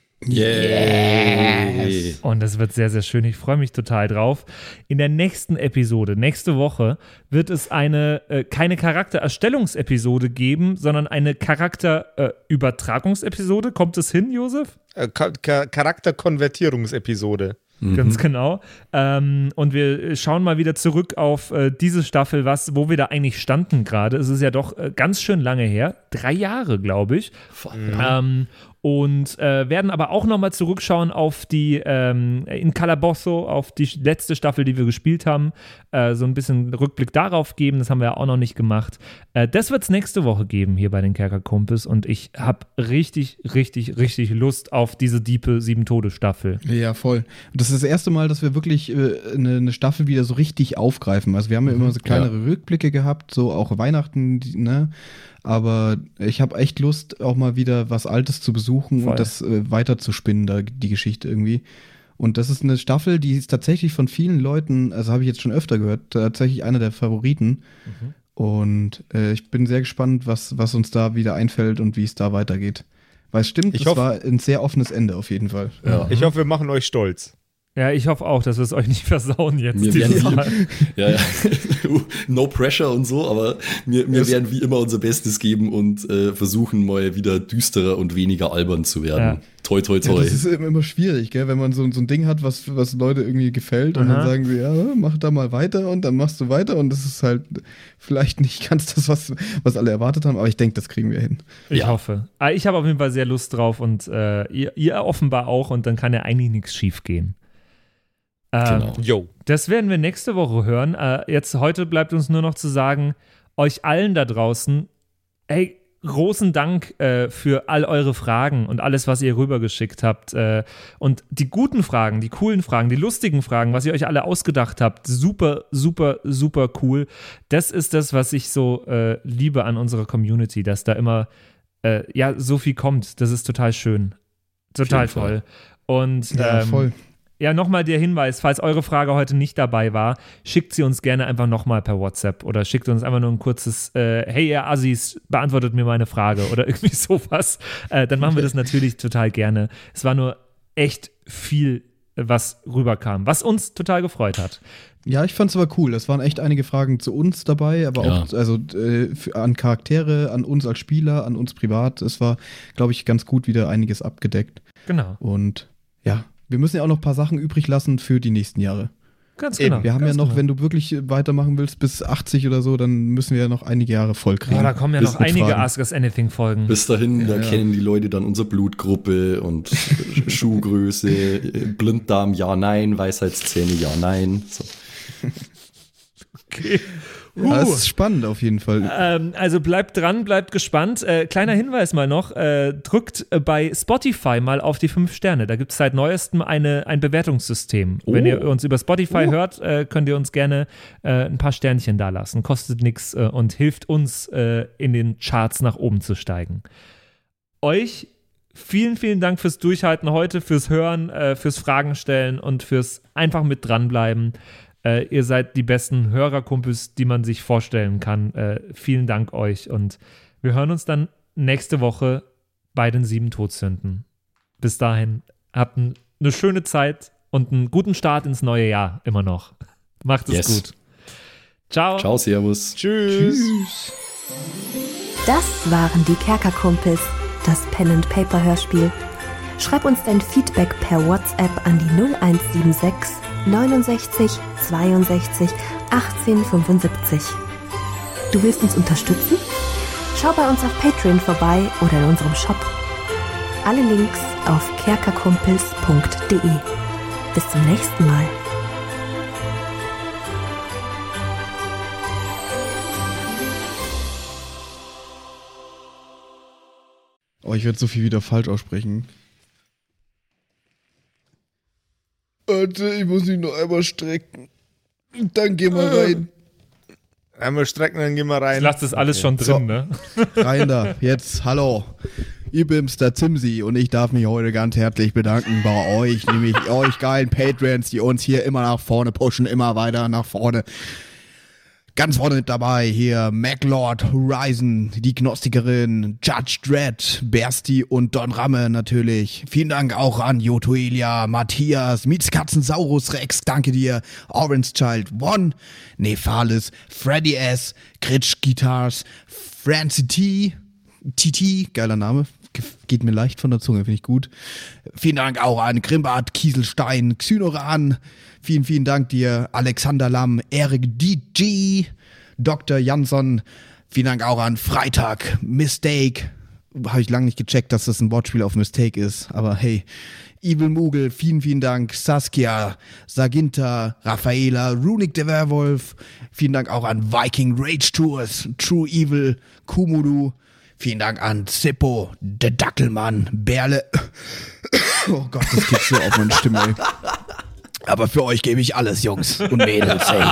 Yes. Und das wird sehr, sehr schön. Ich freue mich total drauf. In der nächsten Episode, nächste Woche, wird es keine Charaktererstellungsepisode geben, sondern eine Charakterübertragungsepisode. Kommt es hin, Josef? Charakterkonvertierungsepisode. Ganz genau. Und wir schauen mal wieder zurück auf diese Staffel, wo wir da eigentlich standen gerade. Es ist ja doch ganz schön lange her. 3 Jahre, glaube ich. und werden aber auch nochmal zurückschauen auf die in Calabozo, auf die letzte Staffel, die wir gespielt haben. So ein bisschen Rückblick darauf geben, das haben wir ja auch noch nicht gemacht. Das wird es nächste Woche geben hier bei den Kerkerkumpels und ich habe richtig, richtig, richtig Lust auf diese diepe 7-Tode-Staffel. Ja, voll. Das ist das erste Mal, dass wir wirklich eine Staffel wieder so richtig aufgreifen. Also wir haben ja immer so kleinere Rückblicke gehabt, so auch Weihnachten, ne? Aber ich habe echt Lust, auch mal wieder was Altes zu besuchen und das weiter zu spinnen, da die Geschichte irgendwie. Und das ist eine Staffel, die ist tatsächlich von vielen Leuten, also habe ich jetzt schon öfter gehört, tatsächlich einer der Favoriten. Und ich bin sehr gespannt, was uns da wieder einfällt und wie es da weitergeht. Weil es stimmt, es war ein sehr offenes Ende auf jeden Fall. Ja. Ich hoffe, wir machen euch stolz. Ja, ich hoffe auch, dass wir es euch nicht versauen jetzt. Ja. No pressure und so, aber wir werden wie immer unser Bestes geben und versuchen mal wieder düsterer und weniger albern zu werden. Ja. Toi, toi, toi. Ja, das ist immer schwierig, gell? Wenn man so ein Ding hat, was Leute irgendwie gefällt und dann sagen sie, ja, mach da mal weiter und dann machst du weiter und das ist halt vielleicht nicht ganz das, was alle erwartet haben, aber ich denke, das kriegen wir hin. Ich hoffe. Ich habe auf jeden Fall sehr Lust drauf und ihr offenbar auch und dann kann ja eigentlich nichts schief gehen. Genau. Das werden wir nächste Woche hören. Jetzt heute bleibt uns nur noch zu sagen, euch allen da draußen, hey, großen Dank für all eure Fragen und alles, was ihr rübergeschickt habt. Und die guten Fragen, die coolen Fragen, die lustigen Fragen, was ihr euch alle ausgedacht habt, super, super, super cool. Das ist das, was ich so liebe an unserer Community, dass da immer so viel kommt. Das ist total schön. Total toll. Und voll. Ja, nochmal der Hinweis, falls eure Frage heute nicht dabei war, schickt sie uns gerne einfach nochmal per WhatsApp oder schickt uns einfach nur ein kurzes hey ihr Assis, beantwortet mir meine Frage oder irgendwie sowas. Dann machen wir das natürlich total gerne. Es war nur echt viel, was rüberkam, was uns total gefreut hat. Ja, ich fand es aber cool. Es waren echt einige Fragen zu uns dabei, aber auch an Charaktere, an uns als Spieler, an uns privat. Es war, glaube ich, ganz gut wieder einiges abgedeckt. Genau. Und ja, wir müssen ja auch noch ein paar Sachen übrig lassen für die nächsten Jahre. Ganz genau. Wir haben ja noch, wenn du wirklich weitermachen willst, bis 80 oder so, dann müssen wir ja noch einige Jahre voll kriegen. Ja, da kommen ja noch einige Ask Us Anything Folgen. Bis dahin, da kennen die Leute dann unsere Blutgruppe und Schuhgröße, Blinddarm, ja, nein, Weisheitszähne, ja, nein. So. Okay. Ja, das ist spannend auf jeden Fall. Also bleibt dran, bleibt gespannt. Kleiner Hinweis mal noch, drückt bei Spotify mal auf die 5 Sterne. Da gibt es seit neuestem ein Bewertungssystem. Wenn ihr uns über Spotify hört, könnt ihr uns gerne ein paar Sternchen da lassen. Kostet nichts und hilft uns, in den Charts nach oben zu steigen. Euch vielen, vielen Dank fürs Durchhalten heute, fürs Hören, fürs Fragen stellen und fürs einfach mit dranbleiben. Ihr seid die besten Hörerkumpels, die man sich vorstellen kann. Vielen Dank euch und wir hören uns dann nächste Woche bei den 7 Todsünden. Bis dahin, habt eine schöne Zeit und einen guten Start ins neue Jahr immer noch. Macht es gut. Ciao. Ciao, servus. Tschüss. Das waren die Kerkerkumpels, das Pen-and-Paper-Hörspiel. Schreib uns dein Feedback per WhatsApp an die 0176 69 62 18 75. Du willst uns unterstützen? Schau bei uns auf Patreon vorbei oder in unserem Shop. Alle Links auf kerkerkumpels.de. Bis zum nächsten Mal. Oh, ich werde so viel wieder falsch aussprechen. Warte, ich muss mich noch einmal strecken. Dann gehen wir rein. Einmal strecken, dann gehen wir rein. Ich lasse das alles schon drin, so, ne? Rein da, jetzt, hallo. Ich bin's, der Zimsi, und ich darf mich heute ganz herzlich bedanken bei euch, nämlich euch geilen Patreons, die uns hier immer nach vorne pushen, immer weiter nach vorne. Ganz vorne mit dabei hier MacLord, Horizon, die Gnostikerin, Judge Dredd, Bersti und Don Ramme natürlich. Vielen Dank auch an Jotoelia, Matthias, Mietskatzensaurus Rex, danke dir, Orange Child One, Nephalis, Freddy S, Kritsch Guitars, Francie T, TT, geiler Name, geht mir leicht von der Zunge, finde ich gut. Vielen Dank auch an Grimbart, Kieselstein, Xynoran. Vielen, vielen Dank dir, Alexander Lamm, Erik DG, Dr. Jansson. Vielen Dank auch an Freitag, Mistake, habe ich lange nicht gecheckt, dass das ein Wortspiel auf Mistake ist. Aber hey, Evil Moogle, vielen Dank. Saskia, Saginta, Raffaela, Runic der Werwolf. Vielen Dank auch an Viking Rage Tours, True Evil, Kumudu. Vielen Dank an Zippo, der Dackelmann, Berle. Oh Gott, das geht so auf meine Stimme, ey. Aber für euch gebe ich alles, Jungs und Mädels, ey.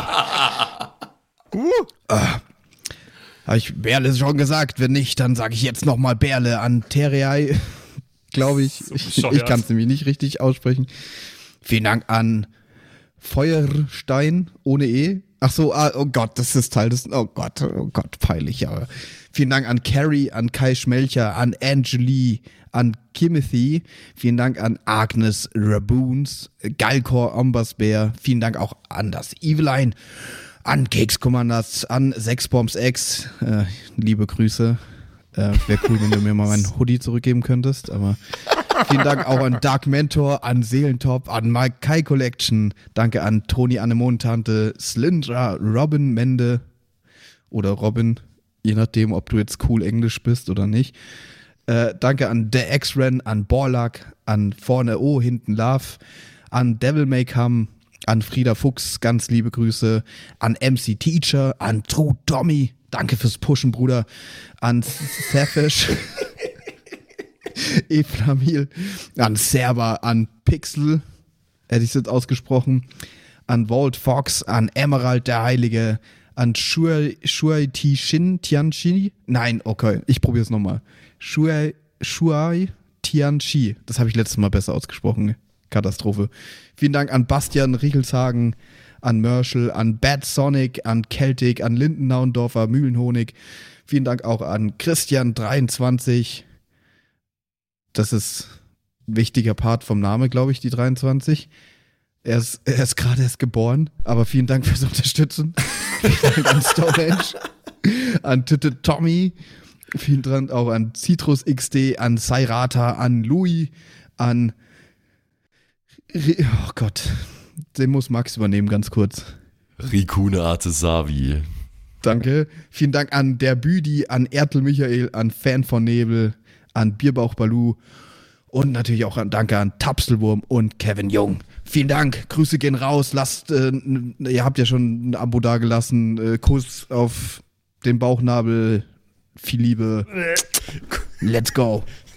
Habe ich Berle schon gesagt? Wenn nicht, dann sage ich jetzt nochmal Berle an Terrei. Glaube ich. So ich kann es nämlich nicht richtig aussprechen. Vielen Dank an Feuerstein ohne E. Ach so, oh Gott, das ist Teil des. Oh Gott, peinlich, aber. Vielen Dank an Carrie, an Kai Schmelcher, an Angelie, an Kimothy. Vielen Dank an Agnes Raboons, Galkor Ombasbär. Vielen Dank auch an das Eveline, an Keks Commanders, an Sexbombs X. Liebe Grüße. Wäre cool, wenn du mir mal meinen Hoodie zurückgeben könntest. Aber vielen Dank auch an Dark Mentor, an Seelentop, an Mike Kai Collection. Danke an Toni Anemontante, Slyndra, Robin Mende oder Robin, je nachdem, ob du jetzt cool Englisch bist oder nicht. Danke an The X-Ren, an Borlak, an Vorne O, Hinten Love, an Devil May Come, an Frieda Fuchs, ganz liebe Grüße, an MC Teacher, an True Tommy, danke fürs Pushen, Bruder, an Safish, Eflamil, an Server, an Pixel, hätte ich es jetzt ausgesprochen, an Walt Fox, an Emerald der Heilige, an Shuai Tianchi. Nein, okay, ich probiere es nochmal. Shuai Tianchi. Das habe ich letztes Mal besser ausgesprochen. Katastrophe. Vielen Dank an Bastian Riechelshagen, an Merschel, an Bad Sonic, an Celtic, an Lindennaundorfer, Mühlenhonig. Vielen Dank auch an Christian23. Das ist ein wichtiger Part vom Namen, glaube ich, die 23. Er ist gerade erst geboren, aber vielen Dank fürs Unterstützen. Vielen Dank an Stonehenge, an Titte Tommy, vielen Dank auch an Citrus XD, an Sairata, an Louis, an oh Gott, den muss Max übernehmen, ganz kurz. Rikune Artesavi. Danke. Vielen Dank an der Büdi, an Ertel Michael, an Fan von Nebel, an Bierbauch Balu und natürlich auch Danke an Tapselwurm und Kevin Jung. Vielen Dank, Grüße gehen raus, ihr habt ja schon ein Abo dagelassen, Kuss auf den Bauchnabel, viel Liebe, let's go.